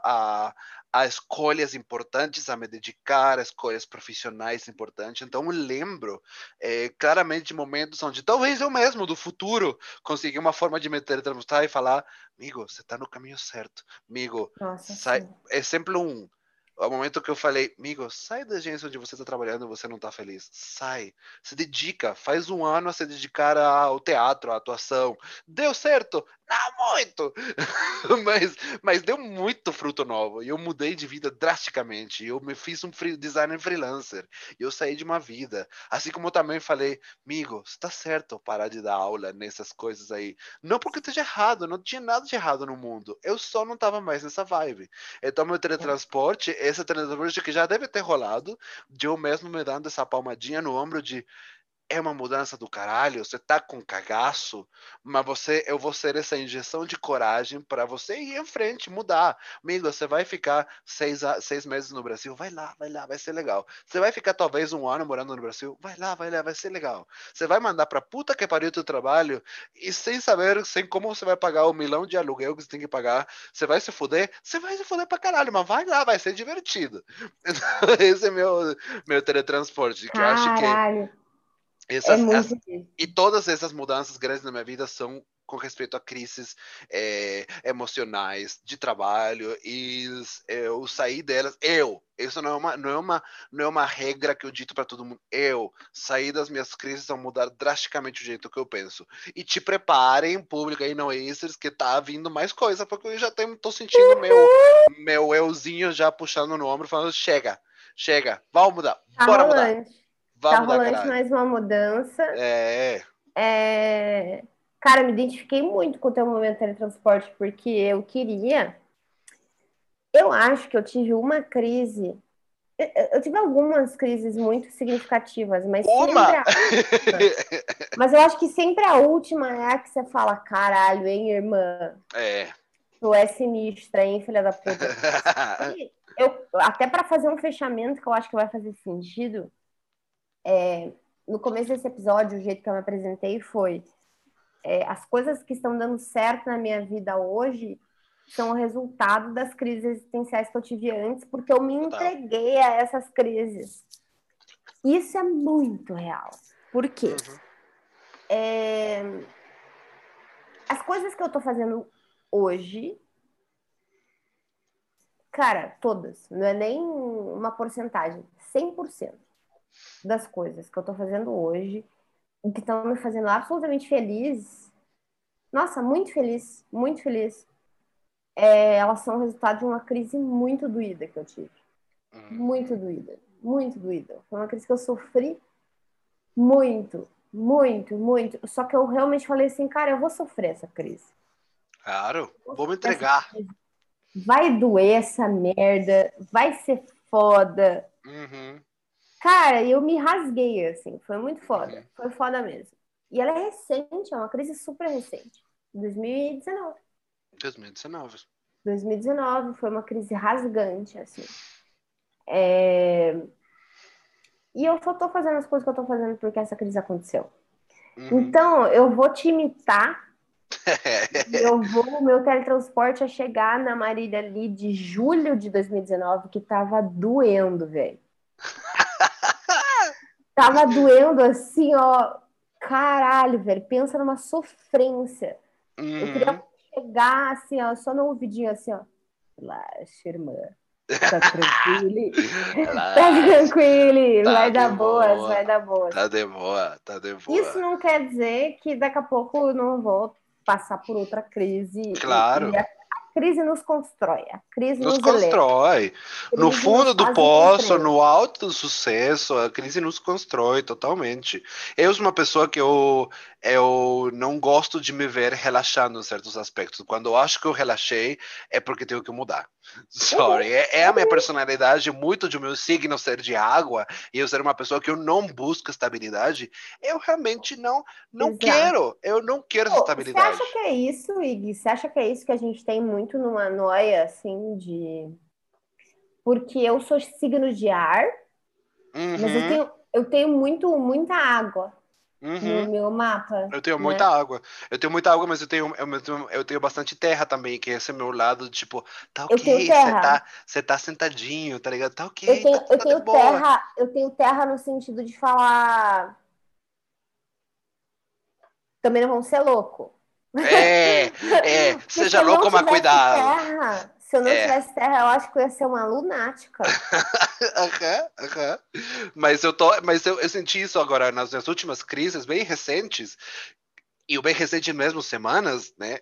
S2: a escolhas importantes, a me dedicar a escolhas profissionais importantes. Então, eu lembro claramente de momentos onde talvez eu mesmo, do futuro, consegui uma forma de me teletransportar e falar: amigo, você está no caminho certo. Amigo,
S1: Nossa,
S2: sai.
S1: sim.
S2: É sempre o momento que eu falei, amigo, sai da agência onde você está trabalhando e você não está feliz. Sai. Se dedica. Faz um ano a se dedicar ao teatro, à atuação. Deu certo? Não muito! mas deu muito fruto novo. E eu mudei de vida drasticamente. Eu me fiz um designer freelancer. E eu saí de uma vida. Assim como eu também falei, amigo, está certo parar de dar aula nessas coisas aí. Não porque esteja errado, não tinha nada de errado no mundo. Eu só não estava mais nessa vibe. Então, meu teletransporte, esse teletransporte que já deve ter rolado, de eu mesmo me dando essa palmadinha no ombro de é uma mudança do caralho, você tá com cagaço, mas eu vou ser essa injeção de coragem para você ir em frente, mudar. Amigo, você vai ficar 6 meses no Brasil, vai lá, vai ser legal. Você vai ficar talvez um ano morando no Brasil, vai lá, vai ser legal. Você vai mandar pra puta que pariu teu trabalho e sem saber, sem como você vai pagar o milhão de aluguel que você tem que pagar, você vai se fuder pra caralho, mas vai lá, vai ser divertido. Esse é meu teletransporte, que eu acho que
S1: Caralho, é
S2: essas,
S1: muito isso.
S2: e todas essas mudanças grandes na minha vida são com respeito a crises emocionais, de trabalho, e eu saí delas, isso não é uma regra que eu dito para todo mundo, eu saí das minhas crises ao mudar drasticamente o jeito que eu penso. E te preparem, público aí, não é isso, que tá vindo mais coisa, porque eu já tô sentindo meu euzinho já puxando no ombro, falando, chega, vamos mudar,
S1: Tá
S2: bora mudar.
S1: rolante. Tá
S2: Vamos dar
S1: rolante
S2: caralho.
S1: mais uma mudança.
S2: É.
S1: É... Cara, me identifiquei muito com o teu momento de teletransporte, porque eu queria. Eu acho que eu tive uma crise. Eu tive algumas crises muito significativas, mas sempre
S2: Uma!
S1: a última. Mas eu acho que sempre a última é a que você fala: caralho, hein, irmã?
S2: É.
S1: Tu é sinistra, hein, filha da puta? E até para fazer um fechamento que eu acho que vai fazer sentido, no começo desse episódio, o jeito que eu me apresentei foi: as coisas que estão dando certo na minha vida hoje são o resultado das crises existenciais que eu tive antes, porque eu me
S2: Total.
S1: entreguei a essas crises. Isso é muito real. Por quê?
S2: Uhum.
S1: As coisas que eu tô fazendo hoje, cara, todas, não é nem uma porcentagem, 100% das coisas que eu tô fazendo hoje, que estão me fazendo absolutamente feliz, nossa, muito feliz, muito feliz, elas são resultado de uma crise muito doída que eu tive. Muito
S2: Uhum.
S1: doída, muito doída. Foi uma crise que eu sofri muito, muito, muito. Só que eu realmente falei assim, cara, eu vou sofrer essa crise.
S2: Claro.
S1: Eu vou
S2: Vou me
S1: sofrer essa
S2: entregar.
S1: crise. Vai doer essa merda, vai ser foda.
S2: Uhum.
S1: Cara, eu me rasguei, assim, foi muito foda.
S2: Uhum.
S1: Foi foda mesmo. E ela é recente, é uma crise super recente. 2019.
S2: 2019.
S1: 2019 foi uma crise rasgante, assim. E eu só tô fazendo as coisas que eu tô fazendo porque essa crise aconteceu.
S2: Uhum.
S1: Então, eu vou te imitar e o meu teletransporte é chegar na Marília ali de julho de 2019, que tava doendo, velho. Tava doendo assim, ó. Caralho, velho. Pensa numa sofrência. Eu queria
S2: Uhum.
S1: chegar assim, ó, só no ouvidinho assim, ó. Relaxa, irmã. Tá tranquilo. Tá
S2: Relaxa.
S1: tranquilo.
S2: Tá
S1: Vai
S2: de
S1: dar boas,
S2: boa.
S1: vai dar boas.
S2: Tá de boa. Tá de
S1: Isso
S2: boa.
S1: não quer dizer que daqui a pouco eu não vou passar por outra crise e
S2: Claro.
S1: crise nos constrói, a crise
S2: Nos
S1: nos eleva,
S2: constrói.
S1: a
S2: No
S1: crise nos
S2: fundo do
S1: faz ir em
S2: poço,
S1: frente.
S2: no alto do sucesso, a crise nos constrói totalmente. Eu sou uma pessoa que eu não gosto de me ver relaxando em certos aspectos. Quando eu acho que eu relaxei, é porque tenho que mudar.
S1: Uhum,
S2: Sorry. É a minha personalidade, muito de meu signo ser de água, e eu ser uma pessoa que eu não busco estabilidade. Eu realmente não
S1: exato.
S2: quero. Eu não quero essa
S1: Pô, você acha que
S2: estabilidade.
S1: é isso, Iggy? Você acha que é isso que a gente tem muito numa noia, assim, de... Porque eu sou signo de ar, mas eu
S2: Uhum,
S1: tenho, eu tenho muita água no
S2: uhum.
S1: meu mapa,
S2: Eu tenho muita
S1: né?
S2: água. Eu tenho muita água, mas eu tenho bastante terra também, que esse é meu lado, tipo, tá
S1: Eu tenho
S2: ok, você
S1: terra.
S2: tá, você tá sentadinho, tá ligado? Tá ok, tá de boa.
S1: Eu tenho terra no sentido de falar, também não vão ser louco.
S2: É,
S1: Porque se
S2: seja
S1: eu não
S2: louco, mas
S1: tivesse
S2: cuidado.
S1: terra, se eu não
S2: É.
S1: tivesse terra, eu acho que eu ia ser uma lunática.
S2: Aham, aham. Mas eu senti isso agora nas minhas últimas crises bem recentes, e o bem recente mesmo, semanas, né?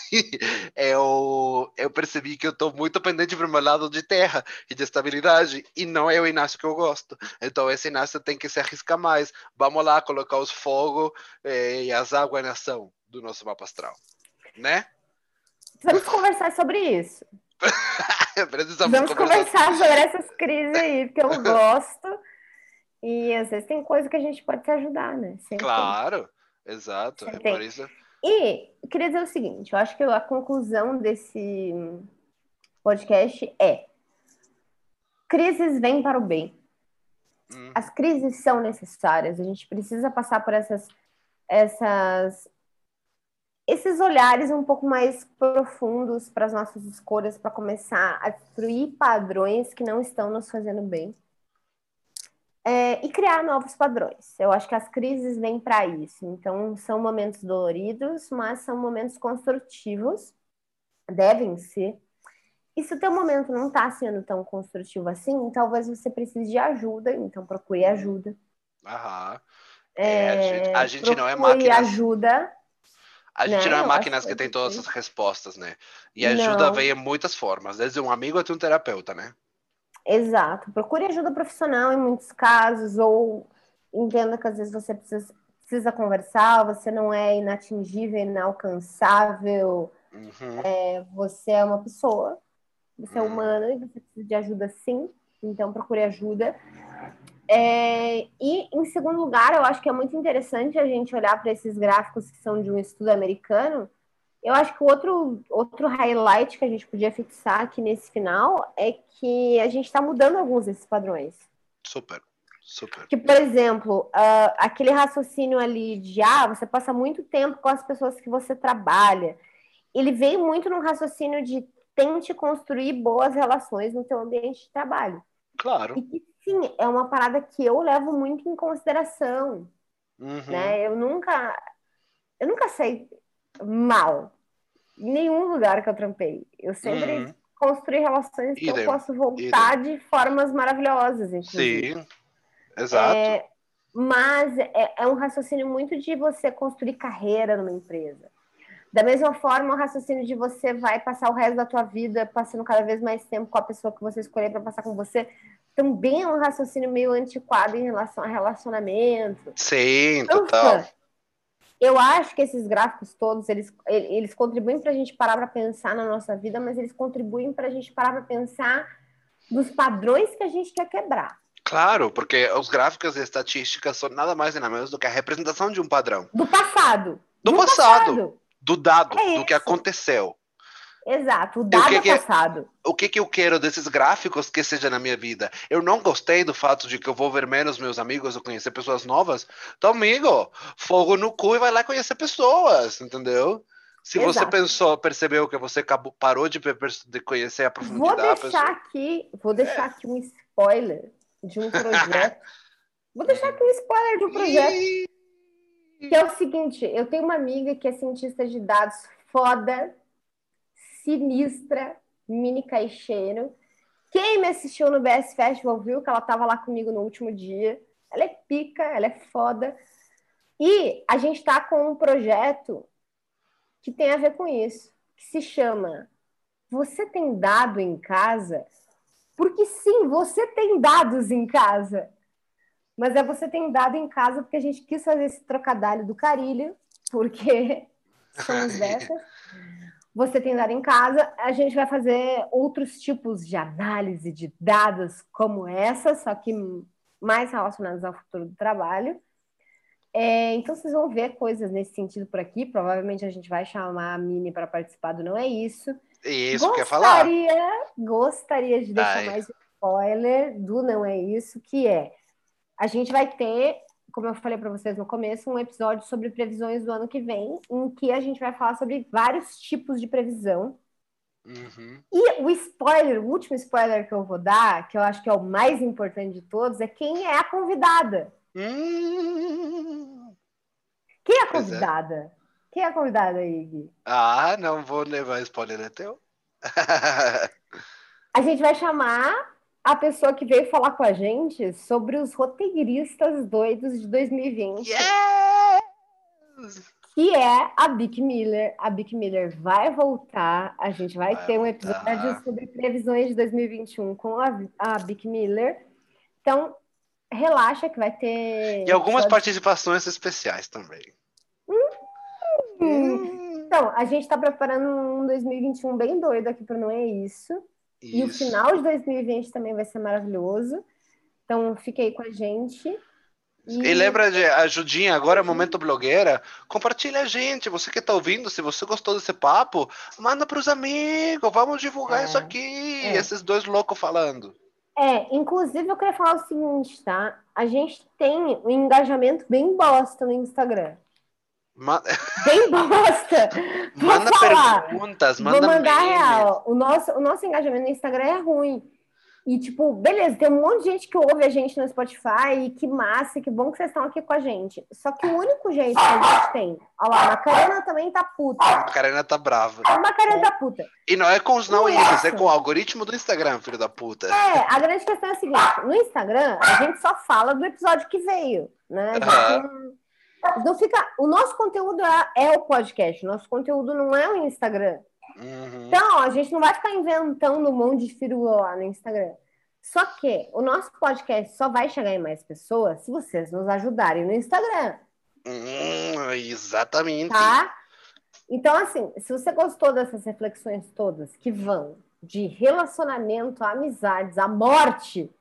S2: eu percebi que eu tô muito pendente pro meu lado de terra e de estabilidade, e não é o Inácio que eu gosto. Então esse Inácio tem que se arriscar mais. Vamos lá colocar os fogos e as águas na ação do nosso mapa astral, né?
S1: Precisamos conversar sobre isso.
S2: Precisamos
S1: Precisamos
S2: conversar
S1: conversar
S2: sobre
S1: sobre
S2: isso.
S1: essas crises aí, porque eu gosto. E às vezes tem coisa que a gente pode se ajudar, né? Sempre tem.
S2: Claro, exato. É
S1: Sempre
S2: por
S1: tem.
S2: isso.
S1: E eu queria dizer o seguinte: eu acho que a conclusão desse podcast é: crises vêm para o bem. As
S2: Uhum.
S1: crises são necessárias. A gente precisa passar por essas, esses olhares um pouco mais profundos para as nossas escolhas, para começar a destruir padrões que não estão nos fazendo bem. E criar novos padrões. Eu acho que as crises vêm para isso. Então, são momentos doloridos, mas são momentos construtivos, devem ser. E se o teu momento não está sendo tão construtivo assim, talvez você precise de ajuda, então procure ajuda.
S2: Aham. A gente não é
S1: Procure
S2: máquinas.
S1: ajuda,
S2: A gente não
S1: né?
S2: é
S1: Eu acho que
S2: máquinas
S1: é
S2: que tem todas as
S1: importante.
S2: respostas, né? E a ajuda
S1: Não,
S2: vem em muitas formas, desde um amigo até um terapeuta, né?
S1: exato. Procure ajuda profissional em muitos casos, ou entenda que às vezes você precisa conversar, você não é inatingível, inalcançável,
S2: Uhum,
S1: você é uma pessoa, você é
S2: uhum.
S1: humana e você precisa de ajuda sim, então procure ajuda. E em segundo lugar, eu acho que é muito interessante a gente olhar para esses gráficos que são de um estudo americano. Eu acho que o outro highlight que a gente podia fixar aqui nesse final é que a gente está mudando alguns desses padrões.
S2: Super, super.
S1: Que, por exemplo, aquele raciocínio ali de você passa muito tempo com as pessoas que você trabalha. Ele veio muito num raciocínio de tente construir boas relações no teu ambiente de trabalho. E
S2: Claro.
S1: que sim, é uma parada que eu levo muito em consideração,
S2: Uhum,
S1: né? Eu nunca saí mal em nenhum lugar que eu trampei. Eu sempre
S2: uhum.
S1: construí relações que eu
S2: Idem,
S1: posso
S2: idem.
S1: voltar de formas maravilhosas, inclusive.
S2: Sim, exato.
S1: Mas é um raciocínio muito de você construir carreira numa empresa. Da mesma forma, o raciocínio de você vai passar o resto da tua vida passando cada vez mais tempo com a pessoa que você escolher para passar com você, também é um raciocínio meio antiquado em relação a relacionamento.
S2: Sim, total.
S1: Ufa, eu acho que esses gráficos todos, eles contribuem para a gente parar para pensar na nossa vida, mas eles contribuem para a gente parar para pensar nos padrões que a gente quer quebrar.
S2: Claro, porque os gráficos e estatísticas são nada mais nada menos do que a representação de um padrão.
S1: Do passado.
S2: Do
S1: De um
S2: passado,
S1: passado.
S2: do dado,
S1: É
S2: do que
S1: isso.
S2: aconteceu.
S1: Exato. O
S2: E o
S1: dado
S2: que
S1: é
S2: que é,
S1: passado.
S2: o que que eu quero desses gráficos que seja na minha vida? Eu não gostei do fato de que eu vou ver menos meus amigos ou conhecer pessoas novas. Então, amigo, fogo no cu e vai lá conhecer pessoas, entendeu? Se você
S1: Exato.
S2: percebeu que você parou de conhecer a
S1: Vou
S2: profundidade a
S1: deixar
S2: pessoa.
S1: aqui, vou deixar
S2: É.
S1: aqui um spoiler de um projeto. Vou deixar aqui
S2: Uhum.
S1: um spoiler de um projeto,
S2: Ih,
S1: que é o seguinte, eu tenho uma amiga que é cientista de dados foda, sinistra, mini caixeiro. Quem me assistiu no BS Festival viu que ela estava lá comigo no último dia. Ela é pica, ela é foda. E a gente está com um projeto que tem a ver com isso, que se chama você tem dado em casa? Porque sim, você tem dados em casa. Mas você tem dado em casa porque a gente quis fazer esse trocadilho do carilho, porque somos dessas. Você tem dado em casa, a gente vai fazer outros tipos de análise de dados como essa, só que mais relacionados ao futuro do trabalho. Então, vocês vão ver coisas nesse sentido por aqui. Provavelmente a gente vai chamar a Mini para participar do Não É Isso.
S2: Isso que eu ia falar.
S1: Gostaria de deixar mais um spoiler do Não É Isso, que a gente vai ter, como eu falei para vocês no começo, um episódio sobre previsões do ano que vem, em que a gente vai falar sobre vários tipos de previsão.
S2: Uhum.
S1: E o último spoiler que eu vou dar, que eu acho que é o mais importante de todos, é quem é a convidada. Quem é a convidada? Quem é a convidada, Ig?
S2: Não vou levar spoiler, é teu.
S1: A gente vai chamar a pessoa que veio falar com a gente sobre os roteiristas doidos de 2020.
S2: Yes!
S1: Que é a Bic Miller. A Bic Miller vai voltar. A gente vai ter um episódio sobre previsões de 2021 com a Bic Miller. Então, relaxa que vai ter...
S2: E algumas participações especiais também.
S1: Então, a gente está preparando um 2021 bem doido aqui para Não É Isso. E o final de 2020 também vai ser maravilhoso. Então, fique aí com a gente.
S2: E lembra de ajudinha, agora é momento blogueira, compartilha a gente, você que tá ouvindo, se você gostou desse papo, manda pros amigos, vamos divulgar isso aqui, esses dois loucos falando.
S1: Inclusive eu queria falar o seguinte, tá? A gente tem um engajamento bem bosta no Instagram. Bem bosta!
S2: Manda perguntas, manda
S1: Vou mandar
S2: memes.
S1: real. O nosso engajamento no Instagram é ruim. E, tipo, beleza, tem um monte de gente que ouve a gente no Spotify, e que massa, que bom que vocês estão aqui com a gente. Só que o único jeito que a gente tem... Olha lá, a Macarena também tá puta.
S2: A Macarena tá brava.
S1: A Macarena tá puta.
S2: E não é com os não isso, é com o algoritmo do Instagram, filho da puta.
S1: A grande questão é a seguinte, no Instagram, a gente só fala do episódio que veio, né? Não fica... O nosso conteúdo é o podcast, o nosso conteúdo não é o Instagram.
S2: Uhum.
S1: Então, a gente não vai ficar inventando um monte de firula lá no Instagram. Só que o nosso podcast só vai chegar em mais pessoas se vocês nos ajudarem no Instagram.
S2: Exatamente.
S1: Tá? Então, assim, se você gostou dessas reflexões todas que vão de relacionamento, a amizades, a morte...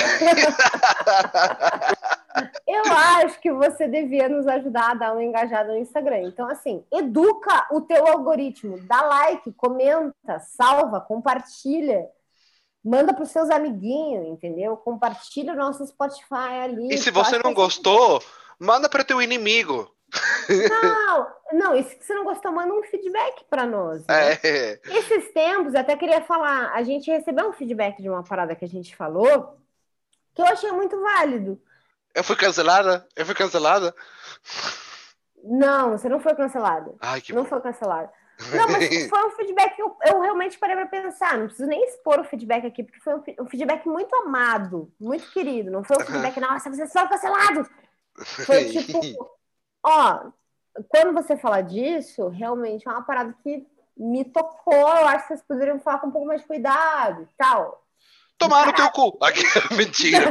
S1: Eu acho que você devia nos ajudar a dar uma engajada no Instagram. Então, assim, educa o teu algoritmo. Dá like, comenta, salva, compartilha. Manda para os seus amiguinhos, entendeu? Compartilha o nosso Spotify ali.
S2: E se você não gostou, manda para teu inimigo.
S1: Não, e se você não gostou, manda um feedback para nós. Né? Esses tempos, eu até queria falar, a gente recebeu um feedback de uma parada que a gente falou, que eu achei muito válido.
S2: Eu fui cancelada?
S1: Não, você não foi cancelada.
S2: Ai, que
S1: não
S2: bom.
S1: foi cancelada. Não, mas foi um feedback que eu realmente parei para pensar. Não preciso nem expor o feedback aqui, porque foi um feedback muito amado, muito querido. Não foi um feedback, nossa, vocês foram cancelados. Foi tipo, quando você fala disso, realmente é uma parada que me tocou. Eu acho que vocês poderiam falar com um pouco mais de cuidado e tal.
S2: Tomar no teu cu. Mentira.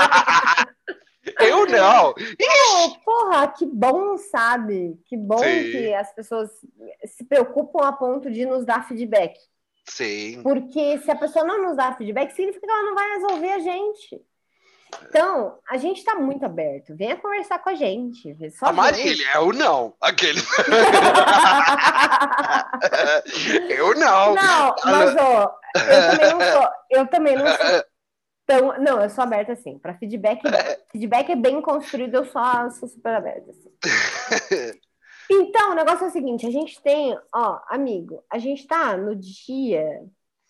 S2: Eu não.
S1: Porra, que bom, sabe? Que bom que as pessoas se preocupam a ponto de nos dar feedback.
S2: Sim.
S1: Porque se a pessoa não nos dá feedback, significa que ela não vai resolver a gente. Então, a gente tá muito aberto. Venha conversar com a gente.
S2: A Marília, eu não. Aquele. Eu não.
S1: Não, mas eu também não sou. Então, não, eu sou aberta assim. Para feedback é bem construído, eu sou super aberta assim. Então, o negócio é o seguinte, a gente tem, amigo, a gente tá no dia...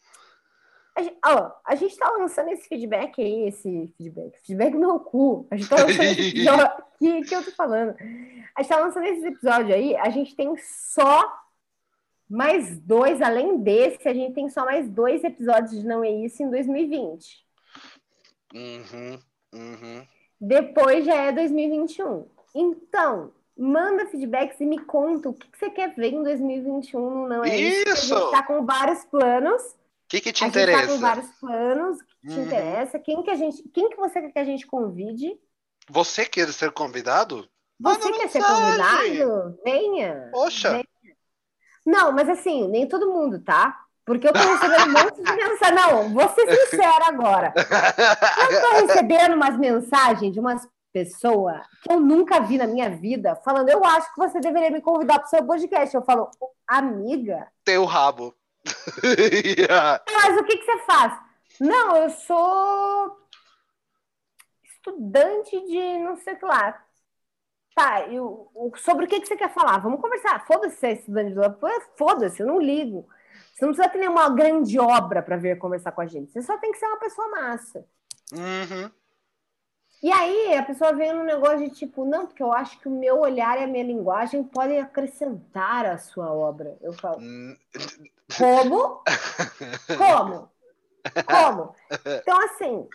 S1: A gente tá lançando esse feedback aí, feedback no meu cu. A gente tá lançando esse episódio... que eu tô falando? A gente tá lançando esse episódio aí, a gente tem só mais 2, além desse, a gente tem só mais 2 episódios de Não É Isso em 2020. Depois já é 2021. Então, Manda feedbacks e me conta o que você quer ver em 2021, não é isso? Porque a gente
S2: Isso!
S1: tá com vários planos.
S2: O que te
S1: A gente tá com
S2: interessa?
S1: vários planos. O que te
S2: Uhum.
S1: interessa? Quem que você quer que a gente convide?
S2: Você quer ser convidado? Manda
S1: Você quer ser
S2: mensagem!
S1: convidado? Venha,
S2: Poxa!
S1: venha. Não, mas assim, nem todo mundo, tá? Porque eu tô recebendo um monte de mensagem. Não, vou ser sincera agora. Eu tô recebendo umas mensagens de umas pessoas que eu nunca vi na minha vida, falando, eu acho que você deveria me convidar para o seu podcast. Eu falo, amiga,
S2: Teu rabo.
S1: mas o que você faz? Não, eu sou estudante de não sei o que lá. Tá, sobre o que você quer falar? Vamos conversar. Foda-se ser estudante de lá. Foda-se, eu não ligo. Você não precisa ter nenhuma grande obra para vir conversar com a gente. Você só tem que ser uma pessoa massa.
S2: Uhum.
S1: E aí a pessoa vem num negócio de tipo, não, porque eu acho que o meu olhar e a minha linguagem podem acrescentar a sua obra. Eu falo, como? Como? Como? Então, assim,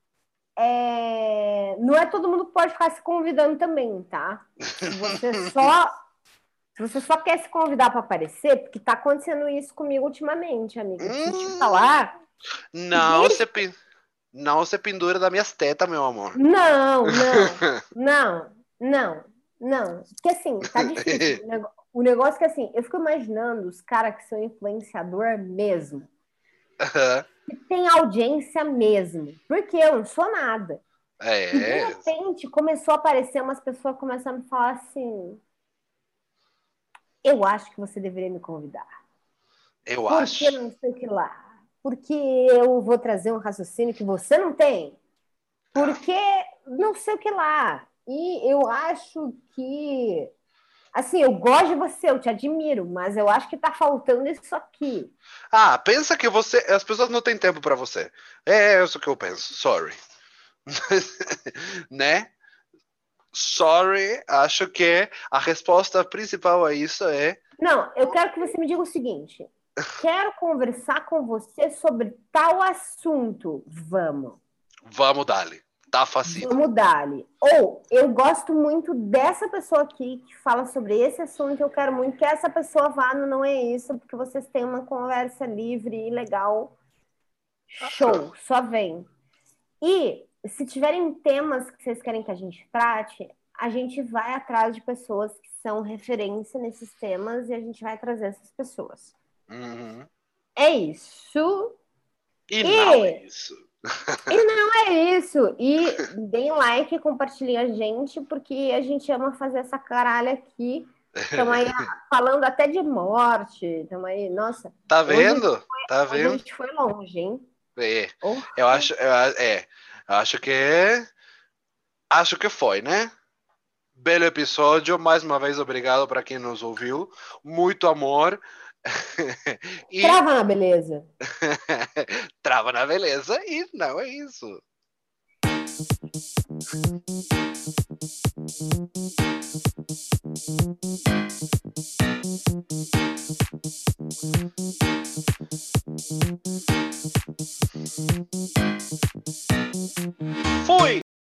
S1: não é todo mundo que pode ficar se convidando também, tá? Se você só quer se convidar para aparecer, porque tá acontecendo isso comigo ultimamente, amiga. Preciso te falar que
S2: Não
S1: desde.
S2: se, não se pendura das minhas tetas, meu amor.
S1: Não, não, não, não, não. Porque assim, tá difícil. O negócio é que assim, eu fico imaginando os caras que são influenciador mesmo. Que tem audiência mesmo. Porque eu não sou nada. E de
S2: É,
S1: repente começou a aparecer umas pessoas começando a me falar assim: eu acho que você deveria me convidar.
S2: eu
S1: Porque
S2: acho.
S1: não sei o que lá. Porque eu vou trazer um raciocínio que você não tem.
S2: Ah.
S1: Porque não sei o que lá. E eu acho que. Assim, eu gosto de você, eu te admiro, mas eu acho que tá faltando isso aqui.
S2: Ah, pensa que você. As pessoas não têm tempo pra você. É isso que eu penso. Sorry. Né? Sorry. Acho que a resposta principal a isso é.
S1: Não, eu quero que você me diga o seguinte: quero conversar com você sobre tal assunto. Vamos.
S2: Vamos dar-lhe. Tá facinho.
S1: Vamos dar-lhe. Ou eu gosto muito dessa pessoa aqui que fala sobre esse assunto, eu quero muito que essa pessoa vá no Não É Isso, porque vocês têm uma conversa livre e legal. Show, só vem. E se tiverem temas que vocês querem que a gente trate, a gente vai atrás de pessoas que são referência nesses temas e a gente vai trazer essas pessoas.
S2: Uhum.
S1: É isso.
S2: E não é
S1: E
S2: isso.
S1: não é isso. E deem like, compartilhem a gente, porque a gente ama fazer essa caralho aqui. Estamos aí falando até de morte. Estamos aí, nossa,
S2: Tá
S1: hoje,
S2: vendo? Tá
S1: hoje a
S2: vendo?
S1: gente foi longe, hein?
S2: É.
S1: Oh,
S2: Eu acho que acho que foi, né? Belo episódio, mais uma vez obrigado para quem nos ouviu, muito amor e
S1: trava na beleza.
S2: trava na beleza e não é isso.